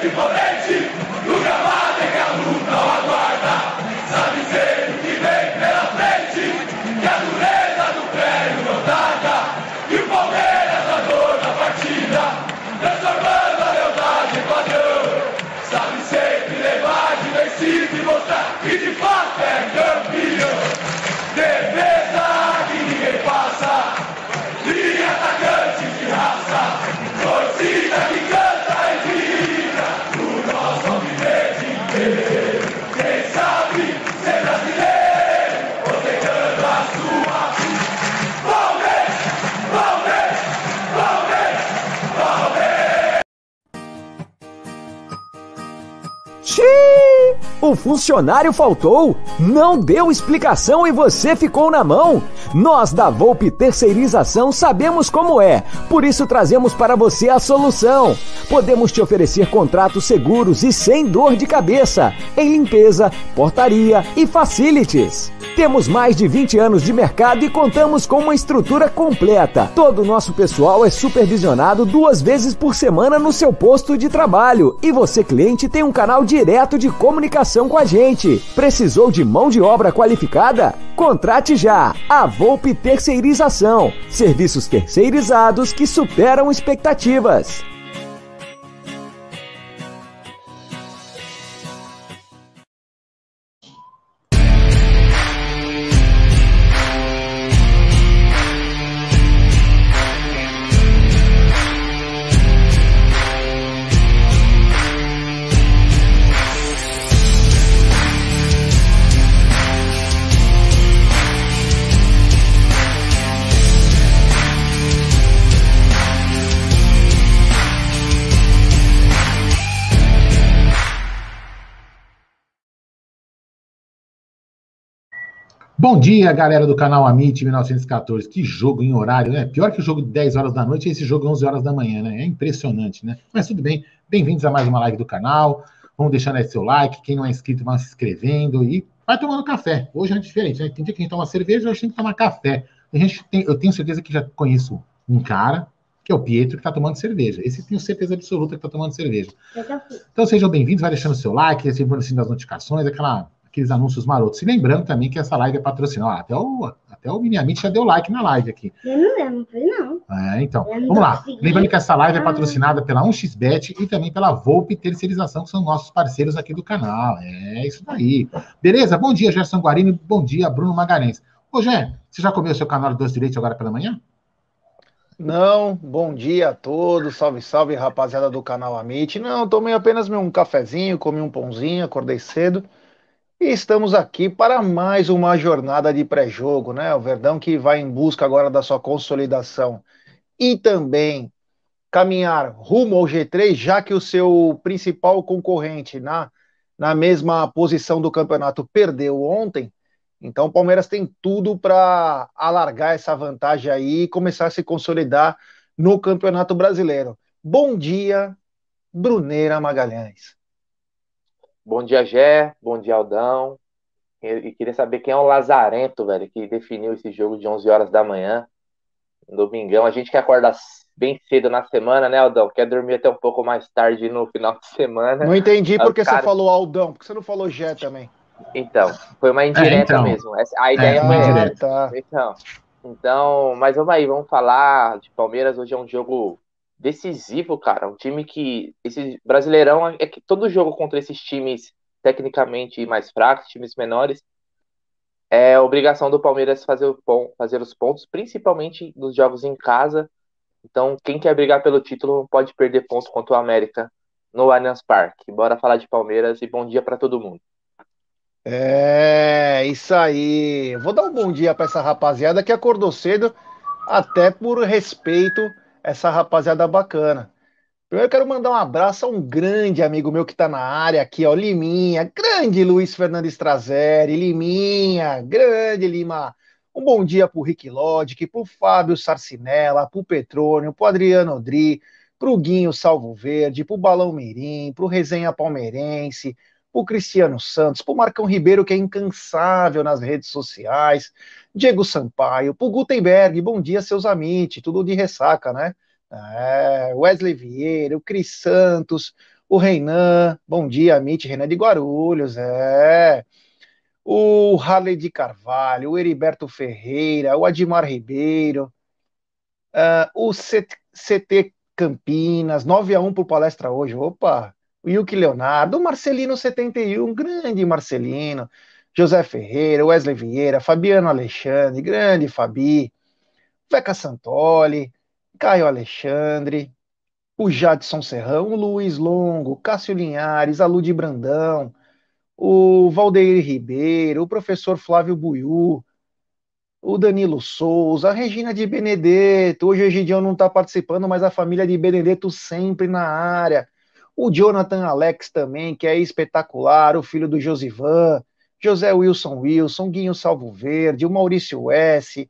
imponente, no gramado é que a luta o aguarda. Sabe sempre o que vem pela frente, que a dureza do prédio não tarda. E o Palmeiras a dor da partida, transformando a lealdade em padrão. Sabe sempre levar de vencido e mostrar que de fato é campeão. Defesa que ninguém passa, e atacantes de raça, torcida que canta e grita, o nosso alvinegro inteiro. Quem sabe ser brasileiro, ostentando a sua vida. Palmeiras, Palmeiras, Palmeiras, Palmeiras. Xiii! O funcionário faltou, não deu explicação e você ficou na mão. Nós da Volpe Terceirização sabemos como é, por isso trazemos para você a solução. Podemos te oferecer contratos seguros e sem dor de cabeça, em limpeza, portaria e facilities. Temos mais de 20 anos de mercado e contamos com uma estrutura completa. Todo o nosso pessoal é supervisionado 2 vezes por semana no seu posto de trabalho. E você, cliente, tem um canal direto de comunicação com a gente. Precisou de mão de obra qualificada? Contrate já! A Volpe Terceirização. Serviços terceirizados que superam expectativas. Bom dia, galera do canal Amit 1914. Que jogo em horário, né? Pior que o jogo de 10 horas da noite, esse jogo 11 horas da manhã, né? É impressionante, né? Mas tudo bem. Bem-vindos a mais uma live do canal. Vamos deixando aí seu like. Quem não é inscrito, vai se inscrevendo e vai tomando café. Hoje é diferente, né? Tem dia que a gente toma cerveja, hoje tem que tomar café. Eu tenho certeza que já conheço um cara, que é o Pietro, que está tomando cerveja. Esse tenho certeza absoluta que está tomando cerveja. Então sejam bem-vindos, vai deixando seu like, ativando o sininho das notificações, aqueles anúncios marotos. E lembrando também que essa live é patrocinada. Até o Miniamite já deu like na live aqui. Eu não lembro, não. Então, vamos lá. Lembrando que essa live é patrocinada pela 1xBet e também pela Volpe Terceirização, que são nossos parceiros aqui do canal. É isso daí. Beleza? Bom dia, Gerson Guarini. Bom dia, Bruno Magalhães. Ô, Gé, você já comeu seu canal de doce de leite agora pela manhã? Não, bom dia a todos, salve, salve, rapaziada do canal Amit. Não, tomei apenas um cafezinho, comi um pãozinho, acordei cedo. E estamos aqui para mais uma jornada de pré-jogo, né? O Verdão que vai em busca agora da sua consolidação e também caminhar rumo ao G3, já que o seu principal concorrente na mesma posição do campeonato perdeu ontem. Então o Palmeiras tem tudo para alargar essa vantagem aí e começar a se consolidar no Campeonato Brasileiro. Bom dia, Bruneira Magalhães. Bom dia, Gé. Bom dia, Aldão. E queria saber quem é o Lazarento, velho, que definiu esse jogo de 11 horas da manhã, no domingão. A gente que acorda bem cedo na semana, né, Aldão? Quer dormir até um pouco mais tarde no final de semana. Não entendi porque você falou Aldão, porque você não falou Gé também. Então, foi uma indireta mesmo. A ideia foi indireta. Então, mas vamos aí, vamos falar de Palmeiras. Hoje é um jogo decisivo, cara. Um time que... Esse Brasileirão é que todo jogo contra esses times tecnicamente mais fracos, times menores, é obrigação do Palmeiras fazer os pontos, principalmente nos jogos em casa. Então, quem quer brigar pelo título não pode perder pontos contra o América no Allianz Parque. Bora falar de Palmeiras e bom dia para todo mundo. É, isso aí. Vou dar um bom dia para essa rapaziada que acordou cedo, até por respeito a essa rapaziada bacana. Primeiro eu quero mandar um abraço a um grande amigo meu que tá na área aqui, ó, Liminha, grande Luiz Fernandes Trazeri, Liminha, grande Lima. Um bom dia pro Rick Lodic, pro Fábio Sarcinella, pro Petrônio, pro Adriano Odri, pro Guinho Salvo Verde, pro Balão Mirim, pro Resenha Palmeirense, pro Cristiano Santos, pro Marcão Ribeiro, que é incansável nas redes sociais, Diego Sampaio, pro Gutenberg, bom dia, seus amigos, tudo de ressaca, né? Wesley Vieira, o Cris Santos, o O Reinan, bom dia, Amit, Reinan de Guarulhos, o Harley de Carvalho, o Heriberto Ferreira, o Admar Ribeiro, o CT Campinas, 9-1 por palestra hoje, opa, o Yuki Leonardo, o Marcelino 71, grande Marcelino, José Ferreira, Wesley Vieira, Fabiano Alexandre, grande Fabi, Veca Santoli, Caio Alexandre, o Jadson Serrão, o Luiz Longo, Cássio Linhares, a Ludi Brandão, o Valdeir Ribeiro, o professor Flávio Buiú, o Danilo Souza, a Regina de Benedetto, hoje o Egidião não está participando, mas a família de Benedetto sempre na área, o Jonathan Alex também, que é espetacular, o filho do Josivan, José Wilson, Guinho Salvo Verde, o Maurício S.,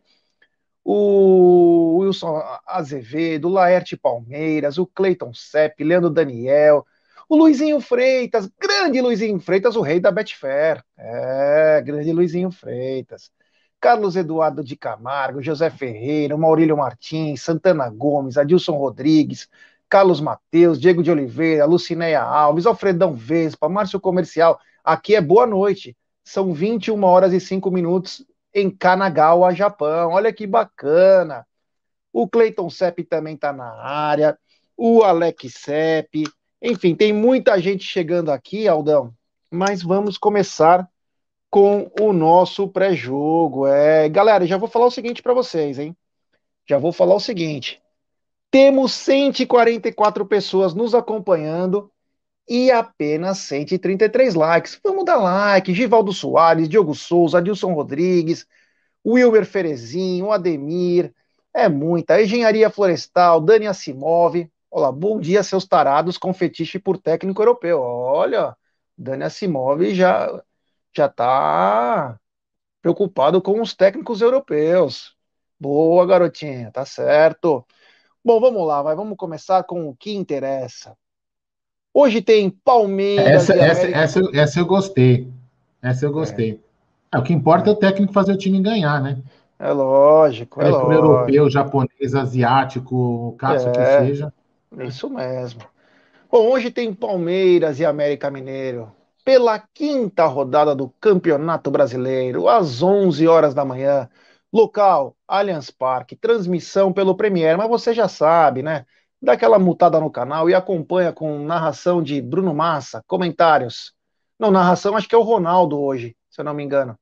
o Wilson Azevedo, o Laerte Palmeiras, o Cleiton Sepp, Leandro Daniel, o Luizinho Freitas, grande Luizinho Freitas, o rei da Betfair. Grande Luizinho Freitas. Carlos Eduardo de Camargo, José Ferreira, Maurílio Martins, Santana Gomes, Adilson Rodrigues, Carlos Mateus, Diego de Oliveira, Lucinéia Alves, Alfredão Vespa, Márcio Comercial. Aqui é boa noite. São 21h05 em Kanagawa, Japão. Olha que bacana. O Cleiton Sepp também está na área. O Alex Sepp. Enfim, tem muita gente chegando aqui, Aldão. Mas vamos começar com o nosso pré-jogo. Galera, já vou falar o seguinte para vocês, hein? Já vou falar o seguinte. Temos 144 pessoas nos acompanhando e apenas 133 likes. Vamos dar like. Givaldo Soares, Diogo Souza, Adilson Rodrigues, Wilber Ferezinho, Ademir, muita. Engenharia Florestal, Dani Asimov. Olá, bom dia, seus tarados com fetiche por técnico europeu. Olha, Dani Asimov já tá preocupado com os técnicos europeus. Boa, garotinha, tá certo. Bom, vamos lá, vamos começar com o que interessa. Hoje tem Palmeiras e América. Essa eu gostei. Essa eu gostei. O que importa é o técnico fazer o time ganhar, né? É lógico, é lógico. Europeu, japonês, asiático, o caso que seja. Isso mesmo. Bom, hoje tem Palmeiras e América Mineiro. Pela 5ª rodada do Campeonato Brasileiro, às 11 horas da manhã. Local, Allianz Parque. Transmissão pelo Premiere, mas você já sabe, né? Dá aquela mutada no canal e acompanha com narração de Bruno Massa, comentários. Não, narração acho que é o Ronaldo hoje, se eu não me engano.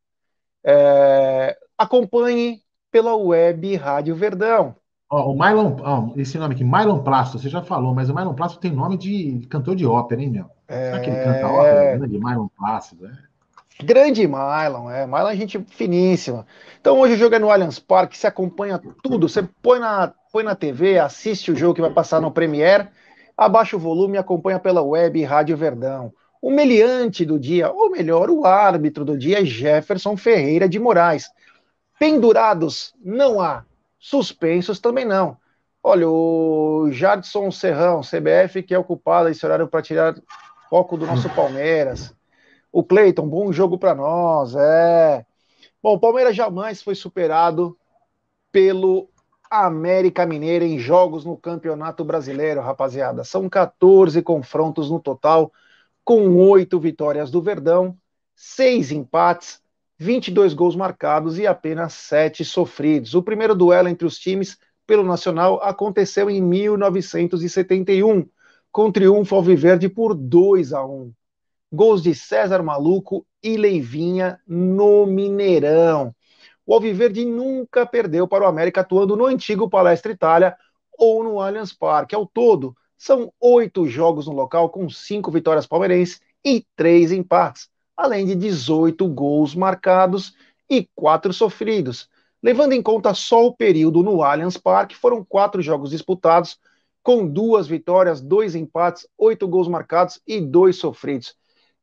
Acompanhe pela web Rádio Verdão. O Mylon, esse nome aqui, Mylon Plasto, você já falou, mas o Mylon Plasto tem nome de cantor de ópera, hein, meu? Será que ele canta ópera? Grande Mylon Plasto, Grande Mylon, Mylon é gente finíssima. Então hoje o jogo é no Allianz Parque, você acompanha tudo, você põe na TV, assiste o jogo que vai passar no Premiere, abaixa o volume e acompanha pela web Rádio Verdão. O meliante do dia, ou melhor, o árbitro do dia é Jefferson Ferreira de Moraes. Pendurados não há, suspensos também não. Olha, o Jadson Serrão, CBF, que é o culpado desse horário para tirar foco do nosso Palmeiras. O Cleiton, bom jogo para nós, Bom, o Palmeiras jamais foi superado pelo América Mineiro em jogos no Campeonato Brasileiro, rapaziada. São 14 confrontos no total, com 8 vitórias do Verdão, 6 empates, 22 gols marcados e apenas 7 sofridos. O primeiro duelo entre os times pelo Nacional aconteceu em 1971, com triunfo alviverde por 2-1. Gols de César Maluco e Leivinha no Mineirão. O Alviverde nunca perdeu para o América atuando no antigo Palestra Itália ou no Allianz Parque. Ao todo, são 8 jogos no local com 5 vitórias palmeirenses e 3 empates, além de 18 gols marcados e 4 sofridos. Levando em conta só o período no Allianz Parque, foram 4 jogos disputados com 2 vitórias, 2 empates, 8 gols marcados e 2 sofridos.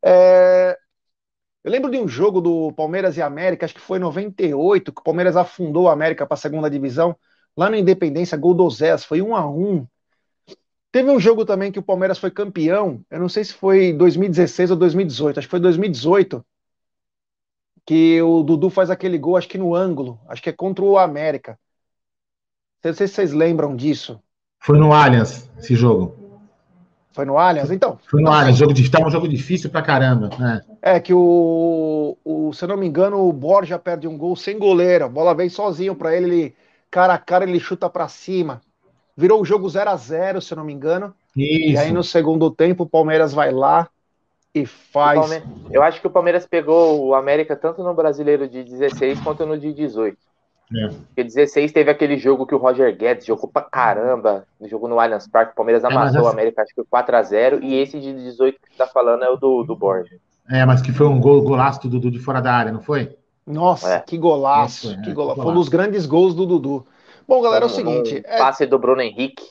Eu lembro de um jogo do Palmeiras e América, acho que foi em 98, que o Palmeiras afundou a América para a 2ª divisão, lá na Independência, gol do Zés, foi 1-1. Teve um jogo também que o Palmeiras foi campeão, eu não sei se foi 2016 ou 2018, acho que foi 2018, que o Dudu faz aquele gol, acho que no ângulo, acho que é contra o América. Não sei se vocês lembram disso. Foi no Allianz, esse jogo. Foi no Allianz? Então. Foi no Allianz, tava um jogo difícil pra caramba, né? Que se eu não me engano, o Borja perde um gol sem goleiro. A bola vem sozinho pra ele, cara a cara, ele chuta pra cima. Virou o jogo 0-0, se eu não me engano. Isso. E aí no segundo tempo o Palmeiras vai lá e faz. Eu acho que o Palmeiras pegou o América tanto no Brasileiro de 16 quanto no de 18. Porque 16 teve aquele jogo que o Roger Guedes jogou pra caramba, jogou no Allianz Parque, o Palmeiras amassou o América, acho que 4-0, e esse de 18 que você tá falando é o do Borja. Mas que foi um golaço do Dudu de fora da área, não foi? Nossa, que golaço, que golaço. Foi um dos grandes gols do Dudu. Bom, galera, é o seguinte... Passe do Bruno Henrique.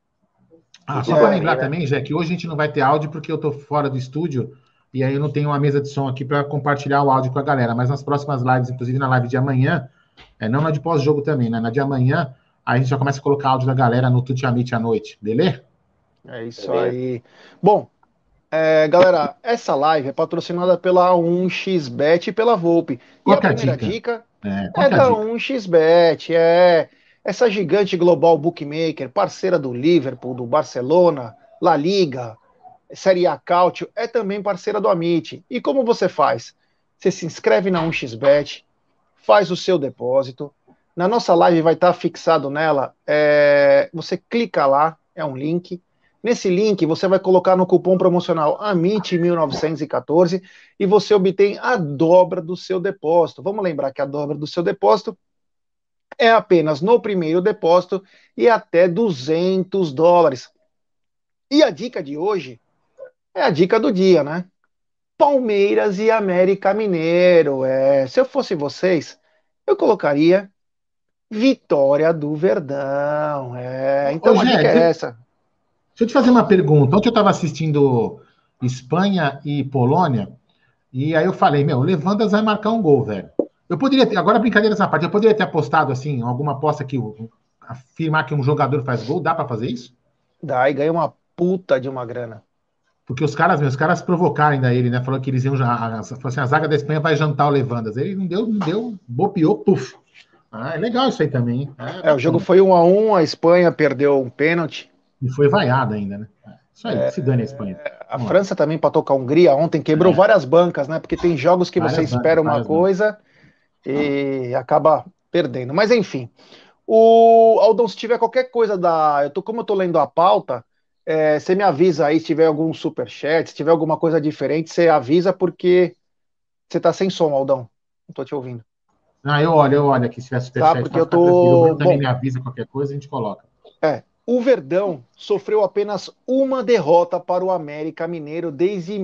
Só para lembrar também, Jé, que hoje a gente não vai ter áudio porque eu tô fora do estúdio, e aí eu não tenho uma mesa de som aqui para compartilhar o áudio com a galera, mas nas próximas lives, inclusive na live de amanhã, não na de pós-jogo também, né? Na de amanhã, a gente já começa a colocar áudio da galera no Tuti Amit à noite, beleza? É isso aí. Bom, galera, essa live é patrocinada pela 1xBet e pela Volpe. E a primeira dica é da 1xBet, essa gigante global bookmaker, parceira do Liverpool, do Barcelona, La Liga, Série A Cautio, é também parceira do Amit. E como você faz? Você se inscreve na 1xBet, faz o seu depósito. Na nossa live vai estar fixado nela, você clica lá, é um link. Nesse link você vai colocar no cupom promocional AMIT1914 e você obtém a dobra do seu depósito. Vamos lembrar que a dobra do seu depósito é apenas no primeiro depósito e até $200. E a dica de hoje é a dica do dia, né? Palmeiras e América Mineiro. Se eu fosse vocês, eu colocaria vitória do Verdão. Então a dica é essa. Deixa eu te fazer uma pergunta. Ontem eu estava assistindo Espanha e Polônia, e aí eu falei, o Levandas vai marcar um gol, velho. Eu poderia ter, agora brincadeira essa parte, eu poderia ter apostado assim, alguma aposta que afirmar que um jogador faz gol, dá para fazer isso? Dá, e ganha uma puta de uma grana. Porque os caras provocaram ainda ele, né? Falou que eles iam a zaga da Espanha vai jantar o Levandas. Ele não deu, bopeou, puf. É legal isso aí também. O jogo foi 1-1, a Espanha perdeu um pênalti. E foi vaiada ainda, né? Isso aí, se dane a Espanha. A França também empatou com a Hungria ontem, quebrou várias bancas, né? Porque tem jogos que você espera uma coisa e acaba perdendo. Mas enfim, Aldão, se tiver qualquer coisa como eu tô lendo a pauta, você me avisa aí se tiver algum superchat, se tiver alguma coisa diferente, você avisa porque você tá sem som, Aldão. Não tô te ouvindo. Eu olho aqui se tiver superchat. Porque eu tô... O também me avisa qualquer coisa, a gente coloca. O Verdão sofreu apenas uma derrota para o América Mineiro desde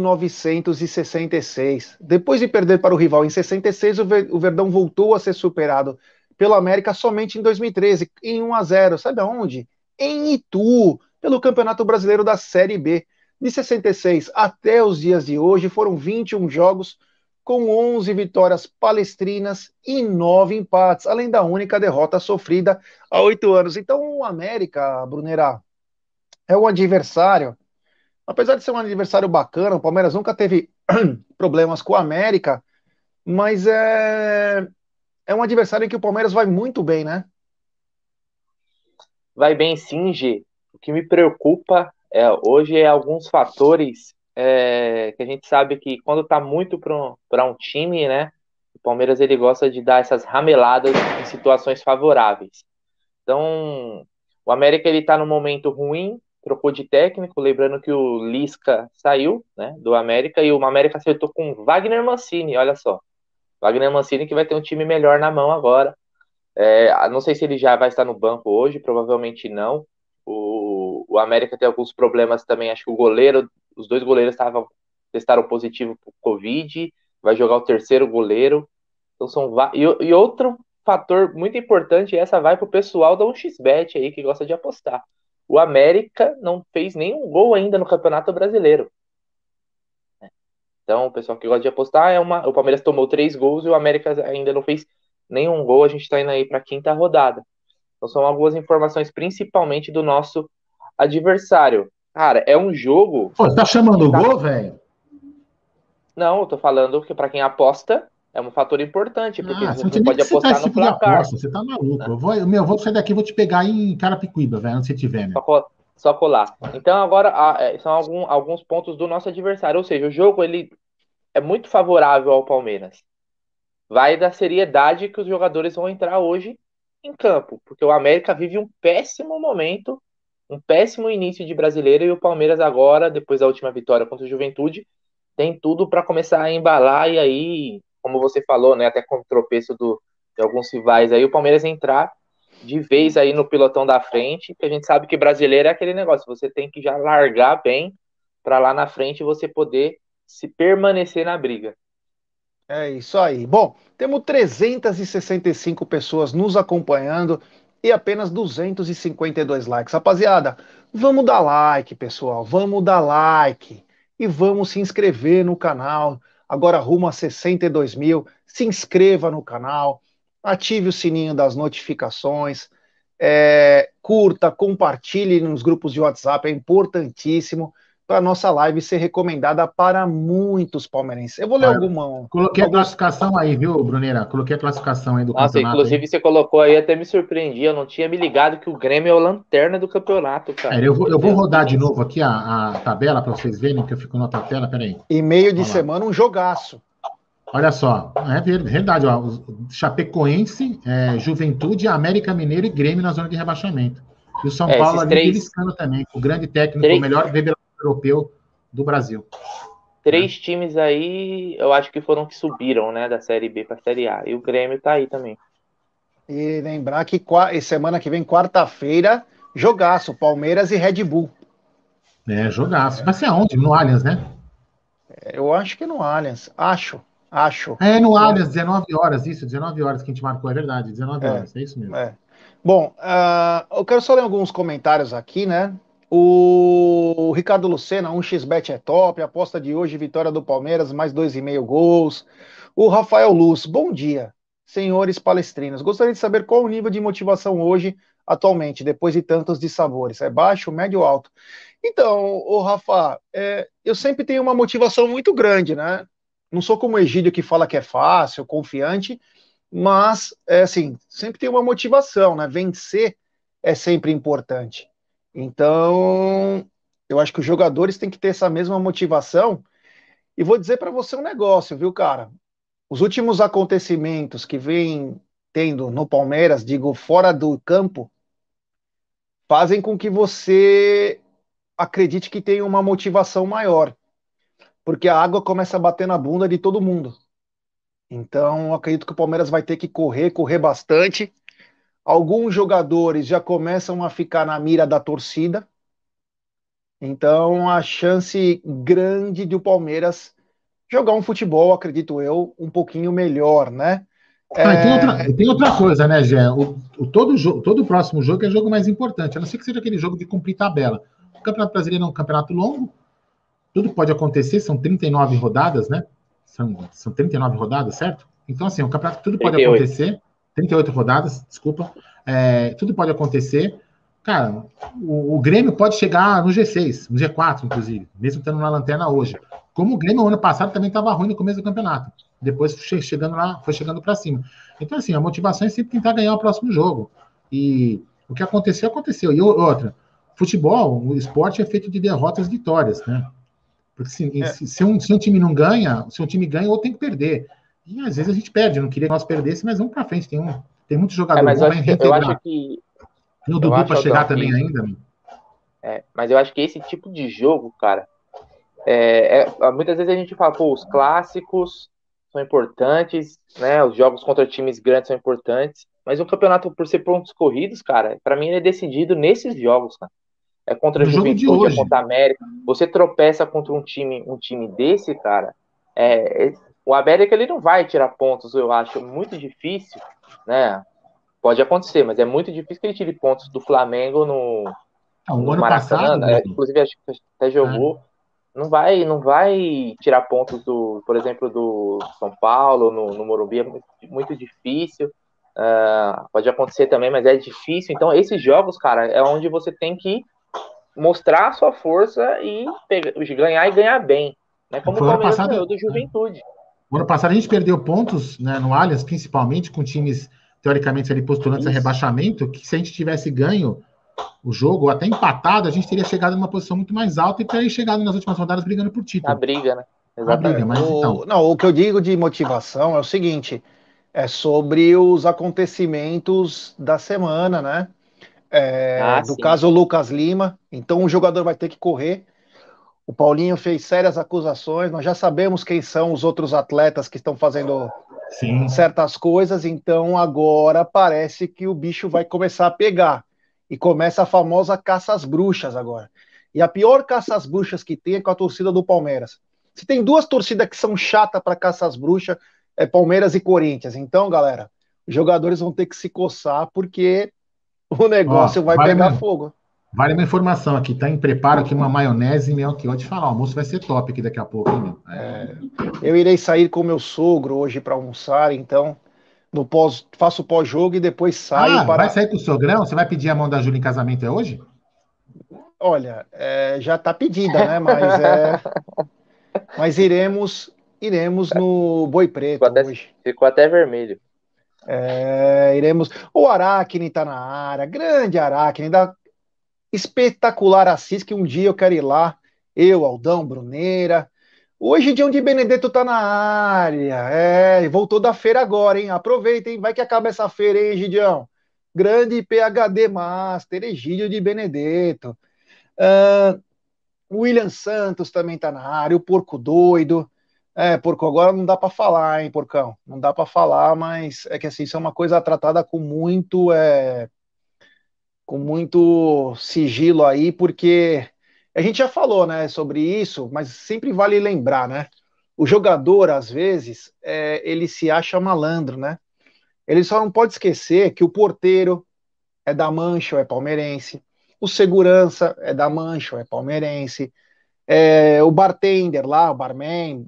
1966. Depois de perder para o rival em 66, o Verdão voltou a ser superado pelo América somente em 2013, em 1-0. Sabe aonde? Em Itu, pelo Campeonato Brasileiro da Série B. De 66 até os dias de hoje, foram 21 jogos, com 11 vitórias palestrinas e 9 empates, além da única derrota sofrida há 8 anos. Então o América, Brunera, é um adversário, apesar de ser um adversário bacana, o Palmeiras nunca teve problemas com o América, mas é um adversário em que o Palmeiras vai muito bem, né? Vai bem sim, G. O que me preocupa hoje é alguns fatores que a gente sabe que quando tá muito para um time, né, o Palmeiras ele gosta de dar essas rameladas em situações favoráveis. Então, o América ele tá num momento ruim, trocou de técnico, lembrando que o Lisca saiu, né, do América, e o América acertou com Wagner Mancini, olha só. Wagner Mancini que vai ter um time melhor na mão agora. Não sei se ele já vai estar no banco hoje, provavelmente não. O América tem alguns problemas também, acho que os dois goleiros testaram positivo por Covid, vai jogar o terceiro goleiro. Então e outro fator muito importante, essa vai pro pessoal da 1xBet aí, que gosta de apostar. O América não fez nenhum gol ainda no Campeonato Brasileiro. Então, o pessoal que gosta de apostar, o Palmeiras tomou 3 gols e o América ainda não fez nenhum gol, a gente tá indo aí pra 5ª rodada. Então são algumas informações, principalmente do nosso adversário. Cara, é um jogo... Pô, tá chamando o gol, velho? Não, eu tô falando que pra quem aposta é um fator importante, porque você pode apostar no placar. Você tá maluco. Eu vou sair daqui e vou te pegar em Carapicuíba, velho, onde você estiver, né? Só colar. Então agora são alguns pontos do nosso adversário. Ou seja, o jogo ele é muito favorável ao Palmeiras. Vai da seriedade que os jogadores vão entrar hoje em campo. Porque o América vive um péssimo momento, um péssimo início de Brasileiro, e o Palmeiras agora, depois da última vitória contra o Juventude, tem tudo para começar a embalar, e aí, como você falou, né, até com o tropeço de alguns rivais aí, o Palmeiras entrar de vez aí no pilotão da frente, que a gente sabe que brasileiro é aquele negócio, você tem que já largar bem para lá na frente você poder se permanecer na briga. É isso aí. Bom, temos 365 pessoas nos acompanhando e apenas 252 likes. Rapaziada, vamos dar like, pessoal. Vamos dar like e vamos se inscrever no canal. Agora rumo a 62 mil. Se inscreva no canal, ative o sininho das notificações, curta, compartilhe nos grupos de WhatsApp, é importantíssimo para a nossa live ser recomendada para muitos palmeirenses. Eu vou ler alguma. Coloquei a classificação aí, viu, Bruneira? Coloquei a classificação aí do Nossa, campeonato. Inclusive aí. Você colocou aí, até me surpreendi. Eu não tinha me ligado que o Grêmio é o lanterna do campeonato, cara. Eu vou rodar de novo aqui a tabela para vocês verem que eu fico na outra tela. Peraí. E meio de semana, um jogaço. Olha só, é verdade, ó, Chapecoense, Juventude, América Mineiro e Grêmio na zona de rebaixamento. E o São Paulo ali beliscando também, o grande técnico, o melhor revelação europeu do Brasil. 3 times aí, eu acho que foram que subiram, né, da Série B para a Série A. E o Grêmio tá aí também. E lembrar que semana que vem, quarta-feira, jogaço, Palmeiras e Red Bull. Jogaço. Vai ser aonde? No Allianz, né? Eu acho que no Allianz. Acho. No Allianz, 19 horas, isso, 19 horas que a gente marcou, é verdade, 19 horas, é isso mesmo. Bom, eu quero só ler alguns comentários aqui, né? O Ricardo Lucena, 1xBet é top, aposta de hoje, vitória do Palmeiras, mais 2,5 gols. O Rafael Luz, bom dia, senhores palestrinos. Gostaria de saber qual o nível de motivação hoje, atualmente, depois de tantos dissabores. É baixo, médio ou alto? Então, o Rafa, eu sempre tenho uma motivação muito grande, né? Não sou como o Egídio que fala que é fácil, confiante, mas, assim, sempre tem uma motivação, né? Vencer é sempre importante. Então, eu acho que os jogadores têm que ter essa mesma motivação. E vou dizer para você um negócio, viu, cara? Os últimos acontecimentos que vem tendo no Palmeiras, digo, fora do campo, fazem com que você acredite que tem uma motivação maior. Porque a água começa a bater na bunda de todo mundo. Então, acredito que o Palmeiras vai ter que correr bastante. Alguns jogadores já começam a ficar na mira da torcida. Então, a chance grande de o Palmeiras jogar um futebol, acredito eu, um pouquinho melhor, né? Tem outra coisa, né, Gé? Todo próximo jogo é jogo mais importante, a não ser que seja aquele jogo de cumprir tabela. O Campeonato Brasileiro é um campeonato longo, tudo pode acontecer, são 39 rodadas, né? São 39 rodadas, certo? Então, assim, o campeonato tudo pode 38. acontecer. 38 rodadas, desculpa. Tudo pode acontecer. Cara, o Grêmio pode chegar no G6, no G4, inclusive, mesmo estando na lanterna hoje. Como o Grêmio, no ano passado, também estava ruim no começo do campeonato. Depois, foi chegando para cima. Então, assim, a motivação é sempre tentar ganhar o próximo jogo. E o que aconteceu, aconteceu. E outra, futebol, o esporte é feito de derrotas e vitórias, né? Porque se um time não ganha, se um time ganha, ou tem que perder. E às vezes a gente perde. Eu não queria que nós perdêssemos, mas vamos para frente. Tem muito jogador bom, vai reintegrar. Eu acho que... Tem o Dudu para chegar também ainda. Mas eu acho que esse tipo de jogo, cara, muitas vezes a gente fala, pô, os clássicos são importantes, né? Os jogos contra times grandes são importantes, mas o campeonato, por ser pontos corridos, cara, para mim ele é decidido nesses jogos, cara. É contra a Juventude, é contra a América. Você tropeça contra um time desse, cara. O América ele não vai tirar pontos, eu acho muito difícil, né? Pode acontecer, mas é muito difícil que ele tire pontos do Flamengo no ano Maracanã. Passado, inclusive, acho que até jogou. Não vai tirar pontos, por exemplo, do São Paulo, no Morumbi. É muito difícil. Pode acontecer também, mas é difícil. Então, esses jogos, cara, é onde você tem que mostrar a sua força e ganhar e ganhar bem. Né? Como o Palmeiras ganhou do Juventude. No ano passado, a gente perdeu pontos, né, no Allianz, principalmente com times teoricamente ali postulantes a rebaixamento, que se a gente tivesse ganho, o jogo, ou até empatado, a gente teria chegado numa posição muito mais alta e teria chegado nas últimas rodadas brigando por Na título. briga, né? Na briga, Exatamente. mas então. Não, o que eu digo de motivação é o seguinte: é sobre os acontecimentos da semana, né? Ah, Do sim. caso Lucas Lima. Então o jogador vai ter que correr. O Paulinho fez sérias acusações. Nós já sabemos quem são os outros atletas que estão fazendo Sim. certas coisas. Então agora parece que o bicho vai começar a pegar. E começa a famosa caça às bruxas agora. E a pior caça às bruxas que tem é com a torcida do Palmeiras. Se tem duas torcidas que são chatas para caça às bruxas, é Palmeiras e Corinthians. Então, galera, os jogadores vão ter que se coçar porque o Ó, negócio vai pegar fogo. vale uma informação aqui, tá em preparo aqui uma maionese, meu, que eu vou te falar, o almoço vai ser top aqui daqui a pouco, hein, meu? Eu irei sair com meu sogro hoje para almoçar, então faço pós-jogo e depois saio Ah, vai para. sair com o sogrão? Você vai pedir a mão da Júlia em casamento é hoje? Olha, já está pedida, né? Mas iremos no Boi Ficou Preto até, hoje. ficou até vermelho. Iremos. O Aracne está na área, grande Aracne, espetacular Assis, que um dia eu quero ir lá. Eu, Aldão, Bruneira. Hoje, Dião de Benedetto tá na área. Voltou da feira agora, hein? Aproveita, hein? Vai que acaba essa feira, hein, Gidião? Grande PhD Master, Egídio de Benedetto. O William Santos também tá na área. O Porco Doido. Porco, agora não dá para falar, hein, Porcão? Não dá para falar, mas é que assim, isso é uma coisa tratada com muito sigilo aí, porque a gente já falou, né, sobre isso, mas sempre vale lembrar, né? O jogador, às vezes, ele se acha malandro, né? Ele só não pode esquecer que o porteiro é da Mancha ou é palmeirense, o segurança é da Mancha ou é palmeirense, o bartender lá, o barman,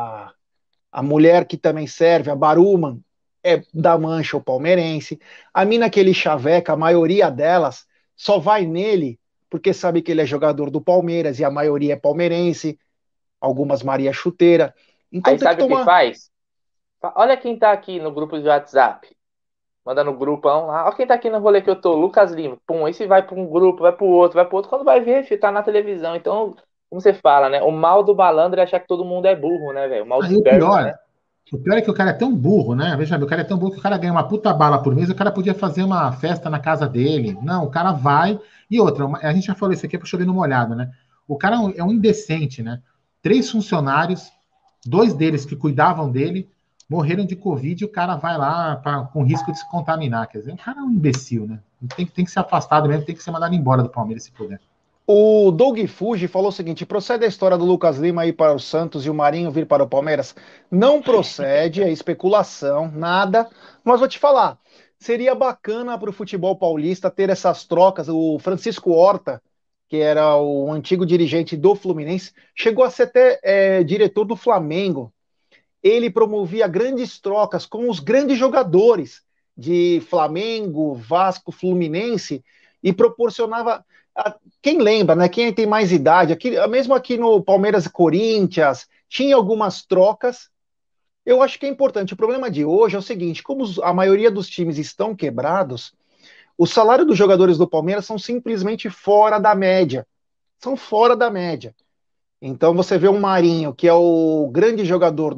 a mulher que também serve, a Baruman, é da Mancha ou palmeirense. A mina que ele chaveca, a maioria delas, só vai nele porque sabe que ele é jogador do Palmeiras e a maioria é palmeirense, algumas Maria Chuteira. Então Aí tem que sabe o que tomar. faz? Olha quem tá aqui no grupo de WhatsApp. Manda no grupão lá. Olha quem tá aqui no rolê que eu tô. Lucas Lima. Pum, esse vai pra um grupo, vai pro outro, vai pro outro. Quando vai ver, filho, tá na televisão. Então, como você fala, né? O mal do malandro é achar que todo mundo é burro, né, velho? O mal Aí o dispersa, pior, né? o pior é que o cara é tão burro, né? Veja bem, o cara é tão burro que o cara ganha uma puta bala por mês, o cara podia fazer uma festa na casa dele. Não, o cara vai. E outra, a gente já falou isso aqui para chover numa olhada, né? O cara é um indecente, né? 3 funcionários, 2 deles que cuidavam dele, morreram de Covid e o cara vai lá com risco de se contaminar. Quer dizer, o cara é um imbecil, né? Tem que ser afastado mesmo, tem que ser mandado embora do Palmeiras se puder. O Doug Fuji falou o seguinte: procede a história do Lucas Lima ir para o Santos e o Marinho vir para o Palmeiras? Não procede, é especulação, nada. Mas vou te falar, seria bacana para o futebol paulista ter essas trocas. O Francisco Horta, que era o antigo dirigente do Fluminense, chegou a ser até diretor do Flamengo. Ele promovia grandes trocas com os grandes jogadores de Flamengo, Vasco, Fluminense e proporcionava. Quem lembra, né? Quem tem mais idade, mesmo aqui no Palmeiras e Corinthians, tinha algumas trocas. Eu acho que é importante. O problema de hoje é o seguinte: como a maioria dos times estão quebrados, o salário dos jogadores do Palmeiras são simplesmente fora da média. São fora da média. Então você vê um Marinho, que é o grande jogador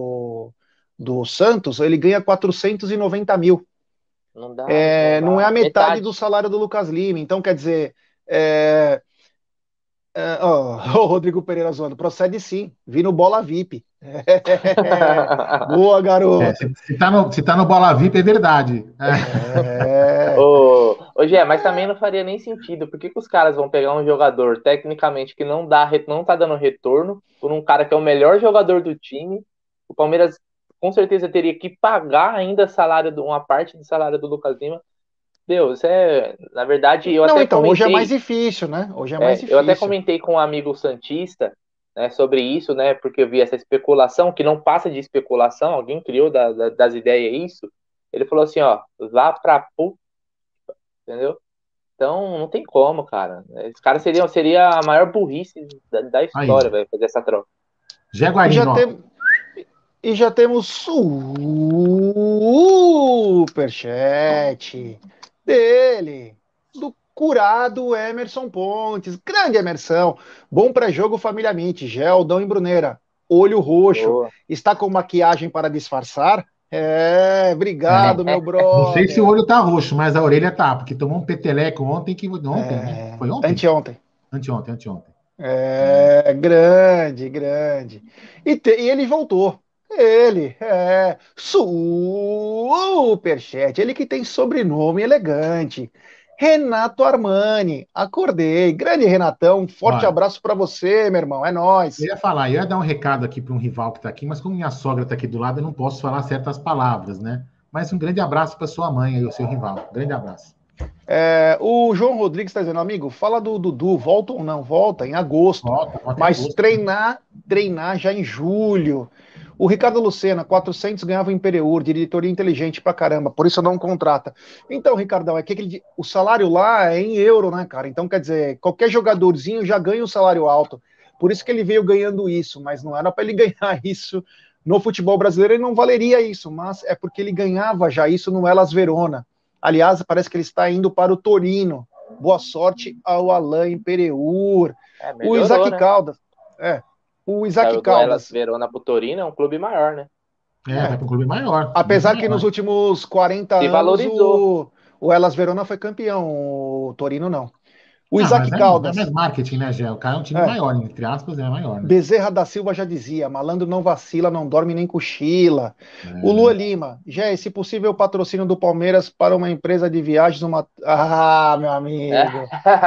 do Santos, ele ganha 490 mil. Não dá, não Não é a dá. metade do Metade. salário do Lucas Lima. Então, quer dizer, o Rodrigo Pereira zoando, procede sim, vi no Bola VIP. Boa, garoto. Se tá no Bola VIP, é verdade. Ô, Gé, mas também não faria nem sentido. Por que os caras vão pegar um jogador, tecnicamente, que não tá dando retorno, por um cara que é o melhor jogador do time? O Palmeiras com certeza teria que pagar ainda uma parte do salário do Lucas Lima. Deus, na verdade, eu Não, até então, hoje é mais comentei, difícil, né? Hoje é mais eu até difícil. comentei com um amigo santista, né, sobre isso, né, porque eu vi essa especulação, que não passa de especulação, alguém criou das ideias isso. Ele falou assim, ó, vá pra puta, entendeu? Então, não tem como, cara. Esse cara seria a maior burrice da Aí, história, velho, fazer essa troca. E já, Jaguarino, ó. tem, e já temos superchat dele, do curado Emerson Pontes. Grande Emerson. Bom pré-jogo, família Mint. Geldão e Bruneira. Olho roxo. Boa. Está com maquiagem para disfarçar? Obrigado, meu Não sei se o brother. olho tá roxo, mas a orelha tá, porque tomou um peteleco ontem que. Ontem, né? Foi ontem? Anteontem. Anteontem. Grande, grande. E ele voltou. Superchat. Ele que tem sobrenome elegante. Renato Armani. Acordei. Grande Renatão. Forte Olha, abraço para você, meu irmão. É nóis. eu ia falar, eu ia dar um recado aqui para um rival que está aqui, mas como minha sogra está aqui do lado, eu não posso falar certas palavras, né? Mas um grande abraço para sua mãe e o seu rival. Grande abraço. O João Rodrigues está dizendo, amigo, fala do Dudu, volta ou não? Volta em agosto. Volta em Mas agosto. treinar já em julho. O Ricardo Lucena, 400 ganhava o Imperiur, diretoria inteligente pra caramba, por isso não contrata. Então, Ricardão, o salário lá é em euro, né, cara? Então, quer dizer, qualquer jogadorzinho já ganha um salário alto. Por isso que ele veio ganhando isso, mas não era para ele ganhar isso no futebol brasileiro, ele não valeria isso, mas é porque ele ganhava já isso no Hellas Verona. Aliás, parece que ele está indo para o Torino. Boa sorte ao Alain Pereur. O Melhorou, Isaac né? Caldas. O Isaac Saiu do Caldas. Hellas Verona pro Torino, é um clube maior, né? Vai para um clube maior. Apesar que nos últimos 40 Se anos valorizou. o Hellas Verona foi campeão, o Torino não. O Mas Isaac é Caldas. mais marketing, né, Gé? O cara é um time maior, entre aspas, é maior, né? Bezerra da Silva já dizia, malandro não vacila, não dorme nem cochila. O Lua Lima, já se possível patrocínio do Palmeiras para uma empresa de viagens, meu amigo.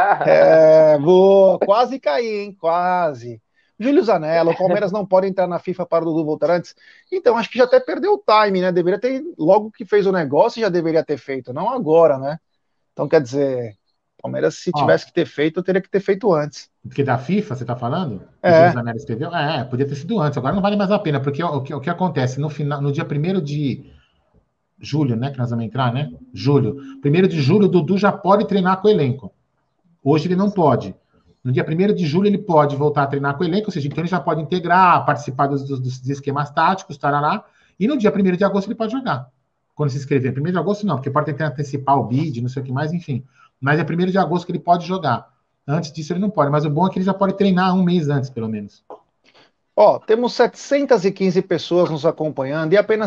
Boa, quase caí, hein, quase. Júlio Zanella, o Palmeiras não pode entrar na FIFA para o Dudu voltar antes. Então, acho que já até perdeu o time, né? Deveria ter, logo que fez o negócio, já deveria ter feito, não agora, né? Então, quer dizer, Palmeiras, se tivesse que ter feito, teria que ter feito antes. Porque da FIFA, você está falando? O Júlio Zanella escreveu? Podia ter sido antes. Agora não vale mais a pena, porque o que acontece? No dia 1º de julho, né? Que nós vamos entrar, né? Julho. 1º de julho, o Dudu já pode treinar com o elenco. Hoje ele não pode. No dia 1º de julho ele pode voltar a treinar com o elenco, ou seja, então ele já pode integrar, participar dos esquemas táticos, tarará, e no dia 1º de agosto ele pode jogar. Quando se inscrever. 1º de agosto não, porque pode tentar antecipar o bid, não sei o que mais, enfim. Mas é 1º de agosto que ele pode jogar. Antes disso ele não pode, mas o bom é que ele já pode treinar um mês antes, pelo menos. Temos 715 pessoas nos acompanhando e apenas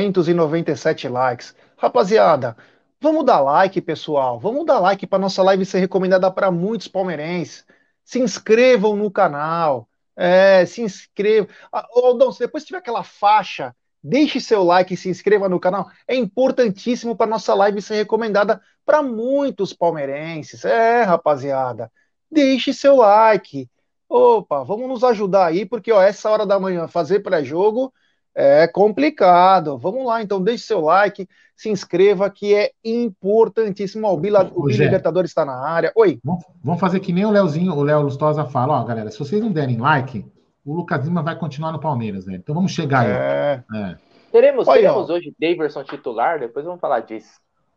397 likes. Rapaziada, vamos dar like, pessoal. Vamos dar like para nossa live ser recomendada para muitos palmeirenses. Se inscrevam no canal. Se inscrevam. Aldão, se depois tiver aquela faixa, deixe seu like e se inscreva no canal. É importantíssimo para nossa live ser recomendada para muitos palmeirenses. Rapaziada, deixe seu like. Opa, vamos nos ajudar aí, porque essa hora da manhã fazer pré-jogo é complicado. Vamos lá, então deixe seu like, se inscreva, que é importantíssimo. O Bi Libertadores está na área. Oi. Vamos fazer que nem o Léo Lustosa fala, galera, se vocês não derem like, o Lucas Lima vai continuar no Palmeiras, velho. Então vamos chegar aí. Teremos hoje Daverson titular, depois vamos falar disso.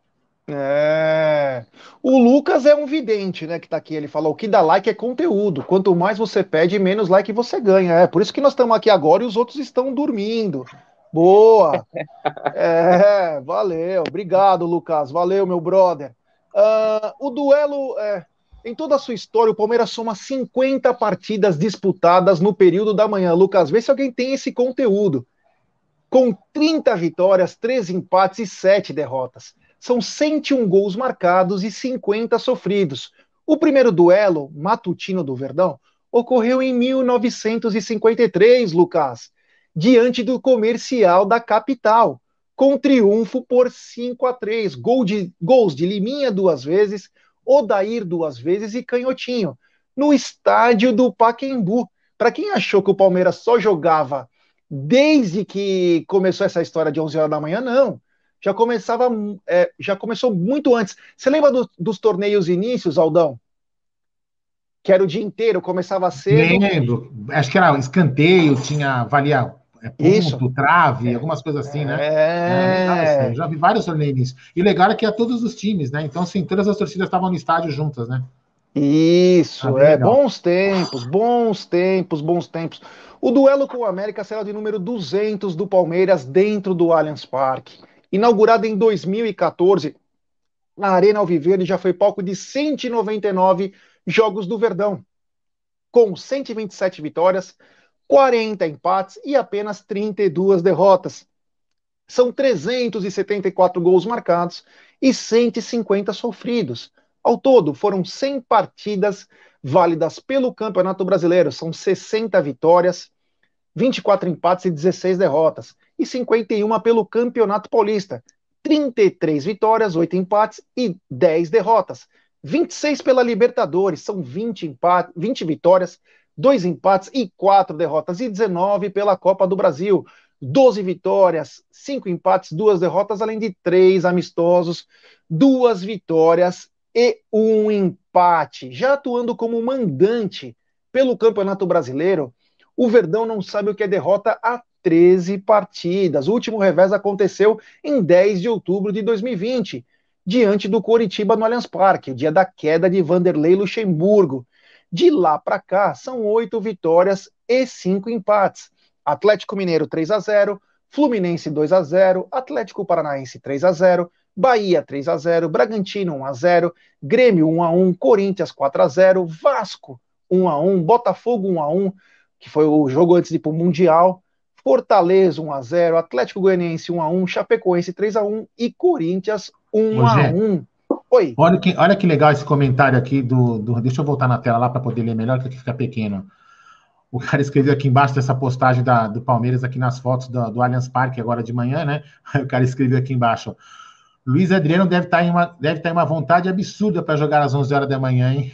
O Lucas é um vidente, né, que tá aqui. Ele falou: o que dá like é conteúdo. Quanto mais você pede, menos like você ganha. Por isso que nós estamos aqui agora e os outros estão dormindo. Boa! Valeu. Obrigado, Lucas. Valeu, meu brother. O duelo, em toda a sua história, o Palmeiras soma 50 partidas disputadas no período da manhã. Lucas, vê se alguém tem esse conteúdo. Com 30 vitórias, 13 empates e 7 derrotas. São 101 gols marcados e 50 sofridos. O primeiro duelo, matutino do Verdão, ocorreu em 1953, Lucas, diante do Comercial da capital, com triunfo por 5-3. Gols de Liminha 2 vezes, Odair 2 vezes e Canhotinho, no estádio do Pacaembu. Para quem achou que o Palmeiras só jogava desde que começou essa história de 11 horas da manhã, não. Já começou muito antes. Você lembra dos torneios inícios, Aldão? Que era o dia inteiro, começava cedo. Lembro. Acho que era escanteio, valia ponto, trave, algumas coisas assim, né? Eu já vi vários torneios nisso. E o legal é que é todos os times, né? Então, assim, todas as torcidas estavam no estádio juntas, né? Isso, bons tempos. O duelo com o América será de número 200 do Palmeiras dentro do Allianz Parque. Inaugurado em 2014, A Arena Alviverde já foi palco de 199 jogos do Verdão, com 127 vitórias, 40 empates e apenas 32 derrotas. São 374 gols marcados e 150 sofridos. Ao todo, foram 100 partidas válidas pelo Campeonato Brasileiro. São 60 vitórias, 24 empates e 16 derrotas. E 51 pelo Campeonato Paulista. 33 vitórias, 8 empates e 10 derrotas. 26 pela Libertadores, são 20 vitórias, 2 empates e 4 derrotas. E 19 pela Copa do Brasil. 12 vitórias, 5 empates, 2 derrotas, além de 3 amistosos, 2 vitórias e 1 empate. Já atuando como mandante pelo Campeonato Brasileiro, o Verdão não sabe o que é derrota há 13 partidas. O último revés aconteceu em 10 de outubro de 2020, diante do Coritiba no Allianz Parque, o dia da queda de Vanderlei Luxemburgo. De lá para cá, são 8 vitórias e 5 empates. Atlético Mineiro 3-0, Fluminense 2-0, Atlético Paranaense 3-0, Bahia 3-0, Bragantino 1-0, Grêmio 1-1, Corinthians 4-0, Vasco 1-1, Botafogo 1-1, que foi o jogo antes de ir para o Mundial, Fortaleza 1-0, Atlético Goianiense 1-1, Chapecoense 3-1 e Corinthians 1-1. Oi. Olha que legal esse comentário aqui deixa eu voltar na tela lá para poder ler melhor, que aqui fica pequeno. O cara escreveu aqui embaixo dessa postagem do Palmeiras, aqui nas fotos do Allianz Parque, agora de manhã, né? Aí o cara escreveu aqui embaixo: Luiz Adriano deve estar em uma vontade absurda para jogar às 11 horas da manhã, hein?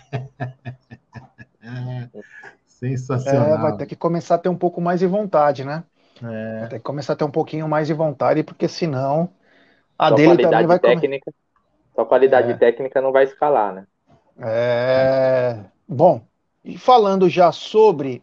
Sensacional. Vai ter que começar a ter um pouco mais de vontade, né? Vai ter que começar a ter um pouquinho mais de vontade, porque senão a só dele também vai técnica, só qualidade técnica não vai escalar, né? Bom, e falando já sobre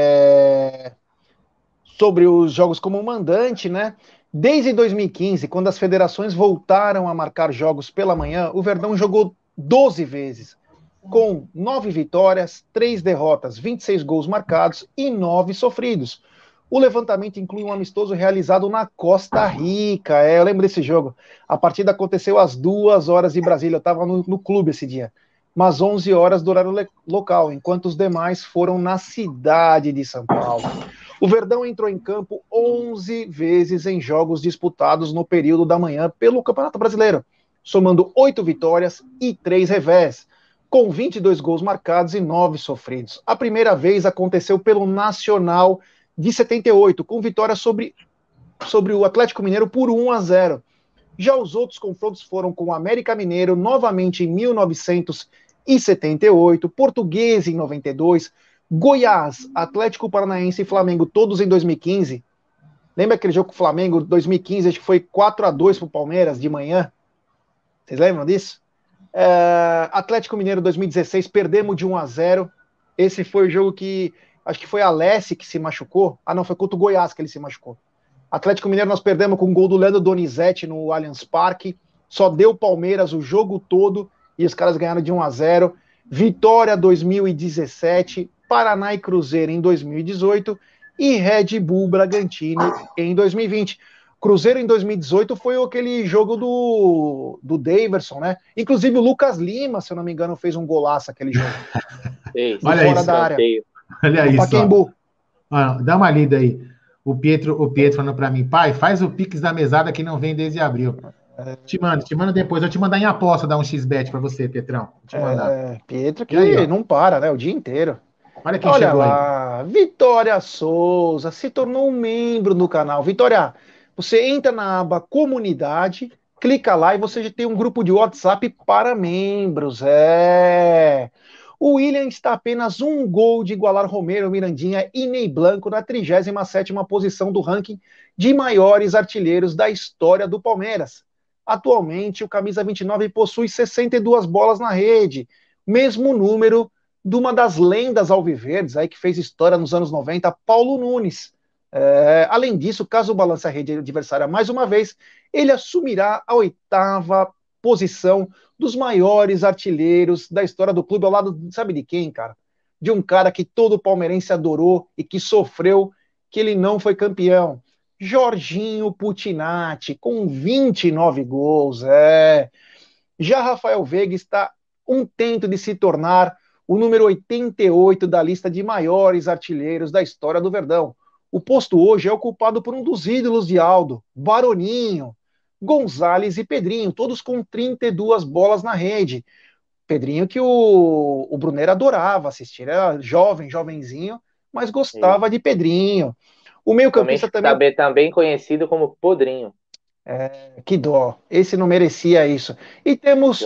os jogos como mandante, né? Desde 2015, quando as federações voltaram a marcar jogos pela manhã, o Verdão jogou 12 vezes, com 9 vitórias, 3 derrotas, 26 gols marcados e 9 sofridos. O levantamento inclui um amistoso realizado na Costa Rica. Eu lembro desse jogo. A partida aconteceu às 2 horas de Brasília. Eu estava no clube esse dia. Mas 11 horas do horário local, enquanto os demais foram na cidade de São Paulo. O Verdão entrou em campo 11 vezes em jogos disputados no período da manhã pelo Campeonato Brasileiro, somando 8 vitórias e 3 revés, com 22 gols marcados e 9 sofridos. A primeira vez aconteceu pelo Nacional de 78, com vitória sobre o Atlético Mineiro por 1-0. Já os outros confrontos foram com o América Mineiro, novamente em 1978, Portuguesa em 92, Goiás, Atlético Paranaense e Flamengo, todos em 2015. Lembra aquele jogo com o Flamengo, 2015, acho que foi 4-2 para o Palmeiras de manhã? Vocês lembram disso? Atlético Mineiro 2016, perdemos de 1-0. Esse foi o jogo que, acho que foi a Alessi que se machucou. Não, foi contra o Goiás que ele se machucou. Atlético Mineiro nós perdemos com o gol do Leandro Donizete no Allianz Parque. Só deu Palmeiras o jogo todo e os caras ganharam de 1-0. Vitória 2017, Paraná e Cruzeiro em 2018 e Red Bull Bragantino em 2020. Cruzeiro em 2018 foi aquele jogo do Daverson, né? Inclusive o Lucas Lima, se eu não me engano, fez um golaço aquele jogo. Olha fora isso, da área. Olha isso. Pacaembu. Dá uma lida aí. O Pietro falando para mim: pai, faz o Pix da mesada que não vem desde abril. Te mando depois. Eu te mandar em aposta, dar um XBet para você, Pietrão. Te mandar. Pietro que aí, não para, né? O dia inteiro. Olha quem chegou lá, aí. Vitória Souza se tornou um membro do canal. Vitória, você entra na aba comunidade, clica lá e você já tem um grupo de WhatsApp para membros. O William está apenas um gol de igualar Romero, Mirandinha e Ney Blanco na 37ª posição do ranking de maiores artilheiros da história do Palmeiras. Atualmente, o camisa 29 possui 62 bolas na rede, mesmo número de uma das lendas alviverdes aí que fez história nos anos 90, Paulo Nunes. Além disso, caso balance a rede adversária mais uma vez, ele assumirá a 8ª posição dos maiores artilheiros da história do clube, ao lado, sabe de quem, cara? De um cara que todo palmeirense adorou e que sofreu que ele não foi campeão. Jorginho Putinati, com 29 gols, Já Rafael Veiga está um tento de se tornar o número 88 da lista de maiores artilheiros da história do Verdão. O posto hoje é ocupado por um dos ídolos de Aldo, Baroninho, Gonzalez e Pedrinho, todos com 32 bolas na rede. Pedrinho que o Brunner adorava assistir, era jovem, jovenzinho, mas gostava de Pedrinho. O meio-campista também conhecido como Podrinho. Que dó, esse não merecia isso. E temos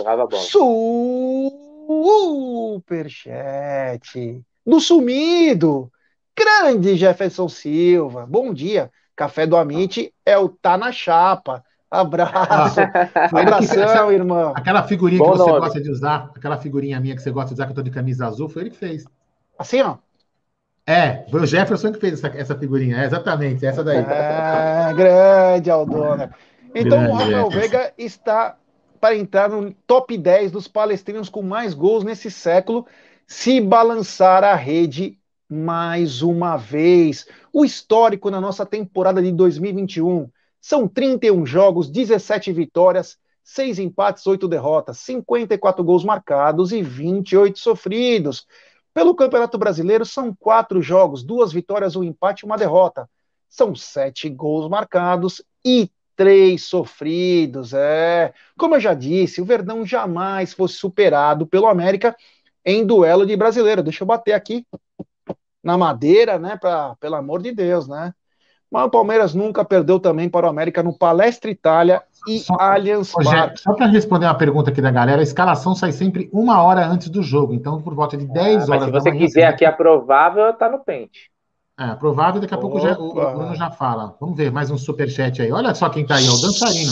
superchat do sumido, grande Jefferson Silva. Bom dia, café do Amit é o Tá na Chapa. Abraço, abração, irmão. Aquela figurinha que você gosta de usar, aquela figurinha minha que você gosta de usar, que eu tô de camisa azul, foi ele que fez. Assim, ó. Foi o Jefferson que fez essa figurinha, exatamente, essa daí. Grande Aldona. Então o Rafael Veiga está para entrar no top 10 dos palestrinos com mais gols nesse século, se balançar a rede mais uma vez. O histórico na nossa temporada de 2021 são 31 jogos, 17 vitórias, 6 empates, 8 derrotas, 54 gols marcados e 28 sofridos. Pelo Campeonato Brasileiro, são 4 jogos, 2 vitórias, 1 empate e 1 derrota. São 7 gols marcados e 3 sofridos. Como eu já disse, o Verdão jamais foi superado pelo América em duelo de brasileiro. Deixa eu bater aqui na madeira, né? Pelo amor de Deus, né? Mas o Palmeiras nunca perdeu também para o América no Palestra Itália e Allianz Parque. Só para responder uma pergunta aqui da galera, a escalação sai sempre 1 hora antes do jogo, então por volta de 10 horas da manhã. Mas se você quiser aqui a provável, tá no pente. Provável, daqui a pouco o Bruno já fala. Vamos ver, mais um superchat aí. Olha só quem tá aí, o dançarino.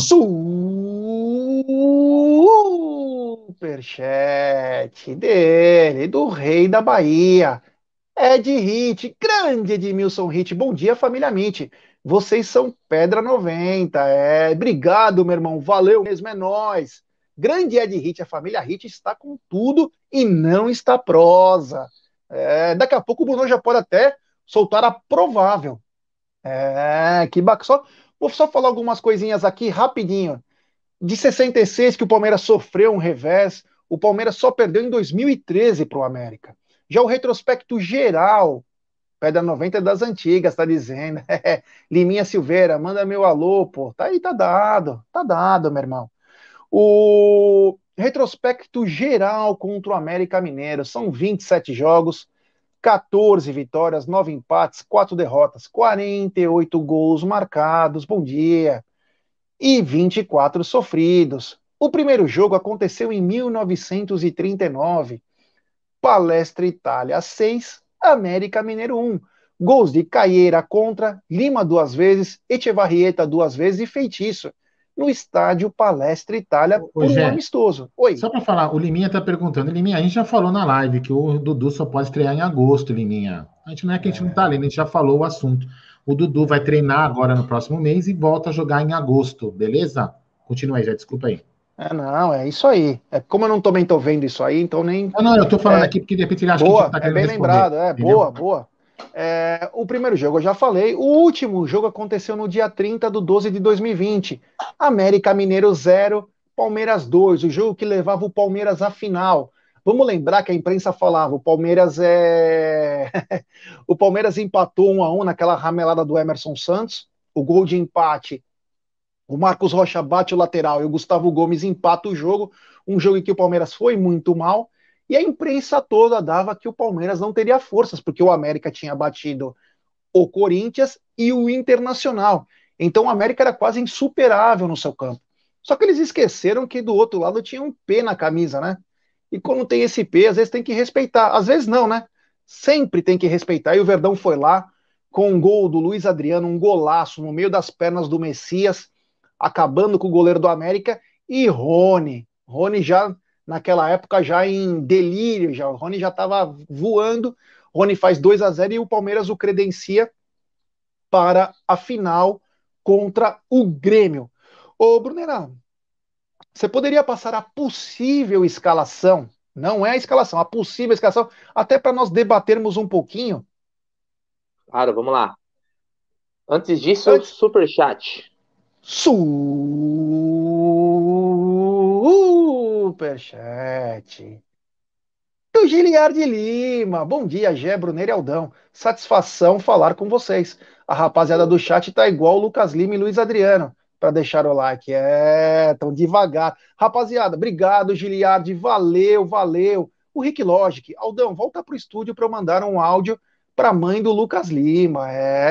Superchat dele, do rei da Bahia. Ed Hit, grande Edmilson Hit. Bom dia, família Amit. Vocês são Pedra 90. Obrigado, meu irmão. Valeu mesmo, é nóis. Grande Ed Hit, a família Hit está com tudo e não está prosa. Daqui a pouco o Bruno já pode até soltar a provável. Que bacana. Vou só falar algumas coisinhas aqui rapidinho. De 66, que o Palmeiras sofreu um revés, o Palmeiras só perdeu em 2013 para o América. Já o retrospecto geral, Pedra 90 das antigas, tá dizendo. Liminha Silveira, manda meu alô, pô. Tá aí, tá dado, meu irmão. O retrospecto geral contra o América Mineiro, são 27 jogos, 14 vitórias, 9 empates, 4 derrotas, 48 gols marcados, bom dia, e 24 sofridos. O primeiro jogo aconteceu em 1939, Palestra Itália 6, América Mineiro 1. Gols de Caieira contra, Lima 2 vezes, Echevarrieta 2 vezes e Feitiço, no estádio Palestra Itália, por um amistoso. Oi. Só para falar, o Liminha tá perguntando. Liminha, a gente já falou na live que o Dudu só pode estrear em agosto, Liminha. A gente não é que a gente não tá lendo, a gente já falou o assunto. O Dudu vai treinar agora no próximo mês e volta a jogar em agosto, beleza? Continua aí, já, desculpa aí. Não, é isso aí. Como eu também tô vendo isso aí, então nem... Não, eu tô falando aqui porque de repente ele acha boa, que tá querendo bem responder, lembrado, entendeu? boa. O primeiro jogo eu já falei, o último jogo aconteceu no dia 30/12 de 2020. América Mineiro 0, Palmeiras 2, o jogo que levava o Palmeiras à final. Vamos lembrar que a imprensa falava, o Palmeiras o Palmeiras empatou 1-1 naquela ramelada do Emerson Santos, o gol de empate, o Marcos Rocha bate o lateral e o Gustavo Gomes empata o jogo, um jogo em que o Palmeiras foi muito mal, e a imprensa toda dava que o Palmeiras não teria forças, porque o América tinha batido o Corinthians e o Internacional. Então o América era quase insuperável no seu campo. Só que eles esqueceram que do outro lado tinha um P na camisa, né? E quando tem esse P, às vezes tem que respeitar. Às vezes não, né? Sempre tem que respeitar. E o Verdão foi lá com um gol do Luiz Adriano, um golaço no meio das pernas do Messias, acabando com o goleiro do América, e Rony já naquela época já em delírio, o Rony já estava voando, Rony faz 2-0 e o Palmeiras o credencia para a final contra o Grêmio. Ô Brunera, você poderia passar a possível escalação, não é a escalação, a possível escalação, até para nós debatermos um pouquinho? Claro, vamos lá. Antes disso, superchat. superchat do Giliard Lima. Bom dia, Gé, Brunner e Aldão. Satisfação falar com vocês. A rapaziada do chat tá igual o Lucas Lima e Luiz Adriano para deixar o like. Tão devagar. Rapaziada, obrigado, Giliard. Valeu, valeu. O Rick Logic. Aldão, volta pro estúdio para eu mandar um áudio para a mãe do Lucas Lima.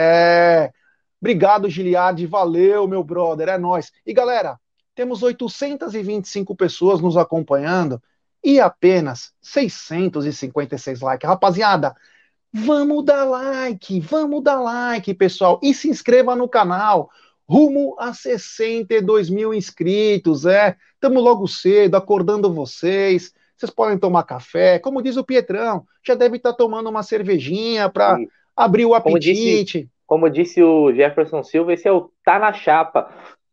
Obrigado, Giliard. Valeu, meu brother. É nóis. E galera, temos 825 pessoas nos acompanhando e apenas 656 likes. Rapaziada, vamos dar like, pessoal. E se inscreva no canal. Rumo a 62 mil inscritos, Estamos logo cedo, acordando vocês. Vocês podem tomar café. Como diz o Pietrão, já deve estar tomando uma cervejinha para abrir o apetite. Como disse o Jefferson Silva, esse é o Tá na Chapa.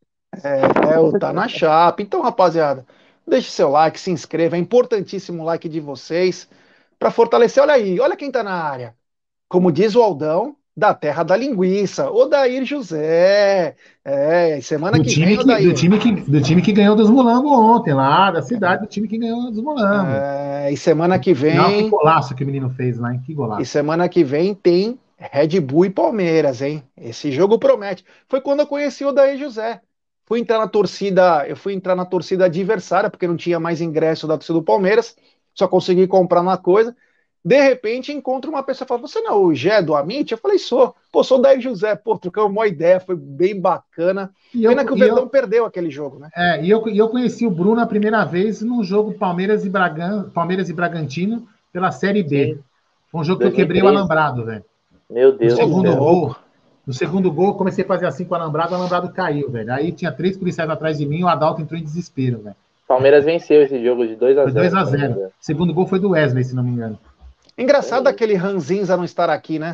O Tá na Chapa. Então, rapaziada, deixe seu like, se inscreva. É importantíssimo o like de vocês para fortalecer. Olha aí, olha quem tá na área. Como diz o Aldão, da terra da linguiça, Odair José. Semana do que time vem, Odair. Do time que ganhou dos Mulambos ontem, lá da cidade, do time que ganhou dos Mulambos. E semana que vem. Não, que golaço que o menino fez lá, hein? Que golaço. E semana que vem tem Red Bull e Palmeiras, hein? Esse jogo promete. Foi quando eu conheci o Odair José. Eu fui entrar na torcida adversária, porque não tinha mais ingresso da torcida do Palmeiras, só consegui comprar uma coisa. De repente, encontro uma pessoa e fala: você não é o Gé do Amit? Eu falei: sou. Pô, sou o Daí José. Pô, trocamos uma ideia, foi bem bacana. Pena que o Verdão perdeu aquele jogo, né? E eu conheci o Bruno a primeira vez num jogo Palmeiras e Bragantino pela Série B. Foi um jogo que eu quebrei o alambrado, velho. Meu Deus. No segundo gol, comecei a fazer assim com o alambrado caiu, velho. Aí tinha 3 policiais atrás de mim e o Adalto entrou em desespero, velho. Palmeiras venceu esse jogo de 2-0. Foi 2-0. O segundo gol foi do Wesley, se não me engano. Engraçado aquele Ranzinza não estar aqui, né?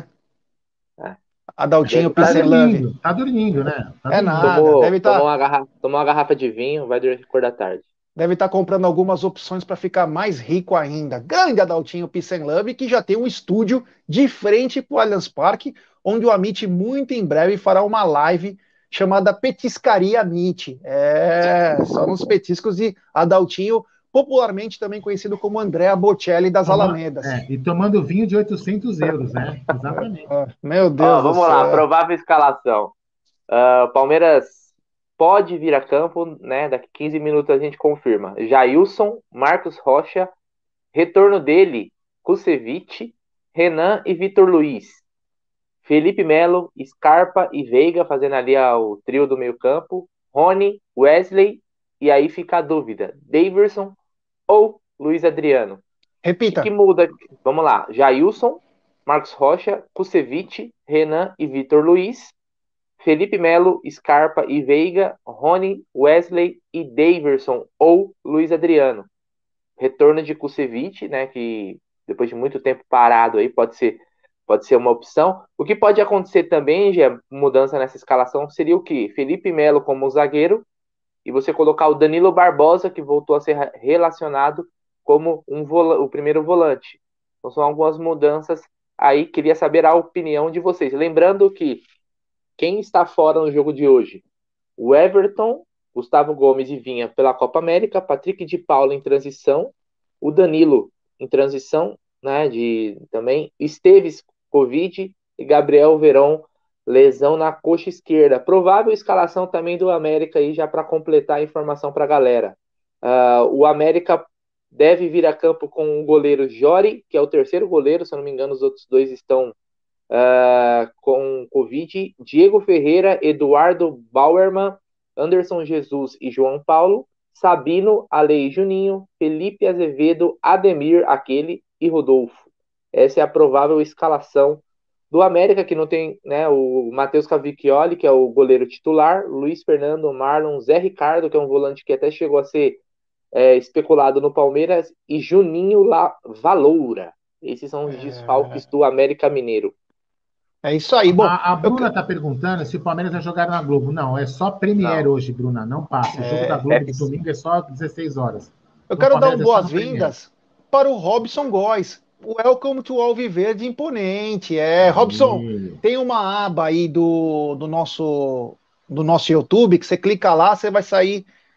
Adaltinho Pisselove. Tá dormindo, né? Nada. Tomou uma garrafa de vinho, vai dormir cor da tarde. Deve estar comprando algumas opções para ficar mais rico ainda. Grande Adaltinho Pisselove, que já tem um estúdio de frente para o Allianz Parque, onde o Amit muito em breve fará uma live chamada Petiscaria Amit. Só nos petiscos de Adaltinho, popularmente também conhecido como Andrea Bocelli das Alamedas. E tomando vinho de 800 euros, né? Exatamente. Meu Deus vamos lá, provável escalação. Palmeiras pode vir a campo, né? Daqui 15 minutos a gente confirma. Jailson, Marcos Rocha, retorno dele, Kusevich, Renan e Vitor Luiz. Felipe Melo, Scarpa e Veiga, fazendo ali o trio do meio campo. Rony, Wesley, e aí fica a dúvida, Daverson ou Luiz Adriano? Repita. O que muda? Vamos lá. Jailson, Marcos Rocha, Kusevich, Renan e Vitor Luiz. Felipe Melo, Scarpa e Veiga, Rony, Wesley e Daverson ou Luiz Adriano. Retorno de Kusevich, né, que depois de muito tempo parado aí pode ser uma opção. O que pode acontecer também, já mudança nessa escalação, seria o quê? Felipe Melo como zagueiro e você colocar o Danilo Barbosa, que voltou a ser relacionado como o primeiro volante. Então são algumas mudanças aí, queria saber a opinião de vocês. Lembrando que quem está fora no jogo de hoje? O Everton, Gustavo Gomes e Vinha pela Copa América, Patrick de Paula em transição, o Danilo em transição, né, também, Esteves, Covid, e Gabriel Veron, lesão na coxa esquerda. Provável escalação também do América aí, já para completar a informação para a galera. O América deve vir a campo com o goleiro Jori, que é o terceiro goleiro, se eu não me engano, os outros dois estão com Covid, Diego Ferreira, Eduardo Bauerman, Anderson Jesus e João Paulo, Sabino, Ale e Juninho, Felipe Azevedo, Ademir, aquele e Rodolfo. Essa é a provável escalação do América, que não tem, né, o Matheus Cavicchioli, que é o goleiro titular, Luiz Fernando, Marlon, Zé Ricardo, que é um volante que até chegou a ser especulado no Palmeiras, e Juninho Valoura. Esses são os desfalques do América Mineiro. É isso aí. Bom, a Bruna está perguntando se o Palmeiras vai jogar na Globo. Não, é só Premiere hoje, Bruna. Não passa. O jogo da Globo de domingo é só 16 horas. Eu quero dar boas-vindas para o Robson Góes. Welcome to Alviverde Imponente. Robson, tem uma aba aí do nosso YouTube que você clica lá, você vai sair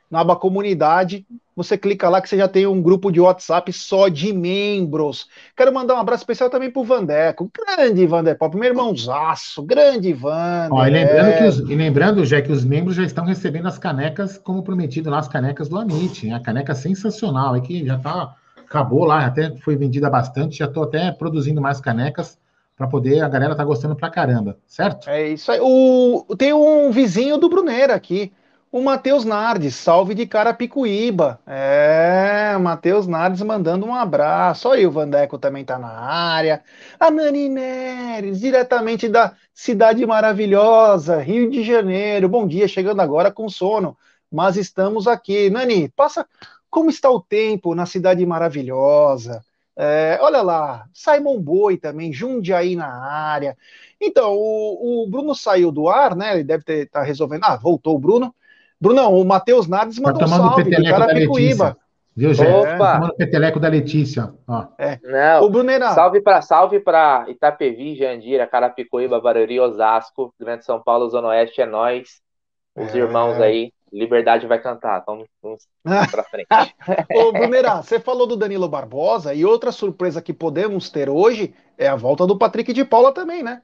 na aba comunidade, você clica lá que você já tem um grupo de WhatsApp só de membros. Quero mandar um abraço especial também pro Vandeco, grande Vanderpop, meu irmãozaço, grande Ó, Vander, e lembrando, já que os membros já estão recebendo as canecas, como prometido lá, as canecas do Amit, né? A caneca sensacional, é que já tá, acabou lá, até foi vendida bastante, já estou até produzindo mais canecas para poder, a galera tá gostando pra caramba, certo? É isso aí. Tem um vizinho do Brunera aqui, o Matheus Nardes, salve de Carapicuíba. É, Matheus Nardes mandando um abraço. Olha aí, o Vandeco também tá na área. A Nani Neres, diretamente da Cidade Maravilhosa, Rio de Janeiro. Bom dia, chegando agora com sono, mas estamos aqui. Nani, passa como está o tempo na Cidade Maravilhosa? É, olha lá, Simon Boi também, Jundiaí na área. Então, o Bruno saiu do ar, né? Ele deve estar resolvendo. Ah, voltou o Bruno. Brunão, o Matheus Nardes Tá mandou um tomando o salve de peteleco da Letícia, Carapicuíba. viu, Jé? É, Tá Opa! tomando o peteleco da Letícia, ó. O Não, Brunera, salve pra Itapevi, Jandira, Carapicuíba, Barueri, Osasco, Grande São Paulo, Zona Oeste, é nós, os irmãos é... aí. Liberdade vai cantar, vamos pra frente. Ô, Brunera, você falou do Danilo Barbosa e outra surpresa que podemos ter hoje é a volta do Patrick de Paula também, né?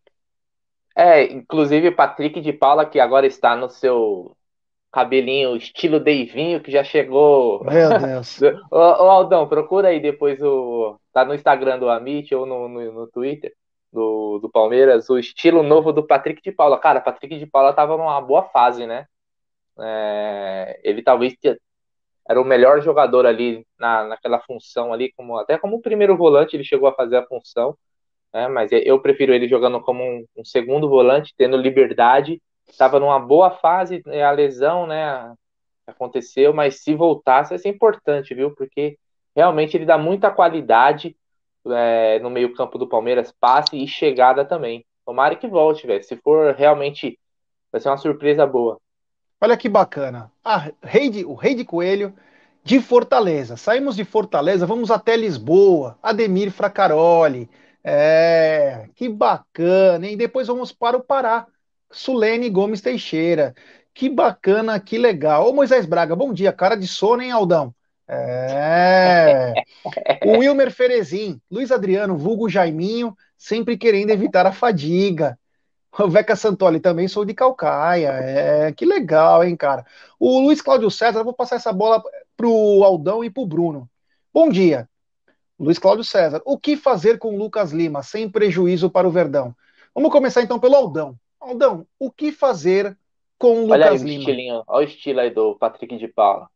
Inclusive Patrick de Paula, que agora está no seu cabelinho estilo Deivinho, que já chegou. Meu Deus. Ô, Aldão, procura aí depois Tá no Instagram do Amit ou no Twitter do Palmeiras, o estilo novo do Patrick de Paula. Cara, Patrick de Paula tava numa boa fase, né? Ele talvez era o melhor jogador ali naquela função ali, até como primeiro volante ele chegou a fazer a função, né? Mas eu prefiro ele jogando como um segundo volante, tendo liberdade. Estava numa boa fase, a lesão, né, aconteceu, mas se voltasse vai ser importante, viu? Porque realmente ele dá muita qualidade no meio-campo do Palmeiras, passe e chegada também. Tomara que volte, velho. Se for realmente, vai ser uma surpresa boa. Olha que bacana. O Rei de Coelho de Fortaleza. Saímos de Fortaleza, vamos até Lisboa. Ademir Fracaroli. É, que bacana, hein? Depois vamos para o Pará. Sulene Gomes Teixeira. Que bacana, que legal. Ô Moisés Braga, bom dia. Cara de sono, hein, Aldão? É. O Wilmer Ferezin. Luiz Adriano, vulgo Jaiminho, sempre querendo evitar a fadiga. O Veca Santoli também sou de Calcaia. É, que legal, hein, cara. O Luiz Cláudio César, eu vou passar essa bola pro Aldão e pro Bruno. Bom dia, Luiz Cláudio César. O que fazer com o Lucas Lima sem prejuízo para o Verdão? Vamos começar então pelo Aldão. Aldão, o que fazer com o Olha aí Lucas o Lima? estilinho, olha o estilo aí do Patrick de Paula.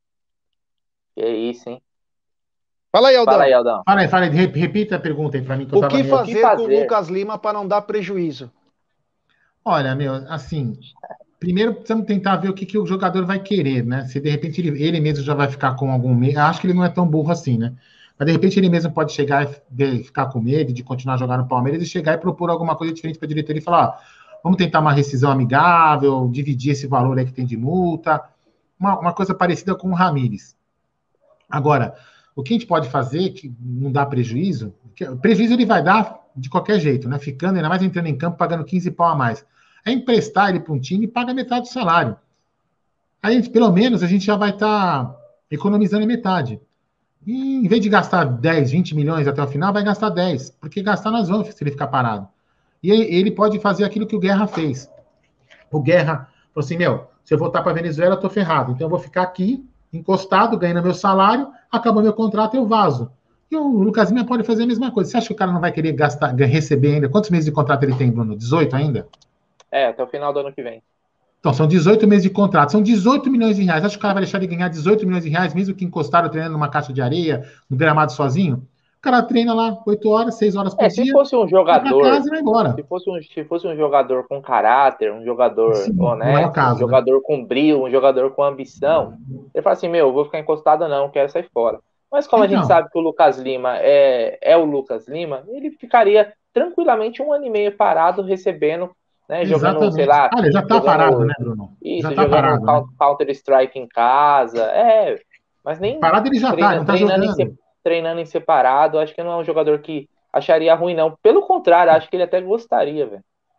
Que isso, hein? Fala aí, Fala aí, Aldão. Aldão. Fala aí, repita a pergunta aí para mim, que eu O tava que meio... fazer com o Lucas Lima para não dar prejuízo? Olha, meu, assim, primeiro precisamos tentar ver o que o jogador vai querer, né? Se de repente ele mesmo já vai ficar com algum medo. Acho que ele não é tão burro assim, né? Mas de repente ele mesmo pode chegar e ficar com medo de continuar jogando no Palmeiras e chegar e propor alguma coisa diferente para a diretoria e falar: ó, vamos tentar uma rescisão amigável, dividir esse valor aí que tem de multa, uma coisa parecida com o Ramires. Agora, o que a gente pode fazer que não dá prejuízo, prejuízo ele vai dar de qualquer jeito, né? Ficando, ainda mais entrando em campo, pagando 15 pau a mais. É emprestar ele para um time e paga metade do salário. Aí, pelo menos, a gente já vai estar economizando metade. E em vez de gastar 10, 20 milhões até o final, vai gastar 10. Porque gastar nós vamos se ele ficar parado. E aí, ele pode fazer aquilo que o Guerra fez. O Guerra falou assim: meu, se eu voltar para a Venezuela, eu tô ferrado. Então eu vou ficar aqui, encostado, ganhando meu salário, acabou meu contrato, eu vazo. E o Lucas Lima pode fazer a mesma coisa. Você acha que o cara não vai querer receber ainda? Quantos meses de contrato ele tem, Bruno? 18 ainda? Até o final do ano que vem. Então, são 18 meses de contrato, são 18 milhões de reais. Acho que o cara vai deixar de ganhar 18 milhões de reais, mesmo que encostado treinando numa caixa de areia, no gramado sozinho? O cara treina lá 8 horas, 6 horas por dia. Se fosse um jogador. Vai pra casa e vai embora. Se fosse um jogador com caráter, um jogador honesto, não é o caso, um jogador com brio, um jogador com ambição, ele fala assim: eu vou ficar encostado, não, quero sair fora. Mas como a gente sabe que o Lucas Lima é o Lucas Lima, ele ficaria tranquilamente 1 ano e meio parado, recebendo, né, jogando, sei lá. Ele já tá parado, né, Bruno? Isso, já tá jogando parado, né? Counter-Strike em casa. Mas nem. Parado ele já tá, não tá jogando. Treinando em separado, acho que não é um jogador que acharia ruim, não. Pelo contrário, acho que ele até gostaria, velho.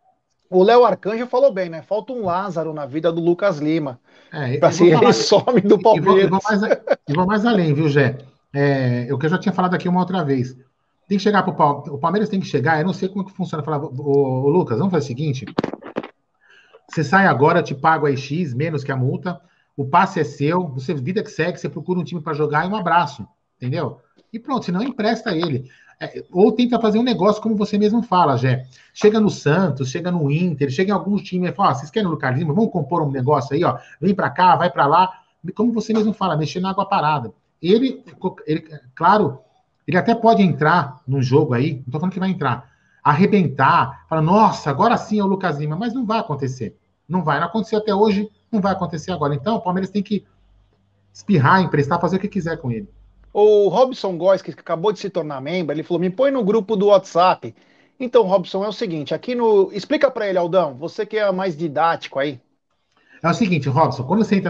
O Léo Arcanjo falou bem, né? Falta um Lázaro na vida do Lucas Lima. É, Assim, ele some do Palmeiras. E vou mais além, viu, Gé? O que eu já tinha falado aqui uma outra vez. Tem que chegar o Palmeiras tem que chegar, eu não sei como que funciona. Falar, ô, Lucas, vamos fazer o seguinte: você sai agora, eu te pago aí X, menos que a multa, o passe é seu, você vida que segue, você procura um time para jogar e um abraço, entendeu? E pronto, senão empresta ele. Ou tenta fazer um negócio como você mesmo fala, Gé. Chega no Santos, chega no Inter, chega em alguns times e fala, vocês querem o Lucas Lima? Vamos compor um negócio aí, ó. Vem para cá, vai para lá. Como você mesmo fala, mexer na água parada. Claro, ele até pode entrar num jogo aí, não tô falando que vai entrar, arrebentar, falar, nossa, agora sim é o Lucas Lima, mas não vai acontecer. Não vai, não aconteceu até hoje, não vai acontecer agora. Então, o Palmeiras tem que espirrar, emprestar, fazer o que quiser com ele. O Robson Góes, que acabou de se tornar membro, ele falou: me põe no grupo do WhatsApp. Então, Robson, é o seguinte, aqui no. Explica para ele, Aldão, você que é mais didático aí. É o seguinte, Robson, quando você entra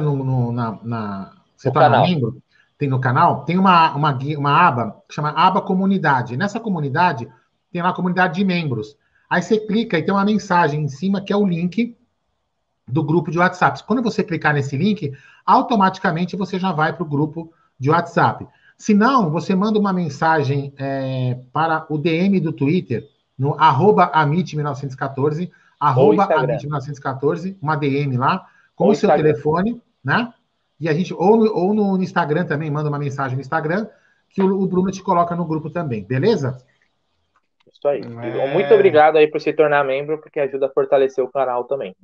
você No torna canal. membro, tem no canal, tem uma aba que chama aba comunidade. Nessa comunidade, tem lá a comunidade de membros. Aí você clica e tem uma mensagem em cima que é o link do grupo de WhatsApp. Quando você clicar nesse link, automaticamente você já vai para o grupo de WhatsApp. Se não, você manda uma mensagem para o DM do Twitter, no @amit1914, @amit1914, uma DM lá, com o seu telefone, né? E a gente, ou no Instagram também, manda uma mensagem no Instagram, que o Bruno te coloca no grupo também, beleza? Isso aí. Muito obrigado aí por se tornar membro, porque ajuda a fortalecer o canal também.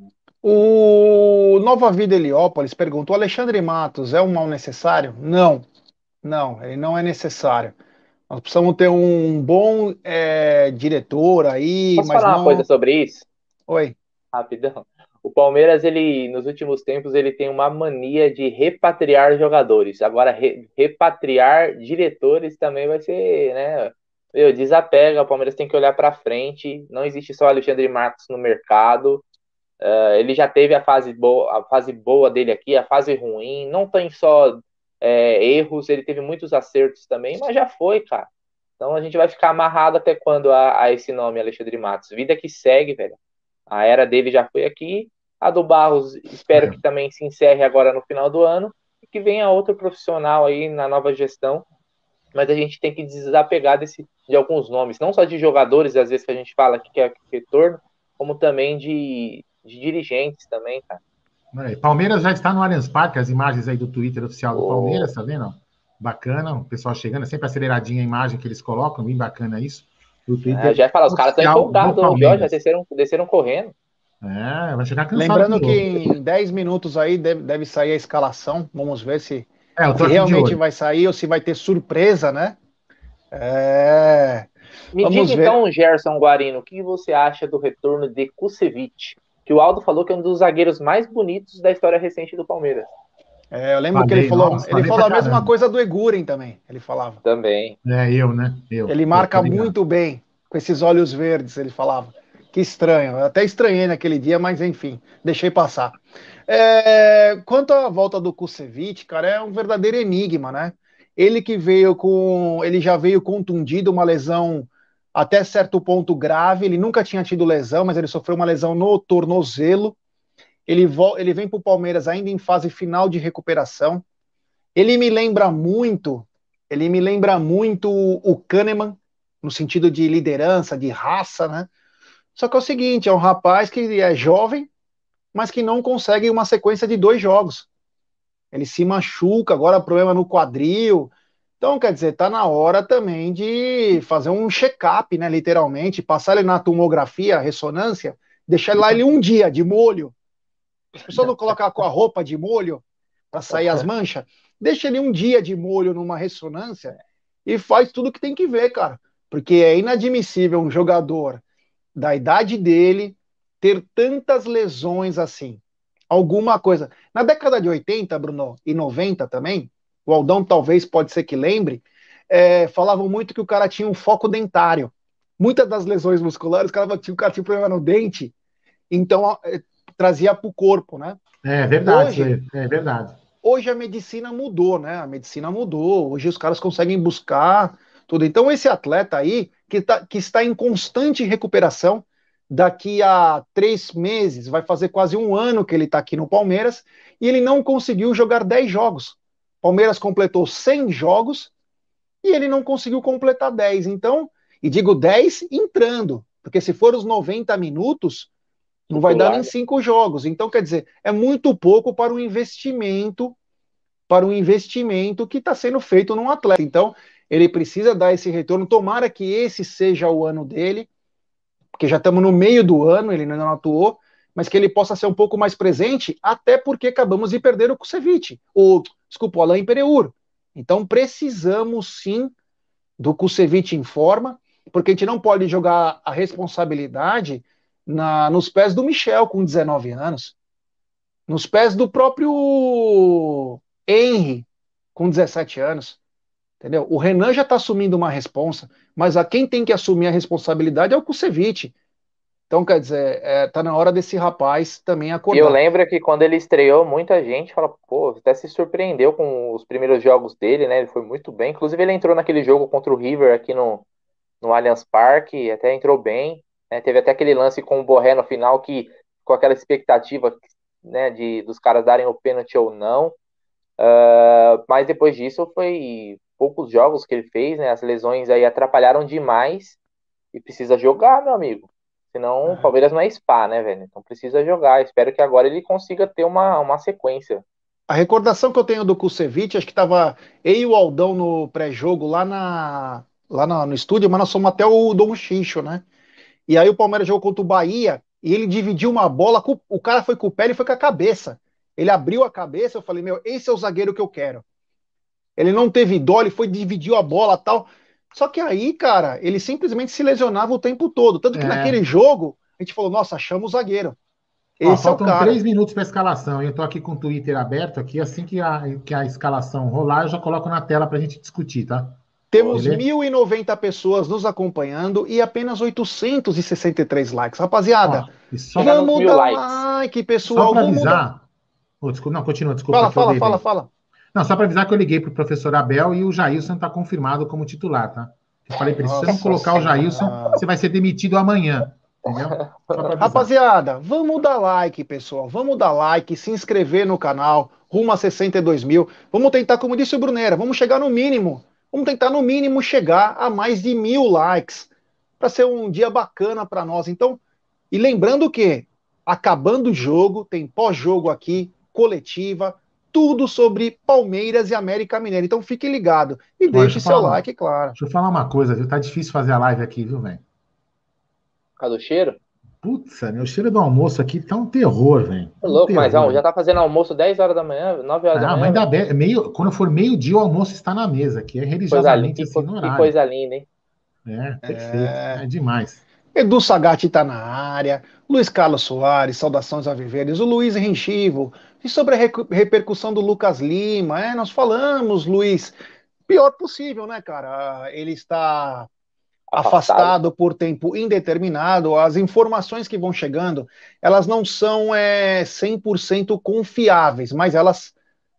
O Nova Vida Heliópolis perguntou: Alexandre Matos é um mal necessário? Não, ele não é necessário. Nós precisamos ter um bom diretor aí, Posso mas falar não. uma coisa sobre isso? Oi. Rapidão. O Palmeiras, ele, nos últimos tempos, ele tem uma mania de repatriar jogadores. Agora, repatriar diretores também vai ser, né? Desapega, o Palmeiras tem que olhar para frente. Não existe só Alexandre Matos no mercado. Ele já teve a fase boa dele aqui, a fase ruim. Não tem só erros, ele teve muitos acertos também, mas já foi, cara. Então a gente vai ficar amarrado até quando a esse nome, Alexandre Matos? Vida que segue, velho. A era dele já foi aqui. A do Barros, espero que também se encerre agora no final do ano. E que venha outro profissional aí na nova gestão. Mas a gente tem que desapegar de alguns nomes. Não só de jogadores, às vezes, que a gente fala que quer retorno, como também de dirigentes também, cara. Palmeiras já está no Allianz Parque, as imagens aí do Twitter oficial do Palmeiras, tá vendo? Bacana, o pessoal chegando, é sempre aceleradinha a imagem que eles colocam, bem bacana isso. Já ia falar, os caras estão empolgados hoje, ó, já desceram correndo. Vai chegar cansado. Lembrando que em 10 minutos aí deve sair a escalação, vamos ver se realmente vai sair ou se vai ter surpresa, né? Me diga então, Gerson Guarino, o que você acha do retorno de Kusevich? Que o Aldo falou que é um dos zagueiros mais bonitos da história recente do Palmeiras. Eu lembro que ele falou a mesma coisa do Eguren também, ele falava. Também. Eu. Ele marca muito bem, com esses olhos verdes, ele falava. Que estranho, eu até estranhei naquele dia, mas enfim, deixei passar. Quanto à volta do Kusevich, cara, é um verdadeiro enigma, né? Ele já veio contundido, uma lesão até certo ponto grave, ele nunca tinha tido lesão, mas ele sofreu uma lesão no tornozelo. Ele vem para o Palmeiras ainda em fase final de recuperação. Ele me lembra muito o Kahneman, no sentido de liderança, de raça, né? Só que é o seguinte, é um rapaz que é jovem, mas que não consegue uma sequência de 2 jogos. Ele se machuca, agora problema no quadril. Então, quer dizer, tá na hora também de fazer um check-up, né, literalmente, passar ele na tomografia, ressonância, deixar ele lá um dia de molho. A pessoa não coloca com a roupa de molho para sair as manchas, deixa ele um dia de molho numa ressonância e faz tudo que tem que ver, cara. Porque é inadmissível um jogador da idade dele ter tantas lesões assim. Alguma coisa. Na década de 80, Bruno, e 90 também, o Aldão talvez pode ser que lembre, falavam muito que o cara tinha um foco dentário. Muitas das lesões musculares, o cara tinha problema no dente, então trazia para o corpo, né? É verdade, é verdade. Hoje a medicina mudou, né? A medicina mudou, hoje os caras conseguem buscar tudo. Então esse atleta aí, que está em constante recuperação, daqui a 3 meses, vai fazer quase um ano que ele está aqui no Palmeiras, e ele não conseguiu jogar 10 jogos. Palmeiras completou 100 jogos e ele não conseguiu completar 10. Então, e digo 10 entrando, porque se for os 90 minutos, não vai dar nem 5 jogos. Então, quer dizer, é muito pouco para um investimento que está sendo feito num atleta. Então, ele precisa dar esse retorno. Tomara que esse seja o ano dele, porque já estamos no meio do ano, ele ainda não atuou, mas que ele possa ser um pouco mais presente, até porque acabamos de perder o Kusevich, desculpa, o Alain Pereur. Então, precisamos sim do Kusevich em forma, porque a gente não pode jogar a responsabilidade nos pés do Michel, com 19 anos, nos pés do próprio Henry, com 17 anos, entendeu? O Renan já está assumindo uma responsa, mas a quem tem que assumir a responsabilidade é o Kusevich. Então, quer dizer, tá na hora desse rapaz também acordar. E eu lembro que quando ele estreou, muita gente fala, pô, até se surpreendeu com os primeiros jogos dele, né? Ele foi muito bem. Inclusive, ele entrou naquele jogo contra o River aqui no Allianz Parque, até entrou bem, né? Teve até aquele lance com o Borré no final, que com aquela expectativa, né, dos caras darem o pênalti ou não. Mas depois disso, foi poucos jogos que ele fez, né? As lesões aí atrapalharam demais e precisa jogar, meu amigo. Senão o Palmeiras não é spa, né, velho? Então precisa jogar. Espero que agora ele consiga ter uma sequência. A recordação que eu tenho do Kusevich, acho que tava eu e o Aldão no pré-jogo no estúdio, mas nós fomos até o Dom Xixo, né? E aí o Palmeiras jogou contra o Bahia e ele dividiu uma bola, o cara foi com o pé e foi com a cabeça. Ele abriu a cabeça, eu falei, meu, esse é o zagueiro que eu quero. Ele não teve dó, ele foi, dividiu a bola e tal. Só que aí, cara, ele simplesmente se lesionava o tempo todo. Tanto que naquele jogo, a gente falou, nossa, achamos o zagueiro. Esse é o faltam cara. 3 minutos para a escalação. Eu estou aqui com o Twitter aberto aqui. Assim que a escalação rolar, eu já coloco na tela para a gente discutir, tá? Temos 1.090 pessoas nos acompanhando e apenas 863 likes. Rapaziada, vamos dar like, pessoal. Só para avisar. Desculpa, não, continua, desculpa. Fala. Não, só para avisar que eu liguei para o professor Abel e o Jailson está confirmado como titular, tá? Eu falei para ele, se você não colocar o Jailson, você vai ser demitido amanhã. Entendeu? Rapaziada, vamos dar like, pessoal. Vamos dar like, se inscrever no canal, rumo a 62 mil. Vamos tentar, como disse o Brunera, vamos chegar no mínimo. Vamos tentar, no mínimo, chegar a mais de 1.000 likes. Para ser um dia bacana para nós. Então, e lembrando que, acabando o jogo, tem pós-jogo aqui, coletiva, tudo sobre Palmeiras e América Mineiro. Então fique ligado e deixe seu like, claro. Deixa eu falar uma coisa, viu? Tá difícil fazer a live aqui, viu, velho? Por causa do cheiro? Putz, o cheiro do almoço aqui tá um terror, velho. Louco, mas já tá fazendo almoço 10 horas da manhã, 9 horas da manhã. Mas ainda quando for meio-dia, o almoço está na mesa, que é religiosamente assim no horário. Que coisa linda, hein? Perfeito. É demais. Edu Sagatti tá na área, Luiz Carlos Soares, saudações alviverdes, o Luiz Renchivo, e sobre a repercussão do Lucas Lima, nós falamos, Luiz, pior possível, né, cara? Ele está afastado por tempo indeterminado, as informações que vão chegando, elas não são 100% confiáveis, mas elas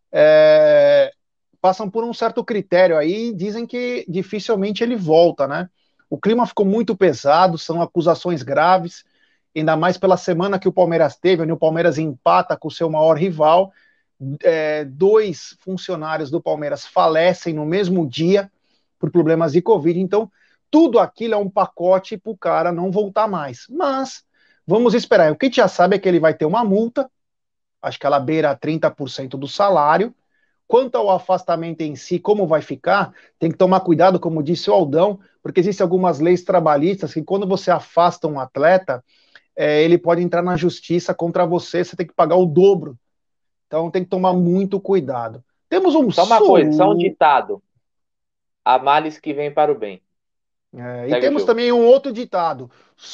passam por um certo critério aí e dizem que dificilmente ele volta, né? O clima ficou muito pesado, são acusações graves, ainda mais pela semana que o Palmeiras teve, onde o Palmeiras empata com o seu maior rival, 2 funcionários do Palmeiras falecem no mesmo dia por problemas de Covid, então tudo aquilo é um pacote para o cara não voltar mais. Mas vamos esperar. O que a gente já sabe é que ele vai ter uma multa, acho que ela beira 30% do salário. Quanto ao afastamento em si, como vai ficar, tem que tomar cuidado, como disse o Aldão, porque existem algumas leis trabalhistas que quando você afasta um atleta, ele pode entrar na justiça contra você, você tem que pagar o dobro. Então tem que tomar muito cuidado. Temos Só uma coisa, só um ditado. Há males que vêm para o bem. E temos também um outro ditado.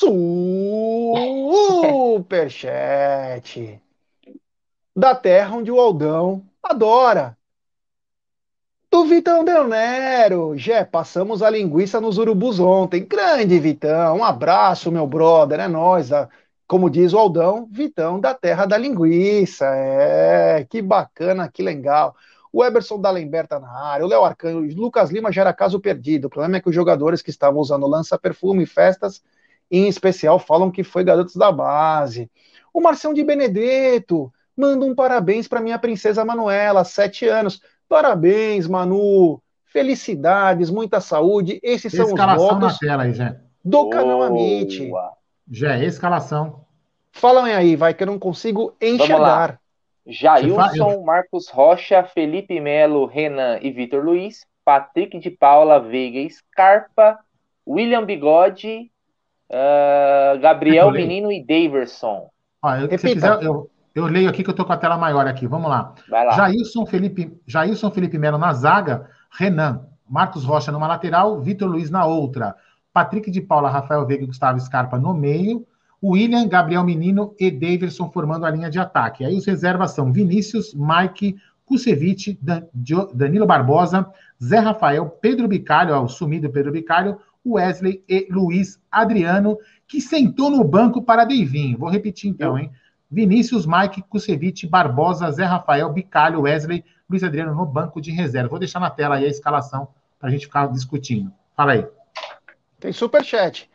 Superchat. Da terra onde o Aldão adora. Do Vitão Del Nero. Passamos a linguiça nos urubus ontem. Grande Vitão, um abraço, meu brother, é nóis. Como diz o Aldão, Vitão da terra da linguiça. Que bacana, que legal. O Eberson D'Alembert tá na área, o Léo Arcanjo, o Lucas Lima já era caso perdido. O problema é que os jogadores que estavam usando lança-perfume, festas em especial falam que foi garotos da base. O Marcião de Benedetto manda um parabéns para minha princesa Manuela, 7 anos. Parabéns, Manu. Felicidades, muita saúde. Esses são os Escalação na votos tela aí, Zé. do canal Amit. Boa. Já escalação. Falam aí, vai, que eu não consigo enxergar. Jailson, Marcos Rocha, Felipe Melo, Renan e Vitor Luiz, Patrick de Paula, Veiga, Scarpa, William Bigode, Gabriel Menino e Daverson. Ó, se quiser, eu leio aqui que eu tô com a tela maior aqui. Vamos lá. Vai lá. Jailson Felipe Melo na zaga, Renan, Marcos Rocha numa lateral, Vitor Luiz na outra, Patrick de Paula, Rafael Veiga e Gustavo Scarpa no meio, William, Gabriel Menino e Daverson formando a linha de ataque. Aí os reservas são Vinícius, Mike, Kusevich, Danilo Barbosa, Zé Rafael, Pedro Bicalho, o sumido Pedro Bicalho, Wesley e Luiz Adriano, que sentou no banco para Deivinho. Vou repetir então, hein? Vinícius, Mike, Kusevich, Barbosa, Zé Rafael, Bicalho, Wesley, Luiz Adriano no banco de reserva. Vou deixar na tela aí a escalação para a gente ficar discutindo. Fala aí. Tem superchat.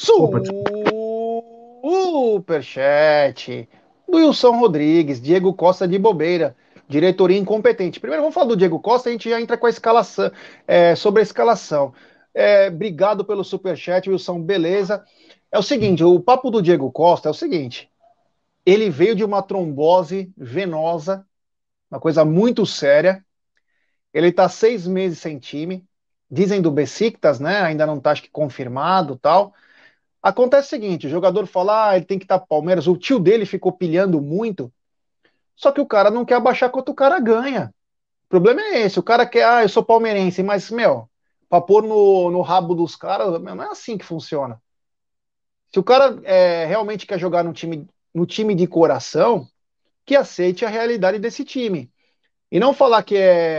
Superchat do Wilson Rodrigues, Diego Costa de bobeira, diretoria incompetente. Primeiro vamos falar do Diego Costa, a gente já entra com a escalação, sobre a escalação. Obrigado pelo superchat, Wilson, beleza. É o seguinte, o papo do Diego Costa é o seguinte, ele veio de uma trombose venosa, uma coisa muito séria, ele tá 6 meses sem time, dizem do Besiktas, né, ainda não tá, acho que confirmado, tal. Acontece o seguinte, o jogador fala, ele tem que estar pro Palmeiras, o tio dele ficou pilhando muito, só que o cara não quer abaixar quanto o cara ganha. O problema é esse, o cara quer, eu sou palmeirense, mas, pra pôr no rabo dos caras, não é assim que funciona. Se o cara realmente quer jogar no time de coração, que aceite a realidade desse time. E não falar que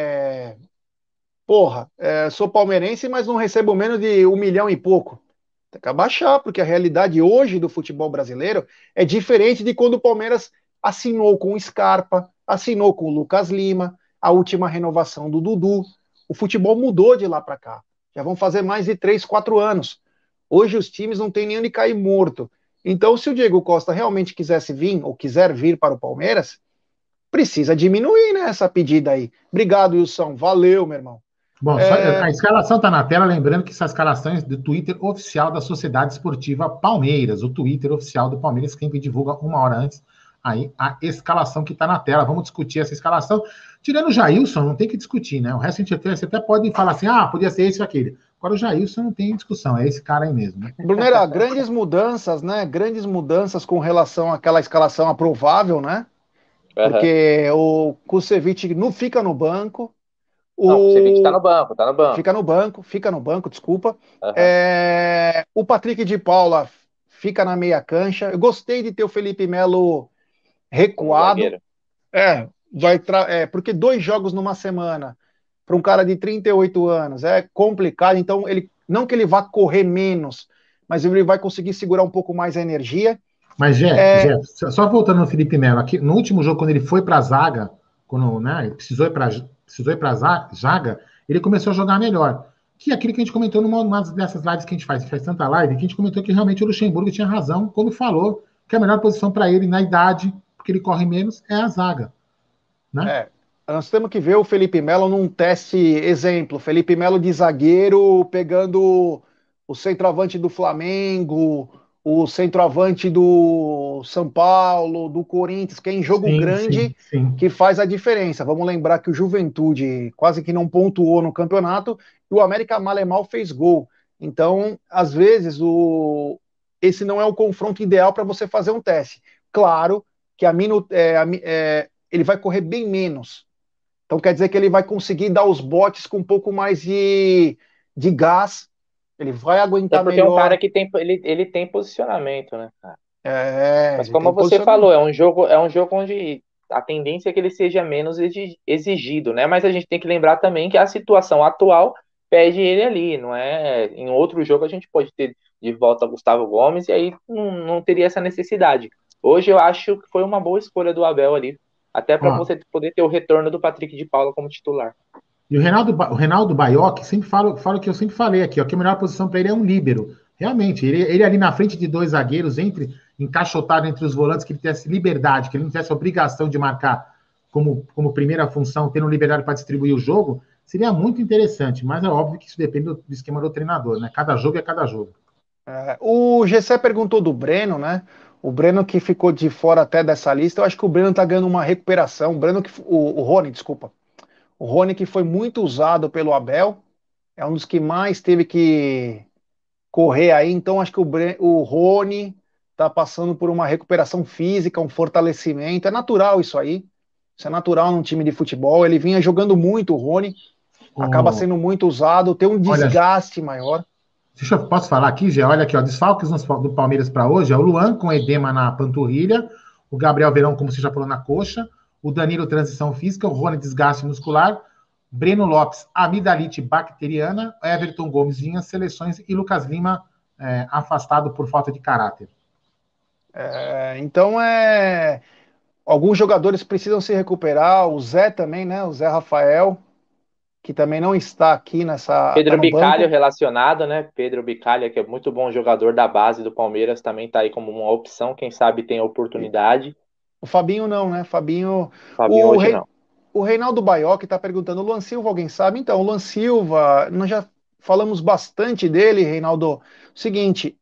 sou palmeirense, mas não recebo menos de 1 milhão e pouco. Tem que abaixar, porque a realidade hoje do futebol brasileiro é diferente de quando o Palmeiras assinou com o Scarpa, assinou com o Lucas Lima, a última renovação do Dudu. O futebol mudou de lá para cá. Já vão fazer mais de 3, 4 anos. Hoje os times não têm nem onde cair morto. Então, se o Diego Costa realmente quisesse vir, ou quiser vir para o Palmeiras, precisa diminuir, né, essa pedida aí. Obrigado, Wilson. Valeu, meu irmão. Bom, a escalação está na tela, lembrando que essa escalação é do Twitter oficial da Sociedade Esportiva Palmeiras, o Twitter oficial do Palmeiras, quem divulga 1 hora antes aí a escalação que está na tela. Vamos discutir essa escalação. Tirando o Jailson, não tem que discutir, né? O resto você até pode falar assim, podia ser esse ou aquele. Agora o Jailson não tem discussão, é esse cara aí mesmo, né? Brunera, grandes mudanças, né? Grandes mudanças com relação àquela escalação aprovável, né? Uhum. Porque o Kusevich não fica no banco. Não, o Kusevich tá no banco. Fica no banco, desculpa. Uhum. O Patrick de Paula fica na meia cancha. Eu gostei de ter o Felipe Melo recuado. Porque 2 jogos numa semana para um cara de 38 anos é complicado, então não que ele vá correr menos, mas ele vai conseguir segurar um pouco mais a energia. Mas, Jeff, só voltando no Felipe Melo, aqui, no último jogo, quando ele foi para a zaga, quando ele precisou ir para a zaga, ele começou a jogar melhor. Que é aquilo que a gente comentou numa dessas lives que a gente faz tanta live, que a gente comentou que realmente o Luxemburgo tinha razão quando falou que a melhor posição para ele na idade, porque ele corre menos, é a zaga. Né? Nós temos que ver o Felipe Melo num teste exemplo. Felipe Melo de zagueiro pegando o centroavante do Flamengo, o centroavante do São Paulo, do Corinthians, que é em jogo grande que faz a diferença. Vamos lembrar que o Juventude quase que não pontuou no campeonato e o América mal e mal fez gol. Então, às vezes, esse não é o confronto ideal para você fazer um teste. Claro que ele vai correr bem menos. Então quer dizer que ele vai conseguir dar os botes com um pouco mais de gás. Ele vai aguentar melhor. Porque é um cara que ele tem posicionamento, né, cara? Mas como você falou, é um jogo onde a tendência é que ele seja menos exigido, né? Mas a gente tem que lembrar também que a situação atual pede ele ali, não é? Em outro jogo a gente pode ter de volta Gustavo Gomes e aí não teria essa necessidade. Hoje eu acho que foi uma boa escolha do Abel ali, até para você poder ter o retorno do Patrick de Paula como titular. E o Reinaldo Baiocchi sempre fala o que eu sempre falei aqui, ó, que a melhor posição para ele é um líbero. Realmente, ele ali na frente de dois zagueiros, encaixotado entre os volantes, que ele tivesse liberdade, que ele não tivesse obrigação de marcar como primeira função, tendo liberdade para distribuir o jogo, seria muito interessante. Mas é óbvio que isso depende do esquema do treinador, né? Cada jogo é cada jogo. O Gessé perguntou do Breno, né? O Breno que ficou de fora até dessa lista, eu acho que o Breno tá ganhando uma recuperação. O Rony, desculpa. O Rony que foi muito usado pelo Abel, é um dos que mais teve que correr aí, então acho que o Rony tá passando por uma recuperação física, um fortalecimento. É natural isso aí. Isso é natural num time de futebol. Ele vinha jogando muito, o Rony, acaba sendo muito usado, tem um Olha, desgaste maior. posso falar aqui, Gé? Olha aqui, ó, desfalques do Palmeiras para hoje é o Luan com edema na panturrilha, o Gabriel Verão, como você já falou, na coxa, o Danilo, transição física, o Rony, desgaste muscular, Breno Lopes, amidalite bacteriana, Everton Gomes, vinha seleções e Lucas Lima afastado por falta de caráter. Então, alguns jogadores precisam se recuperar, o Zé também, né? O Zé Rafael, que também não está aqui tá Pedro no Bicalho banco. relacionado, né? Pedro Bicalho, que é muito bom jogador da base do Palmeiras, também tá aí como uma opção, quem sabe tem a oportunidade. O Fabinho não, né? Fabinho O, hoje Rei, não. o Reinaldo Baiocchi está perguntando, o Luan Silva, alguém sabe? Então, o Luan Silva, nós já falamos bastante dele, Reinaldo. Seguinte,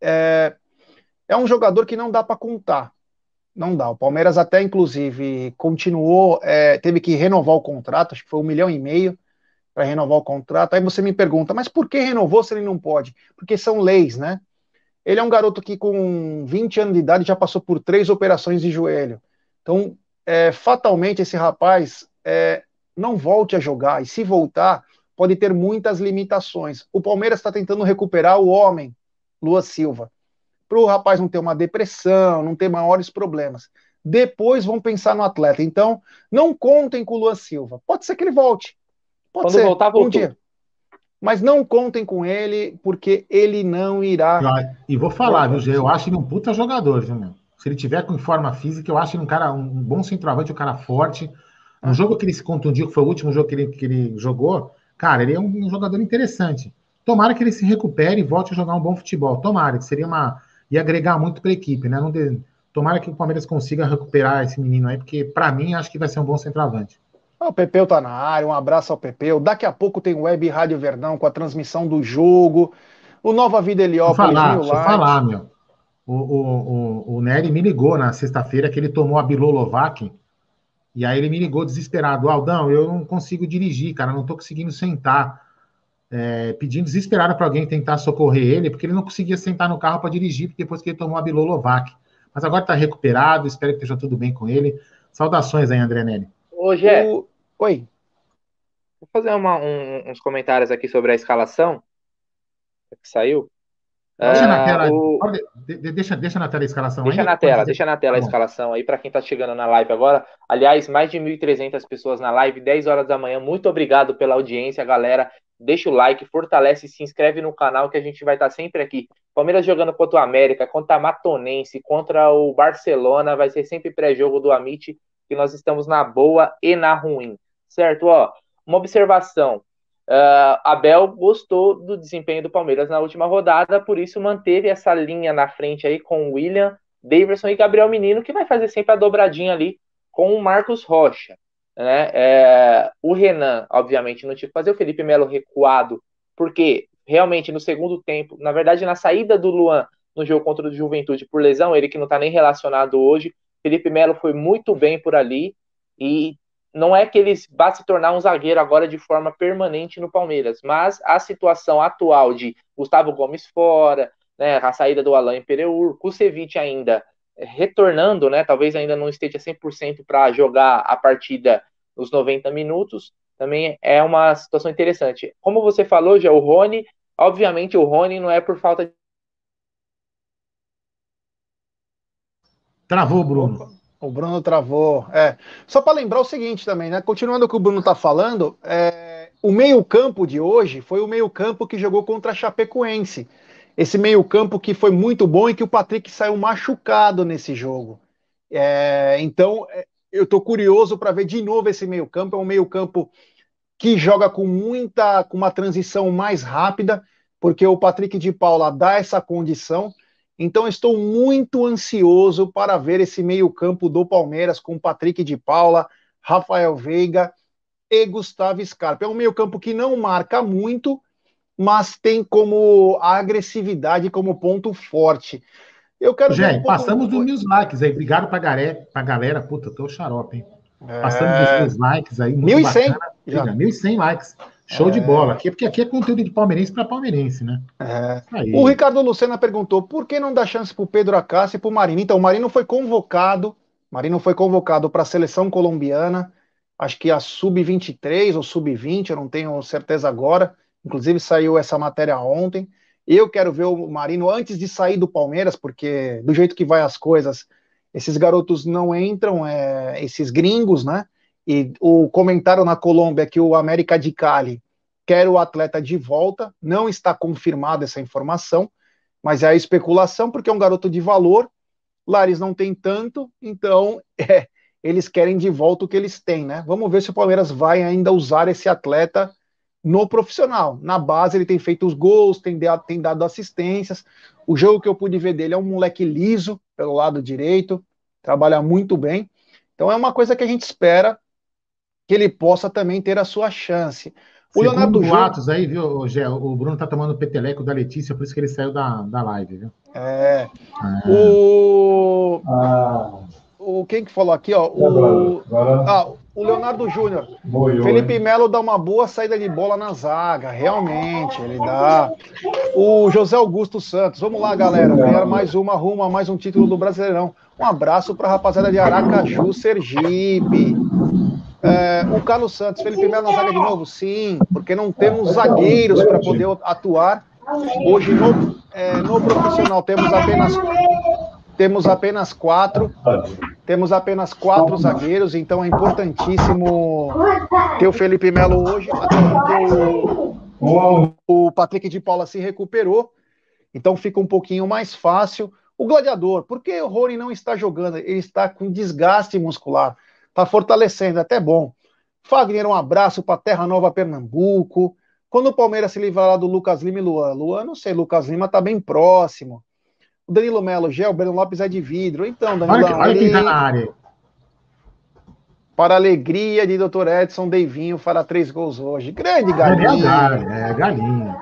é um jogador que não dá para contar. Não dá. O Palmeiras até, inclusive, continuou, teve que renovar o contrato, acho que foi 1,5 milhão para renovar o contrato. Aí você me pergunta, mas por que renovou se ele não pode? Porque são leis, né? Ele é um garoto que com 20 anos de idade já passou por 3 operações de joelho. Então, fatalmente, esse rapaz não volte a jogar. E se voltar, pode ter muitas limitações. O Palmeiras está tentando recuperar o homem, Lua Silva, para o rapaz não ter uma depressão, não ter maiores problemas. Depois vão pensar no atleta. Então, não contem com o Lua Silva. Pode ser que ele volte. Pode Quando ser, voltar, um voltou. dia. Mas não contem com ele, porque ele não irá. E vou falar, viu, Gê? Eu acho ele um puta jogador, viu, meu? Se ele tiver com forma física, eu acho ele um bom centroavante, um cara forte. No jogo que ele se contundiu, que foi o último jogo que ele jogou, cara, ele é um jogador interessante. Tomara que ele se recupere e volte a jogar um bom futebol. Tomara, que seria ia agregar muito para a equipe, né? Tomara que o Palmeiras consiga recuperar esse menino aí, porque para mim acho que vai ser um bom centroavante. O Pepeu tá na área, um abraço ao Pepeu. Daqui a pouco tem Web Rádio Verdão com a transmissão do jogo. O Nova Vida Heliópolis, Deixa eu falar, meu. O Nery me ligou na sexta-feira que ele tomou a Bilolovac. E aí ele me ligou desesperado. Aldão, eu não consigo dirigir, cara, não tô conseguindo sentar. Pedindo desesperado para alguém tentar socorrer ele, porque ele não conseguia sentar no carro para dirigir depois que ele tomou a Bilolovac. Mas agora está recuperado, espero que esteja tudo bem com ele. Saudações aí, André Neri. Ô, Gé, Oi. vou fazer uns comentários aqui sobre a escalação que saiu. Deixa na tela, deixa na tela a escalação deixa aí. Na tela a escalação aí para quem está chegando na live agora. Aliás, mais de 1.300 pessoas na live, 10 horas da manhã. Muito obrigado pela audiência, galera. Deixa o like, fortalece, se inscreve no canal que a gente vai estar sempre aqui. Palmeiras jogando contra o América, contra a Matonense, contra o Barcelona, vai ser sempre pré-jogo do Amit, que nós estamos na boa e na ruim. Certo? Ó, uma observação. Abel gostou do desempenho do Palmeiras na última rodada, por isso manteve essa linha na frente aí com o William, Daverson e Gabriel Menino, que vai fazer sempre a dobradinha ali com o Marcos Rocha, né? O Renan, obviamente, não tinha que fazer, o Felipe Melo recuado, porque realmente no segundo tempo, na verdade na saída do Luan no jogo contra o Juventude por lesão, ele que não está nem relacionado hoje, Felipe Melo foi muito bem por ali, e não é que ele vá se tornar um zagueiro agora de forma permanente no Palmeiras, mas a situação atual de Gustavo Gomes fora, né, a saída do Alain Pereur, Kusevich ainda retornando, né, talvez ainda não esteja 100% para jogar a partida nos 90 minutos, também é uma situação interessante. Como você falou, já o Rony, obviamente o Rony não é por falta de... Travou, Bruno. O Bruno travou. Só para lembrar o seguinte também, né? Continuando o que o Bruno está falando, o meio-campo de hoje foi o meio-campo que jogou contra a Chapecoense. Esse meio-campo que foi muito bom e que o Patrick saiu machucado nesse jogo. Então, eu estou curioso para ver de novo esse meio-campo. É um meio-campo que joga com uma transição mais rápida. porque o Patrick de Paula dá essa condição. Então, estou muito ansioso para ver esse meio-campo do Palmeiras com Patrick de Paula, Rafael Veiga e Gustavo Scarpa. É um meio-campo que não marca muito, mas tem como a agressividade como ponto forte. Eu quero ver Gente, passamos dos 1.000 likes aí. Obrigado pra galera. Puta, tô xarope, hein? Passamos dos 1.000 likes aí. Muito 1.100 bacana. já. 1.100 likes. Show de bola. Porque aqui é conteúdo de palmeirense para palmeirense, né? O Ricardo Lucena perguntou por que não dá chance pro Pedro Acácio e pro Marinho. Então, o Marinho foi convocado para a seleção colombiana, acho que a sub-23 ou sub-20, eu não tenho certeza agora. Inclusive saiu essa matéria ontem. Eu quero ver o Marinho antes de sair do Palmeiras, porque do jeito que vai as coisas, esses garotos não entram, esses gringos, né? E o comentário na Colômbia é que o América de Cali quer o atleta de volta, não está confirmada essa informação, mas é a especulação, porque é um garoto de valor, Lares não tem tanto, então eles querem de volta o que eles têm, né? Vamos ver se o Palmeiras vai ainda usar esse atleta no profissional. Na base ele tem feito os gols, tem dado assistências. O jogo que eu pude ver dele é um moleque liso pelo lado direito, trabalha muito bem. Então é uma coisa que a gente espera que ele possa também ter a sua chance. O Segundo Leonardo boatos aí, viu, Gé? O Bruno tá tomando peteleco da Letícia, por isso que ele saiu da live, viu? Quem que falou aqui, ó? O Leonardo Júnior. Felipe Melo dá uma boa saída de bola na zaga, realmente, ele dá. O José Augusto Santos, vamos lá, galera, ganhar mais uma, rumo a mais um título do Brasileirão. Um abraço para a rapaziada de Aracaju, Sergipe. O Carlos Santos, Felipe Melo na zaga de novo? Sim, porque não temos zagueiros para poder atuar. Hoje no profissional temos apenas 4. Temos apenas 4 zagueiros, então é importantíssimo ter o Felipe Melo hoje, até porque o Patrick de Paula se recuperou, então fica um pouquinho mais fácil. O Gladiador, por que o Rony não está jogando? Ele está com desgaste muscular, está fortalecendo, até bom. Fagner, um abraço para Terra Nova, Pernambuco. Quando o Palmeiras se livrar lá do Lucas Lima e Luan, não sei, Lucas Lima está bem próximo. O Danilo Melo, o Breno Lopes é de vidro. Então, Danilo, olha quem tá na área. Para a alegria de Dr. Edson, Deivinho fará 3 gols hoje. Grande Galinha. Galinha.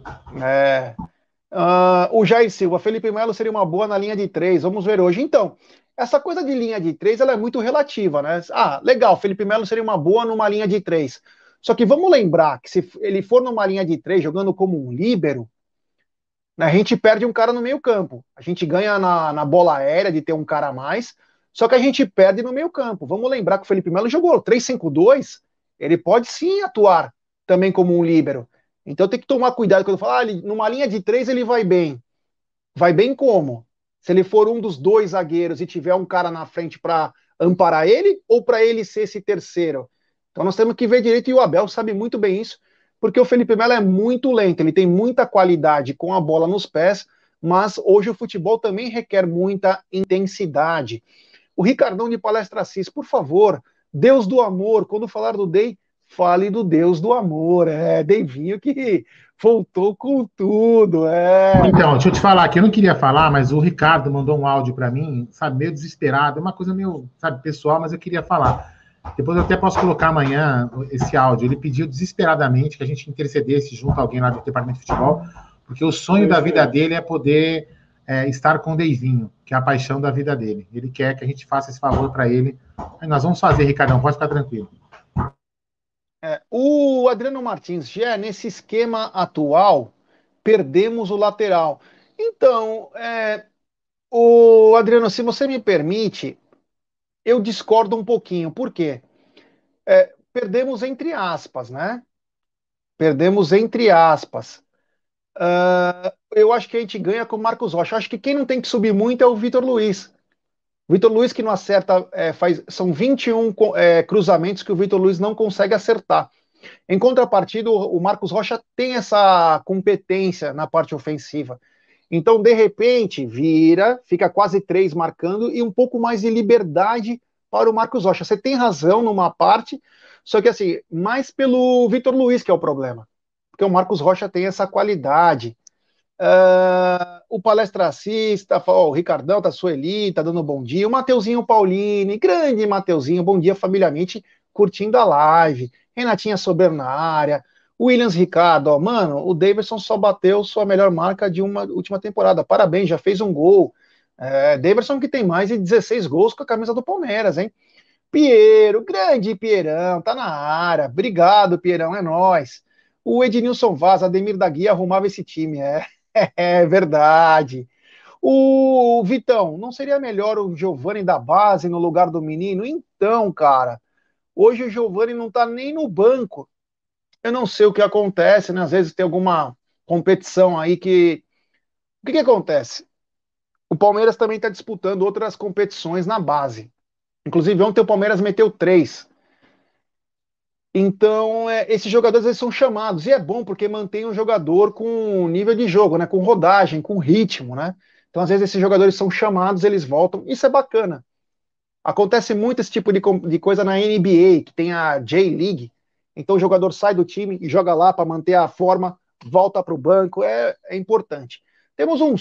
O Jair Silva, Felipe Melo seria uma boa na linha de 3. Vamos ver hoje. Então, essa coisa de linha de 3, ela é muito relativa, né? Legal, Felipe Melo seria uma boa numa linha de 3. Só que vamos lembrar que se ele for numa linha de 3, jogando como um líbero, a gente perde um cara no meio campo. A gente ganha na bola aérea de ter um cara a mais, só que a gente perde no meio campo. Vamos lembrar que o Felipe Melo jogou 3-5-2, ele pode sim atuar também como um líbero. Então tem que tomar cuidado quando eu falo, numa linha de 3 ele vai bem. Vai bem como? Se ele for um dos 2 zagueiros e tiver um cara na frente para amparar ele, ou para ele ser esse terceiro? Então nós temos que ver direito, e o Abel sabe muito bem isso, porque o Felipe Melo é muito lento, ele tem muita qualidade com a bola nos pés, mas hoje o futebol também requer muita intensidade. O Ricardão de Palestra Assis, por favor, Deus do amor, quando falar do Dei, fale do Deus do amor, Deivinho que voltou com tudo, Então, deixa eu te falar aqui, eu não queria falar, mas o Ricardo mandou um áudio para mim, sabe, meio desesperado, é uma coisa meio, sabe, pessoal, mas eu queria falar. Depois eu até posso colocar amanhã esse áudio. Ele pediu desesperadamente que a gente intercedesse junto a alguém lá do departamento de futebol, porque o sonho da vida dele é poder estar com o Deivinho, que é a paixão da vida dele. Ele quer que a gente faça esse favor para ele. Mas nós vamos fazer, Ricardão, pode ficar tranquilo. O Adriano Martins, nesse esquema atual, perdemos o lateral. Então, o Adriano, se você me permite, eu discordo um pouquinho. Por quê? Perdemos entre aspas, né? Perdemos entre aspas. Eu acho que a gente ganha com o Marcos Rocha. Eu acho que quem não tem que subir muito é o Vitor Luiz. O Vitor Luiz que não acerta, são 21 cruzamentos que o Vitor Luiz não consegue acertar. Em contrapartida, o Marcos Rocha tem essa competência na parte ofensiva. Então, de repente, fica quase 3 marcando e um pouco mais de liberdade para o Marcos Rocha. Você tem razão numa parte, só que assim, mais pelo Vitor Luiz que é o problema. porque o Marcos Rocha tem essa qualidade. O palestracista, o Ricardão, tá Sueli, tá dando bom dia. O Mateuzinho Paulini, grande Mateuzinho, bom dia, familiarmente, curtindo a live. Renatinha Sober na área. Williams Ricardo, ó, mano, o Davidson só bateu sua melhor marca de uma última temporada. Parabéns, já fez um gol. Davidson que tem mais de 16 gols com a camisa do Palmeiras, hein? Piero, grande Pierão, tá na área. Obrigado, Pierão, é nóis. O Ednilson Vaz, Ademir da Guia arrumava esse time, é verdade. O Vitão, não seria melhor o Giovani da base no lugar do menino? Então, cara, hoje o Giovani não tá nem no banco. Eu não sei o que acontece, né? Às vezes tem alguma competição aí que. O que acontece? O Palmeiras também está disputando outras competições na base. Inclusive, ontem o Palmeiras meteu 3. Então, esses jogadores eles são chamados. E é bom porque mantém o jogador com nível de jogo, né? Com rodagem, com ritmo, né? Então, às vezes, esses jogadores são chamados, eles voltam. Isso é bacana. Acontece muito esse tipo de coisa na NBA, que tem a J-League. Então, o jogador sai do time e joga lá para manter a forma, volta para o banco. É importante. Temos um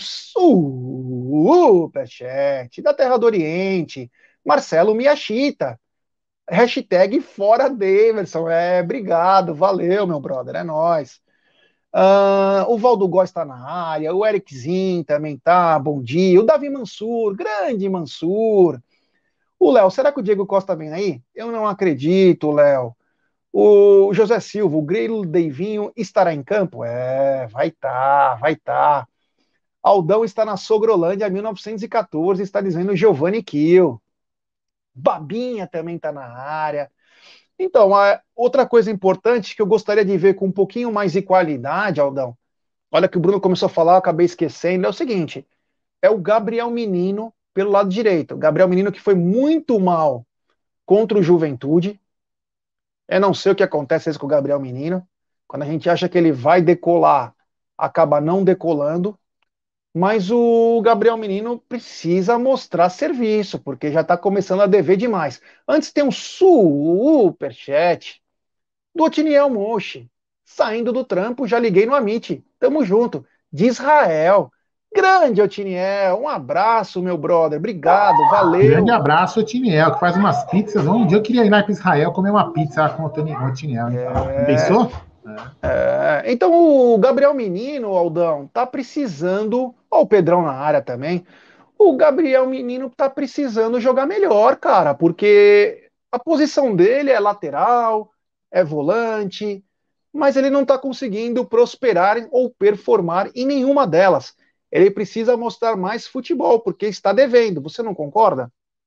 superchat da Terra do Oriente. Marcelo Miyashita. Hashtag fora Daverson. Obrigado, valeu, meu brother, é nóis. O Valdo Góes está na área, o Ericzinho também tá, bom dia. O Davi Mansur, grande Mansur. O Léo, será que o Diego Costa vem aí? Eu não acredito, Léo. O José Silva, o Grilo Deivinho estará em campo? Vai estar, vai estar. Aldão está na Sogrolândia 1914, está dizendo Giovanni Kiel. Babinha também está na área. Então, outra coisa importante que eu gostaria de ver com um pouquinho mais de qualidade, Aldão, olha que o Bruno começou a falar, eu acabei esquecendo, é o seguinte, é o Gabriel Menino pelo lado direito. O Gabriel Menino que foi muito mal contra o Juventude. Eu não sei o que acontece com o Gabriel Menino. Quando a gente acha que ele vai decolar, acaba não decolando. Mas o Gabriel Menino precisa mostrar serviço, porque já está começando a dever demais. Antes tem um superchat do Otiniel Mochi. Saindo do trampo, já liguei no Amit. Tamo junto. De Israel. Grande Otiniel. Um abraço, meu brother. Obrigado, valeu. Grande abraço, Otiniel, que faz umas pizzas. Um dia eu queria ir lá para Israel comer uma pizza com o Otiniel. Pensou? Então o Gabriel Menino, Aldão, tá precisando. Ó, o Pedrão na área também. O Gabriel Menino tá precisando jogar melhor, cara, porque a posição dele é lateral, é volante, mas ele não tá conseguindo prosperar ou performar em nenhuma delas. Ele precisa mostrar mais futebol, porque está devendo. Você não concorda?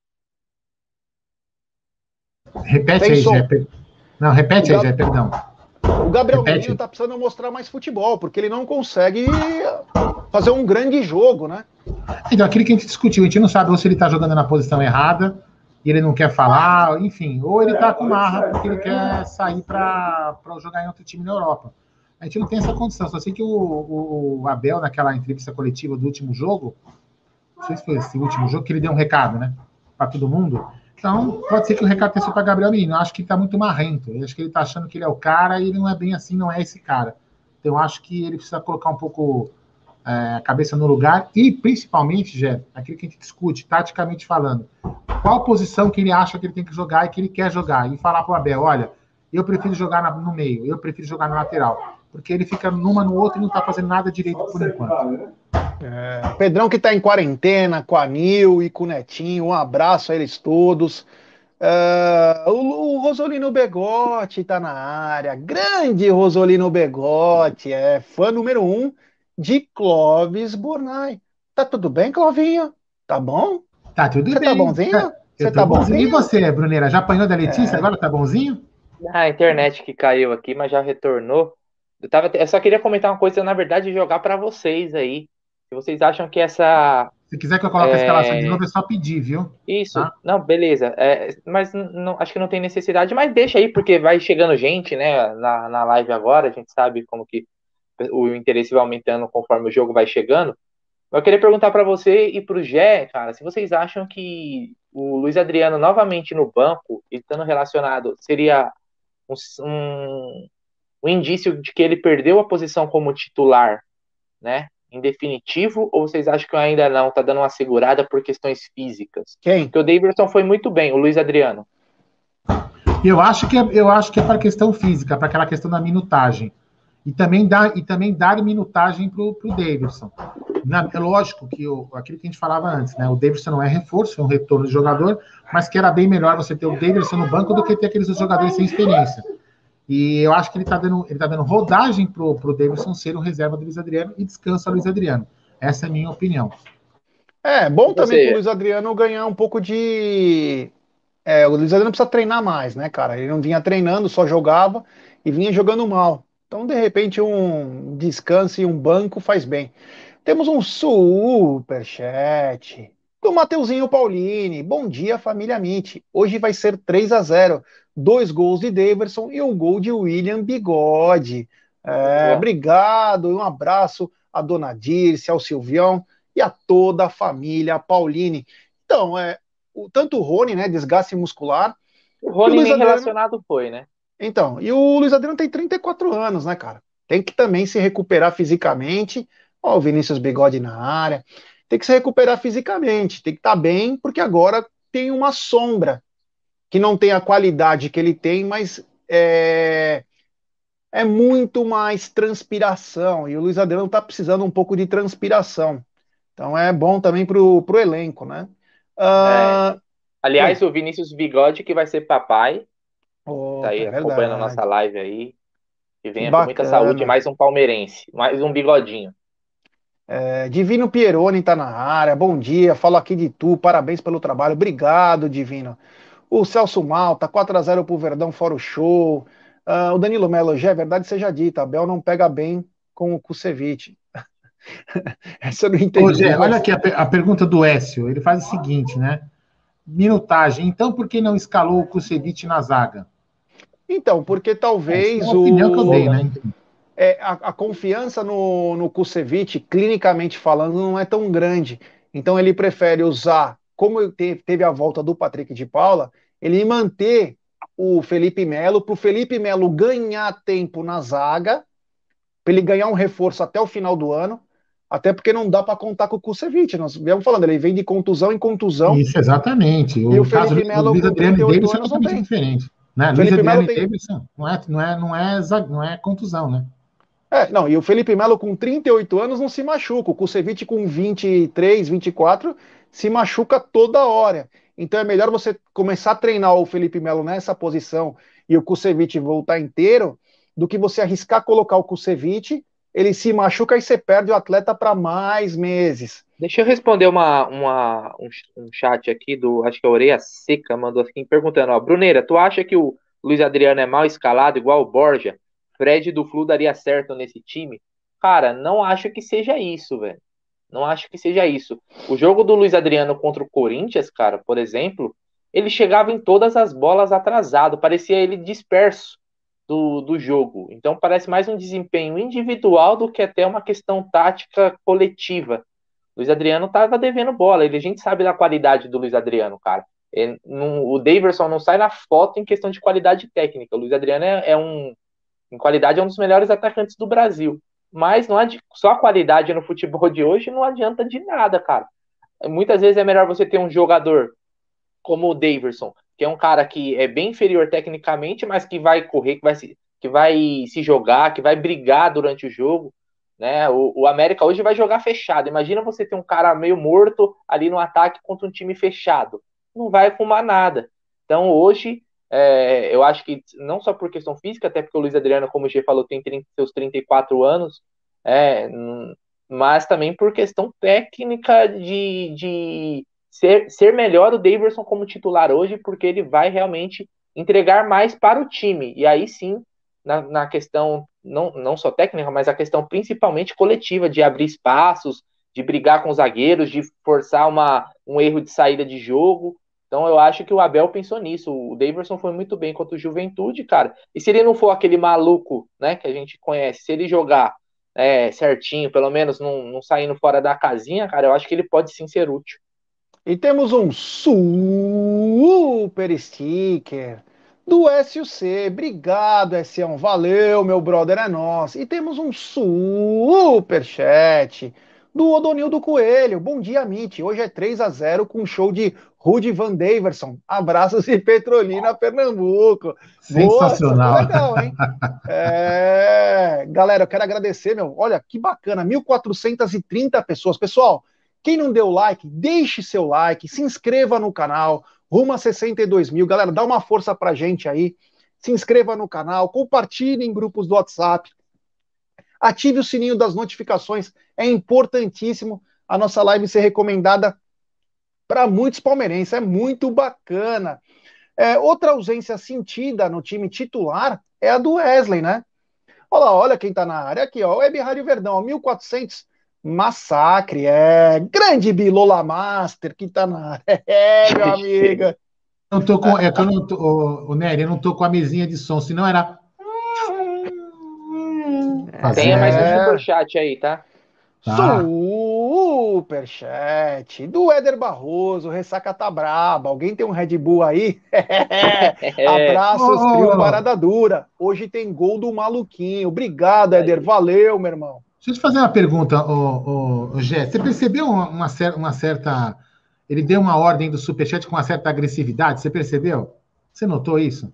Repete aí, Zé. Não, repete aí, Zé, perdão. O Gabriel Menino está precisando mostrar mais futebol, porque ele não consegue fazer um grande jogo, né? Então, aquilo que a gente discutiu, a gente não sabe ou se ele está jogando na posição errada, e ele não quer falar, enfim, ou ele está com marra porque ele quer sair para jogar em outro time na Europa. A gente não tem essa condição, só sei que o Abel, naquela entrevista coletiva do último jogo, não sei se foi esse último jogo, que ele deu um recado, né, para todo mundo. Então, pode ser que o recado tenha sido para Gabriel Menino. Eu acho que ele está muito marrento. Eu acho que ele está achando que ele é o cara e ele não é bem assim, não é esse cara. Então, eu acho que ele precisa colocar um pouco a cabeça no lugar e, principalmente, Jé, aquilo que a gente discute, taticamente falando, qual posição que ele acha que ele tem que jogar e que ele quer jogar. E falar para o Abel, olha, eu prefiro jogar no meio, eu prefiro jogar na lateral. Porque ele fica numa no outro e não está fazendo nada direito por enquanto. Pedrão que está em quarentena com a Nil e com o Netinho, um abraço a eles todos. O Rosolino Begotti está na área, grande Rosolino Begotti, fã número 1 de Clóvis Bornai. Tá tudo bem, Clovinho? Tá bom? Tá tudo Você bem. Tá bonzinho? Você tá bonzinho? E você, Brunera? Já apanhou da Letícia? Agora tá bonzinho? A internet que caiu aqui, mas já retornou. Eu só queria comentar uma coisa, na verdade, jogar para vocês aí. Se vocês acham que essa. Se quiser que eu coloque a escalação de novo, é só pedir, viu? Isso, tá? Não, beleza. Mas não, acho que não tem necessidade, mas deixa aí, porque vai chegando gente, né, na live agora, a gente sabe como que o interesse vai aumentando conforme o jogo vai chegando. Eu queria perguntar para você e para o Gé, cara, se vocês acham que o Luiz Adriano novamente no banco, ele estando relacionado, seria um um indício de que ele perdeu a posição como titular, né? Em definitivo, ou vocês acham que ainda não, tá dando uma segurada por questões físicas? Quem? Porque o Davidson foi muito bem, o Luiz Adriano. Eu acho que é para a questão física, para aquela questão da minutagem. E também dar minutagem para o Davidson. É lógico que aquilo que a gente falava antes, né? O Davidson não é reforço, é um retorno de jogador, mas que era bem melhor você ter o Davidson no banco do que ter aqueles jogadores sem experiência. E eu acho que ele tá dando rodagem pro Davidson ser o reserva do Luiz Adriano e descansa o Luiz Adriano. Essa é a minha opinião. É bom E também pro você, Luiz Adriano ganhar um pouco de. O Luiz Adriano precisa treinar mais, né, cara? Ele não vinha treinando, só jogava e vinha jogando mal. Então, de repente, um descanso e um banco faz bem. Temos um superchat do Mateuzinho Paulini. Bom dia, família Mitch. Hoje vai ser 3-0. 2 gols de Daverson e um gol de William Bigode. boa. Obrigado, um abraço a dona Dirce, ao Silvião e a toda a família Paulini. Então, tanto o Rony, né, desgaste muscular, O e o Rony Luiz nem Adriano. relacionado foi, né? Então, e o Luiz Adriano tem 34 anos, né, cara? Tem que também se recuperar fisicamente. Ó, o Vinícius Bigode na área. Tem que se recuperar fisicamente, tem que estar bem, porque agora tem uma sombra que não tem a qualidade que ele tem, mas é muito mais transpiração. E o Luiz Adriano tá precisando um pouco de transpiração. Então é bom também pro elenco, né? É. Ah, Aliás, oi. o Vinícius Bigode, que vai ser papai, tá Opa, aí é acompanhando a nossa verdade. live aí, que Que venha com muita saúde, bacana. mais um palmeirense, mais um bigodinho. Divino Pieroni tá na área. Bom dia, falo aqui de tu. Parabéns pelo trabalho. Obrigado, Divino. O Celso Malta, 4-0 pro Verdão, fora o show. O Danilo Melo, já é verdade seja dita, Abel não pega bem com o Kusevich. Essa eu não Ô, entendi, Gé, olha mas. aqui a pergunta do Écio. Ele faz o seguinte, né? Minutagem. Então, por que não escalou o Kusevich na zaga? Então, porque Essa é talvez uma opinião que eu dei, o. né? A confiança no Kusevich, clinicamente falando, não é tão grande. Então ele prefere usar, como teve a volta do Patrick de Paula, ele manter o Felipe Melo, para o Felipe Melo ganhar tempo na zaga, para ele ganhar um reforço até o final do ano, até porque não dá para contar com o Kusevich. Nós viemos falando, ele vem de contusão em contusão, Isso, exatamente. e o O caso Felipe do Melo Luiz com Adriano e 38 Davidson é anos não totalmente tem. diferente. Né? Luiz Felipe Adriano Melo e tem. Davidson não é contusão, né? Não, e o Felipe Melo com 38 anos não se machuca. O Kusevich com 23, 24 se machuca toda hora. Então é melhor você começar a treinar o Felipe Melo nessa posição e o Kusevich voltar inteiro do que você arriscar colocar o Kusevich, ele se machuca e você perde o atleta para mais meses. Deixa eu responder um chat aqui acho que a Orelha Seca mandou assim, perguntando, ó, Bruneira, tu acha que o Luiz Adriano é mal escalado, igual o Borja? Fred do Flu daria certo nesse time? Cara, não acho que seja isso, velho. Não acho que seja isso. O jogo do Luiz Adriano contra o Corinthians, cara, por exemplo, ele chegava em todas as bolas atrasado, parecia ele disperso do jogo. Então parece mais um desempenho individual do que até uma questão tática coletiva. Luiz Adriano tava devendo bola. A gente sabe da qualidade do Luiz Adriano, cara. O Daverson não sai na foto em questão de qualidade técnica. O Luiz Adriano em qualidade, é um dos melhores atacantes do Brasil. Mas não só a qualidade no futebol de hoje não adianta de nada, cara. Muitas vezes é melhor você ter um jogador como o Daverson, que é um cara que é bem inferior tecnicamente, mas que vai correr, que vai se jogar, que vai brigar durante o jogo. Né? O América hoje vai jogar fechado. Imagina você ter um cara meio morto ali no ataque contra um time fechado. Não vai arrumar nada. Então hoje, eu acho que não só por questão física, até porque o Luiz Adriano, como o G falou, tem seus 34 anos, é, mas também por questão técnica de ser melhor o Daverson como titular hoje, porque ele vai realmente entregar mais para o time. E aí sim, na questão não só técnica, mas a questão principalmente coletiva, de abrir espaços, de brigar com os zagueiros, de forçar um erro de saída de jogo. Então eu acho que o Abel pensou nisso. O Daverson foi muito bem contra o Juventude, cara. E se ele não for aquele maluco, né, que a gente conhece, se ele jogar certinho, pelo menos não saindo fora da casinha, cara, eu acho que ele pode sim ser útil. E temos um super sticker do SUC. Obrigado, Essião. Valeu, meu brother, é nóis. E temos um superchat do Odonildo Coelho. Bom dia, Mitch. Hoje é 3-0 com show de Rudy Van Daverson. Abraços de Petrolina, Pernambuco. Boa, essa foi Sensacional. legal, hein? Galera, eu quero agradecer, meu. Olha que bacana, 1.430 pessoas. Pessoal, quem não deu like, deixe seu like, se inscreva no canal, rumo a 62 mil. Galera, dá uma força pra gente aí. Se inscreva no canal, compartilhe em grupos do WhatsApp, ative o sininho das notificações. É importantíssimo a nossa live ser recomendada para muitos palmeirenses. É muito bacana. Outra ausência sentida no time titular é a do Wesley, né? Olha lá, olha quem tá na área aqui, ó. Web Rádio Verdão, ó, 1400. Massacre, grande Bilola Master que tá na área. Meu amigo. Não tô com, é que eu não tô, o Nery, eu não tô com a mesinha de som, senão era. Tenha mais um É. superchat aí, tá? Tá. Superchat do Éder Barroso, ressaca tá braba. Alguém tem um Red Bull aí? Abraços, trio Parada Dura. Hoje tem gol do Maluquinho. Obrigado, Éder. Valeu, meu irmão. Deixa eu te fazer uma pergunta, Gé. Você percebeu uma certa. Ele deu uma ordem do superchat com uma certa agressividade? Você percebeu? Você notou isso?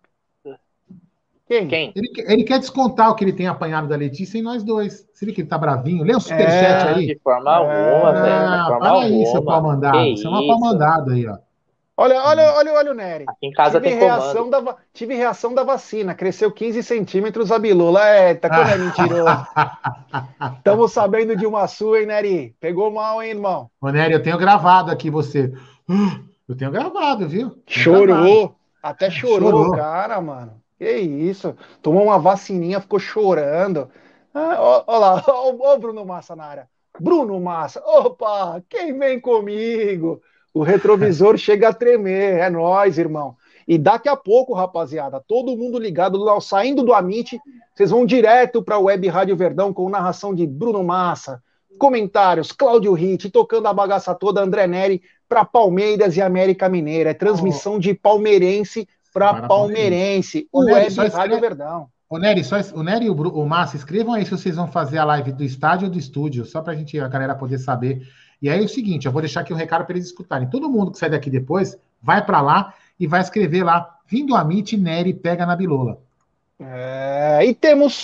Quem? Ele quer descontar o que ele tem apanhado da Letícia em nós dois. Você viu que ele tá bravinho? Lê o superchat aí. De forma alguma, velho. De forma para aí, seu pau alguma. mandado. Que Você é um pau mandado aí, ó. Olha o Nery. Aqui em casa tem comando. Tive reação da vacina. Cresceu 15 centímetros a bilula. Tá como é mentiroso. Estamos sabendo de uma sua, hein, Nery? Pegou mal, hein, irmão? Ô, Nery, eu tenho gravado aqui você. Eu tenho gravado, viu? Chorou. Até chorou, cara, mano. Que isso? Tomou uma vacininha, ficou chorando. Olha lá, ó o Bruno Massa na área. Bruno Massa, opa, quem vem comigo? O retrovisor chega a tremer, é nóis, irmão. E daqui a pouco, rapaziada, todo mundo ligado, saindo do Amit, vocês vão direto para a Web Rádio Verdão com narração de Bruno Massa, comentários, Cláudio Ritt, tocando a bagaça toda, André Neri, para Palmeiras e América Mineira. É transmissão de palmeirense para palmeirense. O Web Rádio Verdão. O Nery e o Massa, escrevam aí se vocês vão fazer a live do estádio ou do estúdio, só para a galera poder saber. E aí é o seguinte, eu vou deixar aqui um recado para eles escutarem. Todo mundo que sai daqui depois, vai para lá e vai escrever lá, vindo Amit, Nery pega na bilola. E temos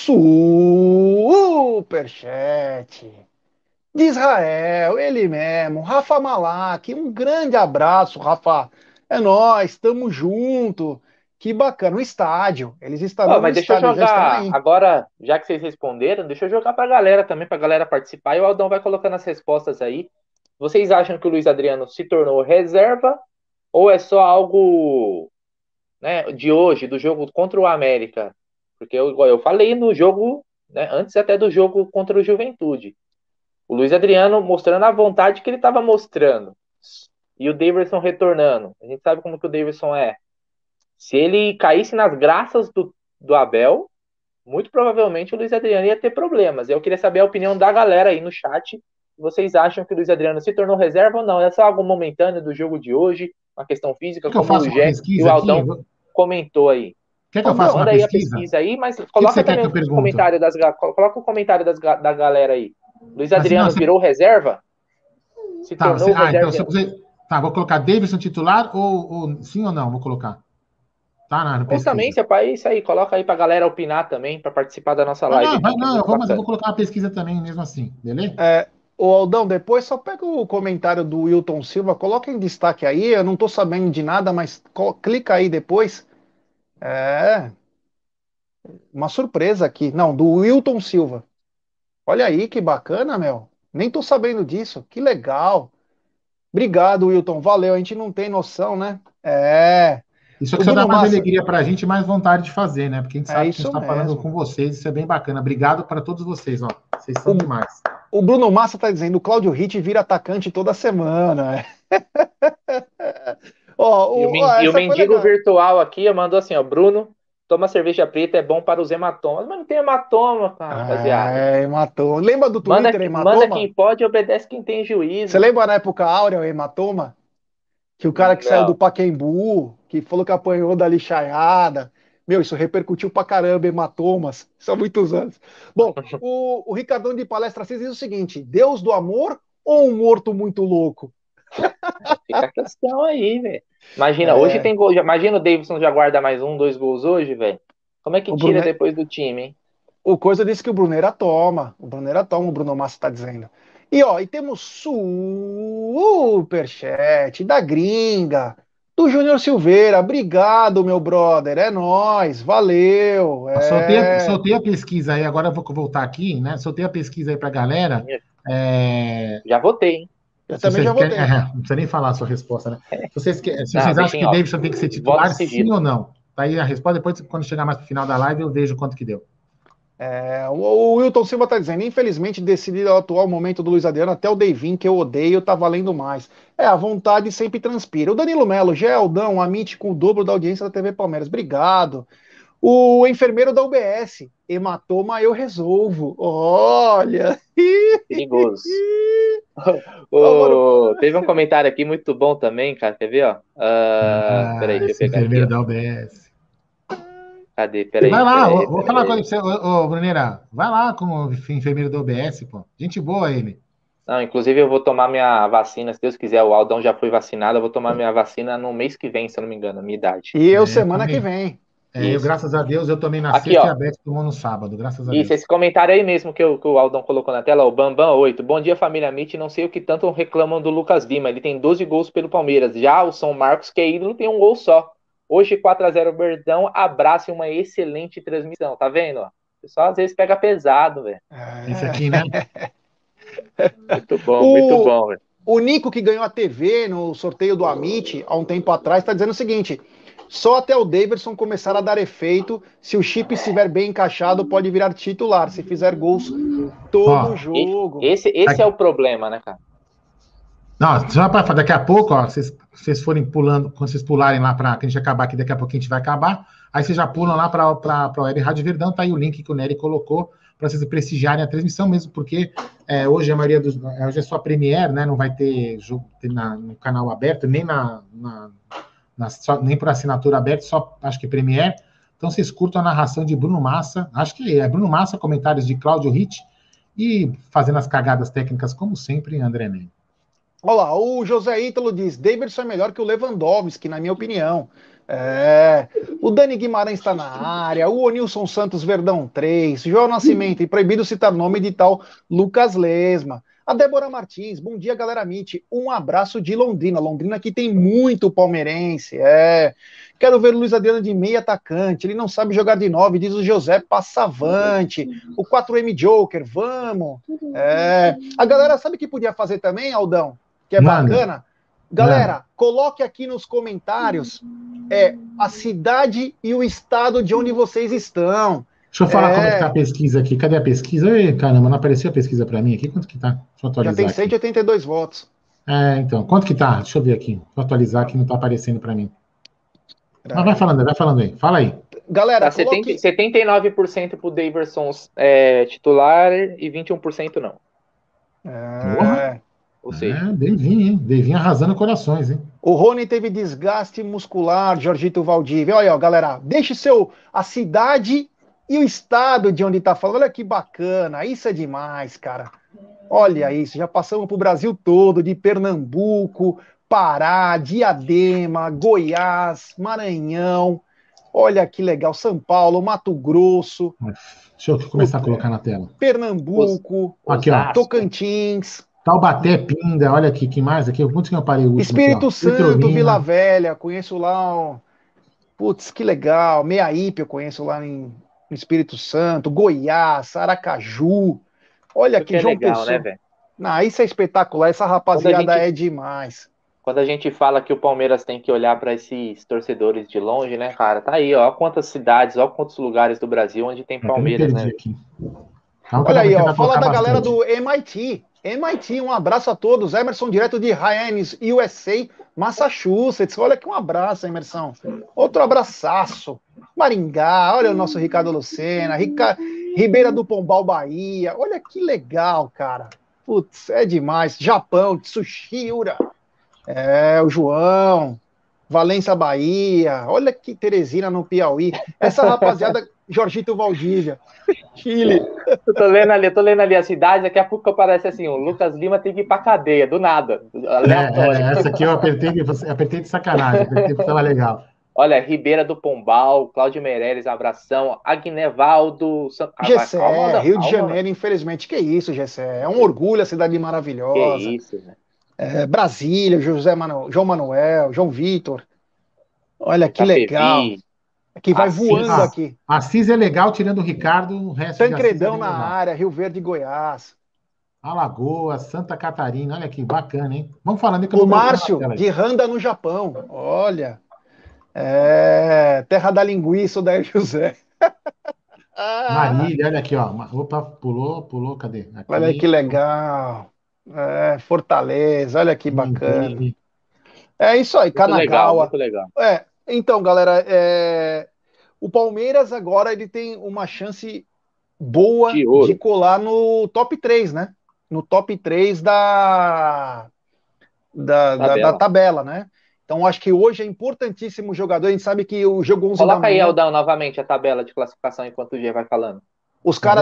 superchat de Israel, ele mesmo, Rafa Malak. Um grande abraço, Rafa. É nóis, estamos junto. Que bacana, o estádio. Eles estarão mas no deixa estádio, eu jogar agora, já que vocês responderam, deixa eu jogar pra galera também, pra galera participar, e o Aldão vai colocando as respostas aí. Vocês acham que o Luiz Adriano se tornou reserva ou é só algo, né, de hoje, do jogo contra o América? Porque eu falei no jogo, né, antes até do jogo contra o Juventude. O Luiz Adriano mostrando a vontade que ele estava mostrando. E o Daverson retornando. A gente sabe como que o Daverson é. Se ele caísse nas graças do Abel, muito provavelmente o Luiz Adriano ia ter problemas. Eu queria saber a opinião da galera aí no chat. Vocês acham que o Luiz Adriano se tornou reserva ou não? É só algo momentâneo do jogo de hoje, uma questão física, como o Gé e o Aldão comentou aí. Quer que eu faça uma pesquisa? Manda aí a pesquisa aí, mas coloca também o comentário coloca o comentário da galera aí. Luiz Adriano virou reserva? Se tornou reserva? Então vou colocar Davidson titular ou sim ou não? Vou colocar. Tá na pesquisa. Ou também, se é isso aí, coloca aí pra galera opinar também, pra participar da nossa live. Mas eu vou colocar uma pesquisa também, mesmo assim, beleza? Ô Aldão, depois só pega o comentário do Wilton Silva, coloca em destaque aí, eu não tô sabendo de nada, mas clica aí depois. Uma surpresa aqui. Não, do Wilton Silva. Olha aí, que bacana, meu. Nem tô sabendo disso, que legal. Obrigado, Wilton, valeu, a gente não tem noção, né? Isso aqui só dá mais alegria pra gente e mais vontade de fazer, né? Porque a gente sabe que a gente está falando com vocês, isso é bem bacana. Obrigado para todos vocês, ó. Vocês são demais. O Bruno Massa tá dizendo, o Cláudio Ritt vira atacante toda semana. E o mendigo virtual aqui mandou assim, ó, Bruno, toma cerveja preta, é bom para os hematomas. Mas não tem hematoma, cara, rapaziada. Hematoma. Lembra do Twitter, hematoma? Manda quem pode e obedece quem tem juízo. Você lembra na época áurea, o hematoma? Que o cara que saiu do Pacaembu que falou que apanhou da lixaiada. Meu, isso repercutiu pra caramba, hematomas. São muitos anos. Bom, o Ricardão de Palestra 6 diz o seguinte: Deus do amor ou um morto muito louco? Fica a questão aí, velho. Imagina, hoje tem gol. Imagina o Davidson já guarda mais 2 gols hoje, velho. Como é que O tira Brune... depois do time, hein? O Coisa disse que o Bruneira toma. O Bruneira toma, o Bruno Massa tá dizendo. E temos superchat da gringa, do Júnior Silveira. Obrigado, meu brother. É nóis. Valeu. Soltei a pesquisa aí, agora eu vou voltar aqui, né? Soltei a pesquisa aí pra galera. Já votei, hein? Eu também já votei. Não precisa nem falar a sua resposta, né? Se vocês acham que o Davidson tem que ser titular, sim ou não? Tá aí a resposta. Depois, quando chegar mais pro final da live, eu vejo quanto que deu. O Wilton Silva está dizendo, infelizmente, decidido ao atual momento do Luiz Adriano, até o Devin, que eu odeio, tá valendo mais. A vontade sempre transpira. O Danilo Melo, Geldão, Amit com o dobro da audiência da TV Palmeiras. Obrigado. O enfermeiro da UBS, hematoma eu resolvo. Olha! Perigoso. Teve um comentário aqui muito bom também, cara. Quer ver, ó? Peraí, deixa eu pegar enfermeiro aqui. Da UBS. Cadê? Peraí. Vai lá, vou falar com ele pra você, Bruneira. Vai lá com o enfermeiro da UBS, pô. Gente boa ele. Não, inclusive eu vou tomar minha vacina, se Deus quiser. O Aldão já foi vacinado, eu vou tomar minha vacina no mês que vem, se eu não me engano, a minha idade. E eu semana que vem. Eu, graças a Deus, eu tomei na sexta e a Beth tomou no sábado, graças a Deus. Isso, esse comentário aí mesmo que o Aldão colocou na tela, o Bambam 8. Bom dia, família Mitch. Não sei o que tanto reclamam do Lucas Lima. Ele tem 12 gols pelo Palmeiras. Já o São Marcos, que é ídolo, tem 1 gol só. Hoje, 4-0, Berdão. Abraço e uma excelente transmissão. Tá vendo? O pessoal às vezes pega pesado, velho. Esse aqui, né? Muito bom, velho. O Nico, que ganhou a TV no sorteio do Amit há um tempo atrás, tá dizendo o seguinte: só até o Davidson começar a dar efeito, se o chip estiver bem encaixado, pode virar titular, se fizer gols todo jogo. Esse é o problema, né, cara? Não, só para daqui a pouco, ó, vocês forem pulando, quando vocês pularem lá para que a gente acabar aqui, daqui a pouco a gente vai acabar, aí vocês já pulam lá para a Web Rádio Verdão, tá aí o link que o Nery colocou para vocês prestigiarem a transmissão mesmo, porque hoje a maioria hoje é só Premiere, né? Não vai ter jogo no canal aberto, nem nem por assinatura aberta, só acho que é Premiere. Então vocês curtam a narração de Bruno Massa, acho que é Bruno Massa, comentários de Cláudio Ritt e fazendo as cagadas técnicas, como sempre, André Ney. Olha lá, o José Ítalo diz, Davidson é melhor que o Lewandowski, na minha opinião. O Dani Guimarães está na área, o Onilson Santos Verdão 3, João Nascimento, e proibido citar nome de tal Lucas Lesma. A Débora Martins, bom dia, galera Mitch. Um abraço de Londrina. Londrina que tem muito palmeirense. Quero ver o Luiz Adriano de meio atacante. Ele não sabe jogar de 9, diz o José Passavante. O 4M Joker, vamos. A galera sabe o que podia fazer também, Aldão? Que é bacana? Galera, coloque aqui nos comentários a cidade e o estado de onde vocês estão. Deixa eu falar como é que tá a pesquisa aqui. Cadê a pesquisa? Ei, caramba, não apareceu a pesquisa para mim aqui. Quanto que tá? Deixa eu atualizar. Já tem 182 votos. Então. Quanto que tá? Deixa eu ver aqui. Vou atualizar que não tá aparecendo para mim. Mas vai falando aí. Fala aí. Galera, tá 79% pro Davidson titular e 21% não. Ou seja, Devin, hein? Devin arrasando corações, hein? O Rony teve desgaste muscular, Jorgito Valdívia. Olha aí, ó, galera. Deixe a cidade e o estado de onde tá falando. Olha que bacana. Isso é demais, cara. Olha isso. Já passamos pro Brasil todo, de Pernambuco, Pará, Diadema, Goiás, Maranhão. Olha que legal. São Paulo, Mato Grosso. Deixa eu começar a colocar na tela. Pernambuco, aqui, ó. Tocantins. Taubaté, Pinda, olha aqui, que mais aqui? Quantos que eu parei o último? Espírito aqui, Santo, Petrolina. Vila Velha, conheço lá, ó. Putz, que legal. Meiaípe eu conheço lá no Espírito Santo, Goiás, Aracaju. Olha que João legal, Pessoa. né, velho? Não, isso é espetacular, essa rapaziada é demais. Quando a gente fala que o Palmeiras tem que olhar para esses torcedores de longe, né, cara? Tá aí, ó, quantas cidades, ó, quantos lugares do Brasil onde tem Palmeiras, né? Aqui. Olha aí, ó, fala da galera do MIT. MIT, um abraço a todos. Emerson, direto de Hyannis, USA, Massachusetts. Olha que um abraço, Emerson. Outro abraçaço. Maringá, olha o nosso Ricardo Lucena. Ribeira do Pombal, Bahia. Olha que legal, cara. Putz, é demais. Japão, Tsushima. O João. Valência, Bahia. Olha que Teresina no Piauí. Essa rapaziada, Jorgito Valdívia, Chile. Eu tô lendo ali a cidade, daqui a pouco aparece assim, o Lucas Lima tem que ir pra cadeia, do nada, aleatório. Essa aqui eu apertei de sacanagem, apertei porque tava legal. Olha, Ribeira do Pombal, Cláudio Meireles, abração, Agnevaldo... Gessé, Rio de Janeiro, infelizmente. Que isso, Gessé? É um orgulho a cidade maravilhosa. Que isso, né? Brasília, João Manuel, João Vitor. Olha que Itapevi, legal. Que vai voando aqui. Assis é legal, tirando o Ricardo, o resto Tancredão de Assis é na área, Rio Verde e Goiás. Alagoas, Santa Catarina, olha que bacana, hein? Vamos falando que o Márcio, de Randa, no Japão. Olha. Terra da linguiça, o Dair José. Marília, olha aqui, ó. Opa, pulou, cadê? Aqui. Olha que legal. Fortaleza, olha que bacana. É isso aí, Kanagawa. Muito legal. Então, galera, o Palmeiras agora ele tem uma chance boa de colar no top 3, né? No top 3 da tabela, né? Então, acho que hoje é importantíssimo o jogador. A gente sabe que o jogo 11 Coloca da manhã... aí, Aldão, novamente a tabela de classificação enquanto o G vai falando. Os caras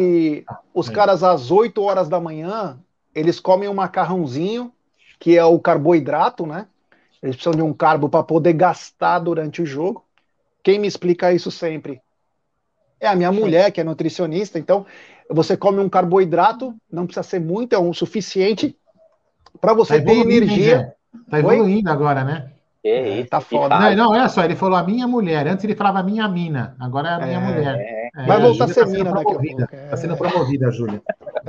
caras às 8 horas da manhã, eles comem um macarrãozinho, que é o carboidrato, né? Eles precisam de um carbo para poder gastar durante o jogo. Quem me explica isso sempre é a minha mulher, que é nutricionista. Então, você come um carboidrato, não precisa ser muito, é o suficiente para você ter energia. Tá evoluindo agora, né? Tá foda. Não, olha só, ele falou a minha mulher. Antes ele falava a minha mina. Agora é a minha mulher. Vai voltar a ser mina daqui a pouco. Tá sendo promovida, Júlia.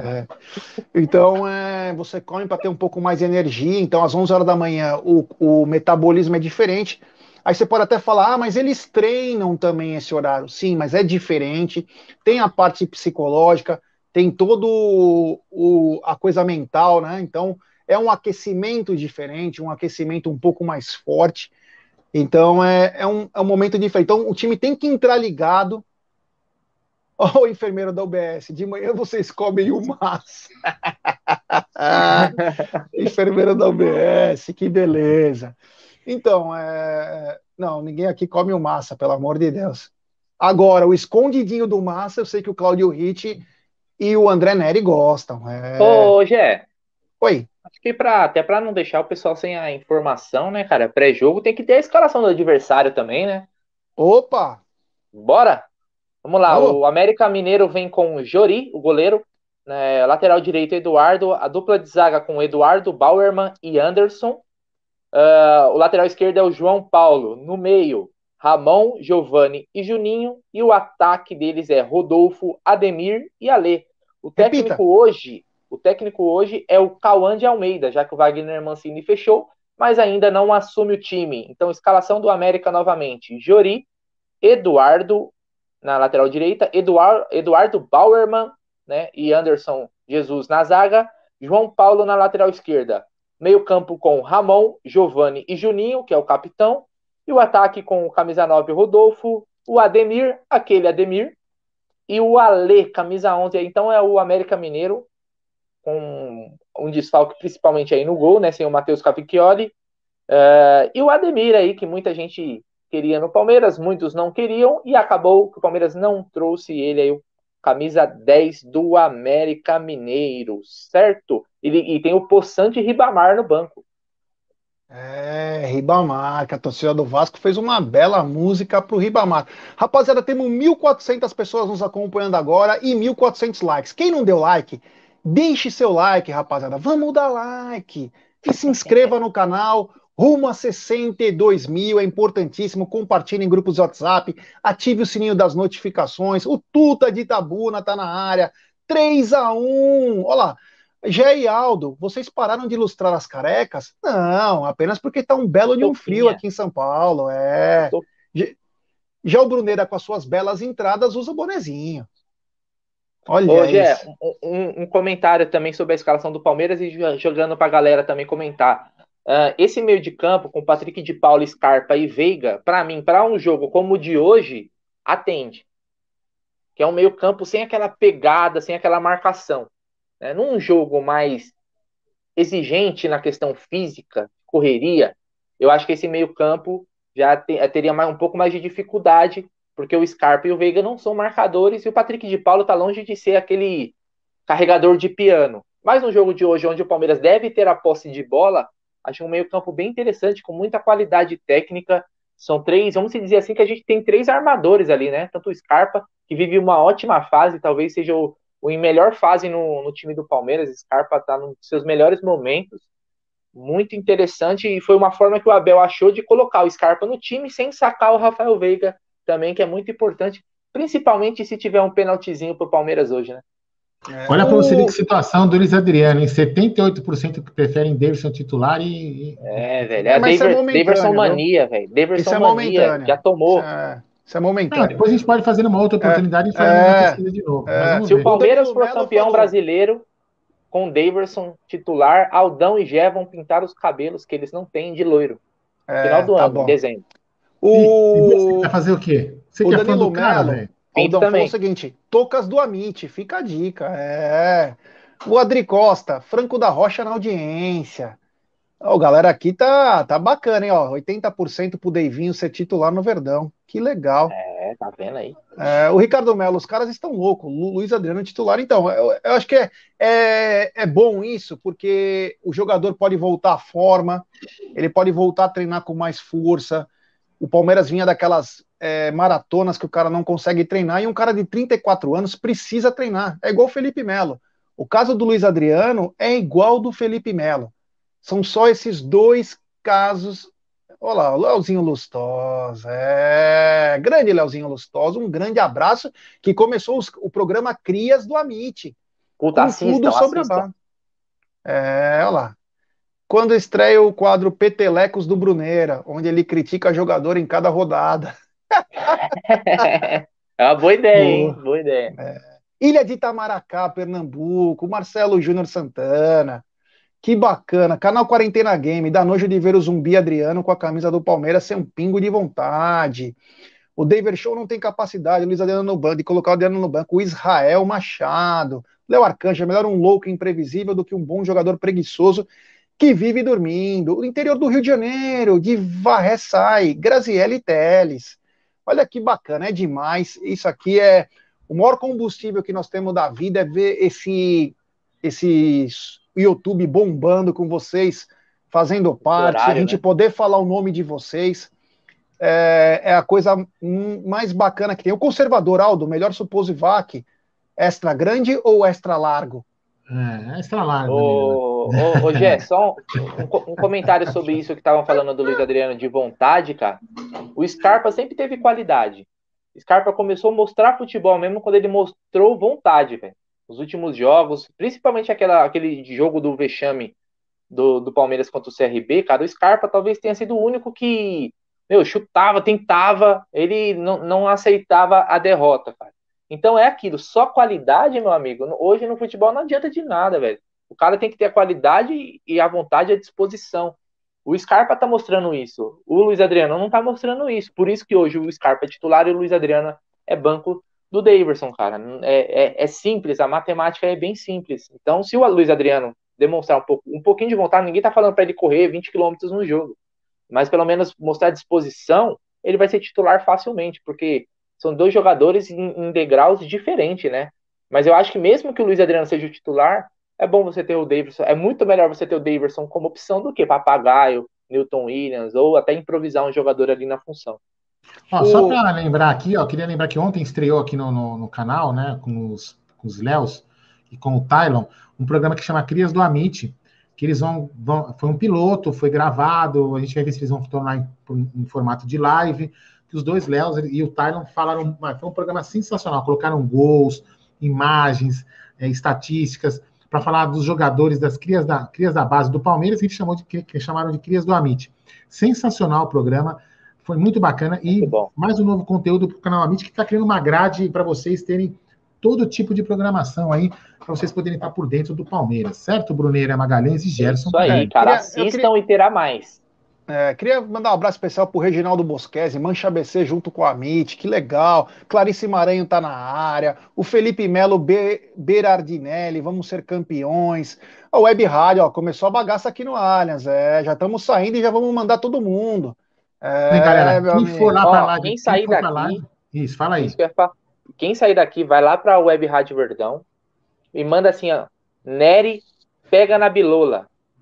Então, você come para ter um pouco mais de energia. Então, às 11 horas da manhã, o metabolismo é diferente. Aí você pode até falar, mas eles treinam também esse horário. Sim, mas é diferente. Tem a parte psicológica, tem todo a coisa mental, né? Então, é um aquecimento diferente, um aquecimento um pouco mais forte. Então, é um momento diferente. Então, o time tem que entrar ligado. Ó, o enfermeiro da UBS, de manhã vocês comem o massa. Enfermeiro da UBS, que beleza. Então, não, ninguém aqui come o massa, pelo amor de Deus. Agora, o escondidinho do massa, eu sei que o Claudio Ritt e o André Neri gostam. Ô, Gé. Oi. Acho que até para não deixar o pessoal sem a informação, né, cara? Pré-jogo tem que ter a escalação do adversário também, né? Opa! Bora! Vamos lá, o América Mineiro vem com Jori, o goleiro, né, lateral direito Eduardo, a dupla de zaga com Eduardo, Bauerman e Anderson. O lateral esquerdo é o João Paulo, no meio, Ramon, Giovani e Juninho, e o ataque deles é Rodolfo, Ademir e Alê. O técnico hoje é o Cauã de Almeida, já que o Wagner Mancini fechou, mas ainda não assume o time. Então, escalação do América novamente, Jori, Eduardo na lateral direita, Eduardo Bauerman, né, e Anderson Jesus na zaga, João Paulo na lateral esquerda, meio campo com Ramon, Giovani e Juninho, que é o capitão, e o ataque com o camisa 9 Rodolfo, o Ademir, aquele Ademir, e o Alê, camisa 11, então é o América Mineiro, com um desfalque principalmente aí no gol, né, sem o Matheus Cavicchioli, e o Ademir aí, que muita gente queria no Palmeiras, muitos não queriam, e acabou que o Palmeiras não trouxe ele aí, o camisa 10 do América Mineiro, certo? E tem o Poçante Ribamar no banco. Ribamar, que a torcida do Vasco fez uma bela música pro Ribamar. Rapaziada, temos 1.400 pessoas nos acompanhando agora e 1.400 likes. Quem não deu like, deixe seu like, rapaziada. Vamos dar like. E se inscreva no canal. Rumo a 62 mil, é importantíssimo. Compartilhe em grupos de WhatsApp, ative o sininho das notificações. O Tuta de Itabuna tá na área. 3-1. Olha lá. Gé e Aldo, vocês pararam de ilustrar as carecas? Não, apenas porque tá um belo de um frio aqui em São Paulo. Já o Bruneira, com as suas belas entradas, usa o bonezinho. Olha isso. Um comentário também sobre a escalação do Palmeiras e jogando pra galera também comentar. Esse meio de campo, com Patrick de Paula, Scarpa e Veiga, para mim, para um jogo como o de hoje, atende. Que é um meio campo sem aquela pegada, sem aquela marcação. Né? Num jogo mais exigente na questão física, correria, eu acho que esse meio-campo já teria um pouco mais de dificuldade, porque o Scarpa e o Veiga não são marcadores e o Patrick de Paulo está longe de ser aquele carregador de piano. Mas no jogo de hoje, onde o Palmeiras deve ter a posse de bola, acho um meio-campo bem interessante, com muita qualidade técnica. São três, vamos dizer assim, que a gente tem 3 armadores ali, né? Tanto o Scarpa, que vive uma ótima fase, talvez seja o em melhor fase no time do Palmeiras. Scarpa está nos seus melhores momentos. Muito interessante, e foi uma forma que o Abel achou de colocar o Scarpa no time sem sacar o Rafael Veiga também, que é muito importante, principalmente se tiver um penaltizinho pro Palmeiras hoje, né? Olha para você ver que situação do Luiz Adriano, em 78% que preferem Davidson titular velho, é Davidson mania, velho. Davidson mania, já tomou. Isso é momentâneo. Não, depois a gente pode fazer uma outra oportunidade e fazer uma pesquisa de novo. Se o Palmeiras for campeão brasileiro, com Daverson titular, Aldão e Gé vão pintar os cabelos que eles não têm de loiro. Final do ano, em dezembro. E você vai fazer o quê? Você o que é Danilo fã do cara, Melo, velho? Aldão falou o seguinte, tocas do Amit, fica a dica. O Adri Costa, Franco da Rocha na audiência. Galera, aqui tá bacana, hein? 80% pro Deivinho ser titular no Verdão. Que legal. Tá vendo aí? O Ricardo Melo, os caras estão loucos. Luiz Adriano titular. Então, eu acho que é bom isso, porque o jogador pode voltar à forma, ele pode voltar a treinar com mais força. O Palmeiras vinha daquelas maratonas que o cara não consegue treinar, e um cara de 34 anos precisa treinar. É igual o Felipe Melo. O caso do Luiz Adriano é igual ao do Felipe Melo. São só esses 2 casos. Olha lá, o Leozinho Lustosa. Grande Leozinho Lustosa, um grande abraço, que começou o programa Crias do Amit. Puta, assistam. Olha lá. Quando estreia o quadro Petelecos do Bruneira, onde ele critica jogador em cada rodada. É uma boa ideia, hein? Boa ideia. Ilha de Itamaracá, Pernambuco, Marcelo Júnior Santana. Que bacana. Canal Quarentena Game, dá nojo de ver o Zumbi Adriano com a camisa do Palmeiras sem um pingo de vontade. O Daver Show não tem capacidade, Luiz Adriano no banco, de colocar o Adriano no banco. O Israel Machado. Léo Arcanjo, é melhor um louco imprevisível do que um bom jogador preguiçoso que vive dormindo. O interior do Rio de Janeiro, de Varré Sai, Graziele Teles. Olha que bacana, é demais. Isso aqui é o maior combustível que nós temos da vida, é ver esse YouTube bombando com vocês, fazendo parte, a gente poder falar o nome de vocês. É a coisa mais bacana que tem. O conservador, Aldo, melhor Suposivac, extra grande ou extra largo? Extra largo. Ô Gé, só um comentário sobre isso que estavam falando do Luiz Adriano de vontade, cara. O Scarpa sempre teve qualidade. O Scarpa começou a mostrar futebol mesmo quando ele mostrou vontade, velho. Nos últimos jogos, principalmente aquele jogo do vexame do Palmeiras contra o CRB, cara, o Scarpa talvez tenha sido o único que, chutava, tentava, ele não aceitava a derrota, cara. Então é aquilo, só qualidade, meu amigo. Hoje no futebol não adianta de nada, velho. O cara tem que ter a qualidade e a vontade e a disposição. O Scarpa tá mostrando isso. O Luiz Adriano não tá mostrando isso. Por isso que hoje o Scarpa é titular e o Luiz Adriano é banco do Daverson, cara. É simples, a matemática é bem simples. Então, se o Luiz Adriano demonstrar um pouquinho de vontade, ninguém tá falando para ele correr 20 km no jogo, mas pelo menos mostrar disposição, ele vai ser titular facilmente, porque são 2 jogadores em degraus diferentes, né? Mas eu acho que mesmo que o Luiz Adriano seja o titular, é bom você ter o Daverson. É muito melhor você ter o Daverson como opção do que Papagaio, Newton Williams, ou até improvisar um jogador ali na função. Só para lembrar aqui, queria lembrar que ontem estreou aqui no canal, né, com os Léos e com o Tylon, um programa que chama Crias do Amit, que eles foi um piloto, foi gravado, a gente vai ver se eles vão tornar em formato de live, que os 2 Léos e o Tylon falaram, foi um programa sensacional, colocaram gols, imagens, estatísticas, para falar dos jogadores das crias da base do Palmeiras, que chamaram de Crias do Amit. Sensacional o programa, foi muito bacana, e mais um novo conteúdo para o canal Amit, que está criando uma grade para vocês terem todo tipo de programação aí, para vocês poderem estar por dentro do Palmeiras, certo, Bruneira, Magalhães e Gerson? Isso aí, cara, assistam e terá mais. Queria mandar um abraço especial pro Reginaldo Bosquese, Mancha ABC junto com a Amit, que legal. Clarice Maranhão tá na área. O Felipe Melo Berardinelli, vamos ser campeões. A Web Rádio, ó, começou a bagaça aqui no Allianz. Já estamos saindo e já vamos mandar todo mundo. Galera, quem for lá pra live, quem sair daqui... Isso, fala aí. Quem sair daqui, vai lá pra Web Rádio Verdão e manda assim, ó, Nery pega na bilola.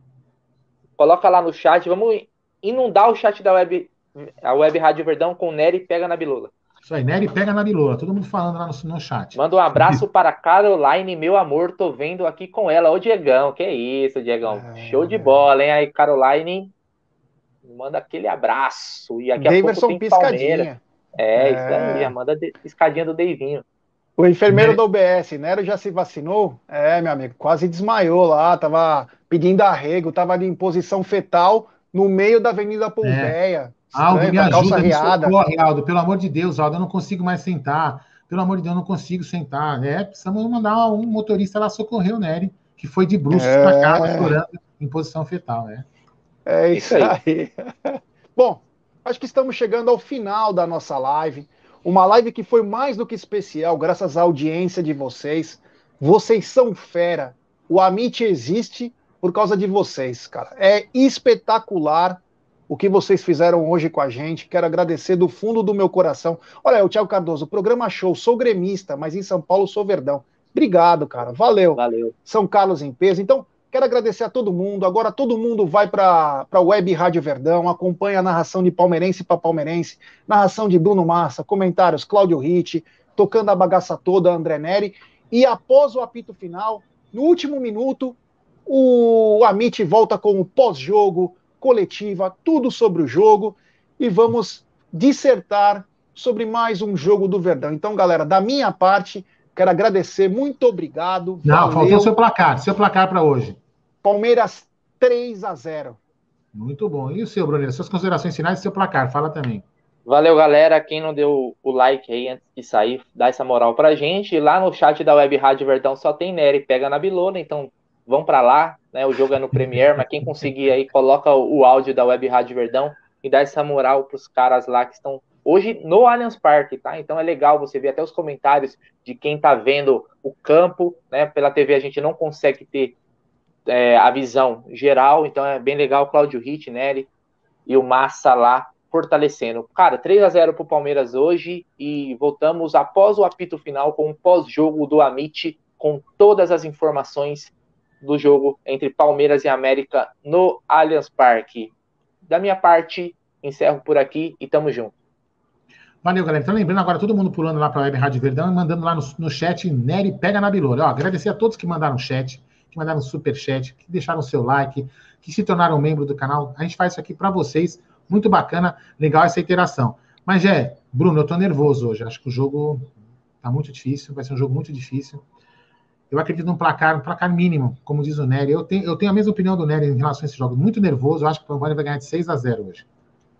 Coloca lá no chat, vamos inundar o chat da Web Rádio Verdão com Nery pega na bilola. Isso aí, Nery pega na bilola, todo mundo falando lá no chat. Manda um abraço para Caroline, meu amor, tô vendo aqui com ela. Ô, Diegão, que isso, Diegão, show de bola, hein? Aí, Caroline, manda aquele abraço. E aqui a pouco tem Palmeiras. Isso aí, já manda piscadinha do Deivinho. O enfermeiro da UBS, Nero já se vacinou? Meu amigo, quase desmaiou lá, tava pedindo arrego, tava em posição fetal no meio da Avenida Pompeia. Aldo, me ajuda, me socorre, Aldo, pelo amor de Deus, Aldo, eu não consigo mais sentar. Pelo amor de Deus, eu não consigo sentar. Precisamos mandar um motorista lá socorrer o Nery, que foi de bruços pra casa, chorando em posição fetal, É isso aí. Bom, acho que estamos chegando ao final da nossa live. Uma live que foi mais do que especial, graças à audiência de vocês. Vocês são fera. O Amit existe por causa de vocês, cara. É espetacular o que vocês fizeram hoje com a gente. Quero agradecer do fundo do meu coração. Olha, o Thiago Cardoso, programa show. Sou gremista, mas em São Paulo sou Verdão. Obrigado, cara. Valeu. São Carlos em peso. Então, quero agradecer a todo mundo. Agora todo mundo vai para a Web Rádio Verdão, acompanha a narração de palmeirense para palmeirense, narração de Bruno Massa, comentários Cláudio Ritt, tocando a bagaça toda, André Nery. E após o apito final, no último minuto, o Amit volta com o pós-jogo, coletiva, tudo sobre o jogo. E vamos dissertar sobre mais um jogo do Verdão. Então, galera, da minha parte, quero agradecer, muito obrigado. Não, faltou seu placar para hoje. Palmeiras 3-0. Muito bom. E o seu, Bruno? Suas considerações finais e seu placar, fala também. Valeu, galera. Quem não deu o like aí antes de sair, dá essa moral pra gente. Lá no chat da Web Rádio Verdão só tem Nery pega na bilola, então vão pra lá, né? O jogo é no Premiere, mas quem conseguir aí, coloca o áudio da Web Rádio Verdão e dá essa moral pros caras lá que estão hoje no Allianz Parque, tá? Então é legal você ver até os comentários de quem tá vendo o campo, né? Pela TV a gente não consegue ter a visão geral, então é bem legal o Cláudio Ritt, Nery e o Massa lá fortalecendo. Cara, 3-0 pro Palmeiras hoje e voltamos após o apito final com o pós-jogo do Amit com todas as informações do jogo entre Palmeiras e América no Allianz Parque. Da minha parte, encerro por aqui e tamo junto. Valeu, galera. Então, lembrando agora, todo mundo pulando lá para a Web Rádio Verdão e mandando lá no chat, Nery pega na bilola. Agradecer a todos que mandaram chat, que mandaram superchat, que deixaram seu like, que se tornaram membro do canal. A gente faz isso aqui para vocês. Muito bacana, legal essa interação. Mas, Bruno, eu tô nervoso hoje. Acho que o jogo tá muito difícil, vai ser um jogo muito difícil. Eu acredito num placar mínimo, como diz o Nery. Eu tenho a mesma opinião do Nery em relação a esse jogo. Muito nervoso, eu acho que o Palmeiras vai ganhar de 6-0 hoje.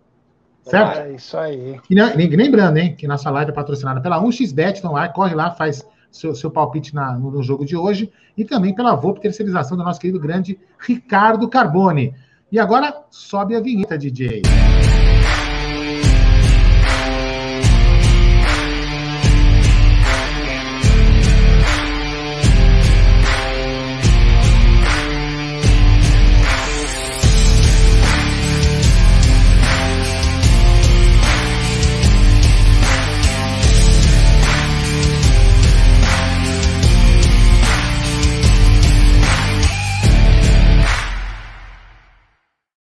Certo? É isso aí. E lembrando, hein, que nossa live é patrocinada pela 1xBet, então corre lá, faz seu palpite no jogo de hoje, e também pela VoP Terceirização do nosso querido grande Ricardo Carbone. E agora, sobe a vinheta, DJ.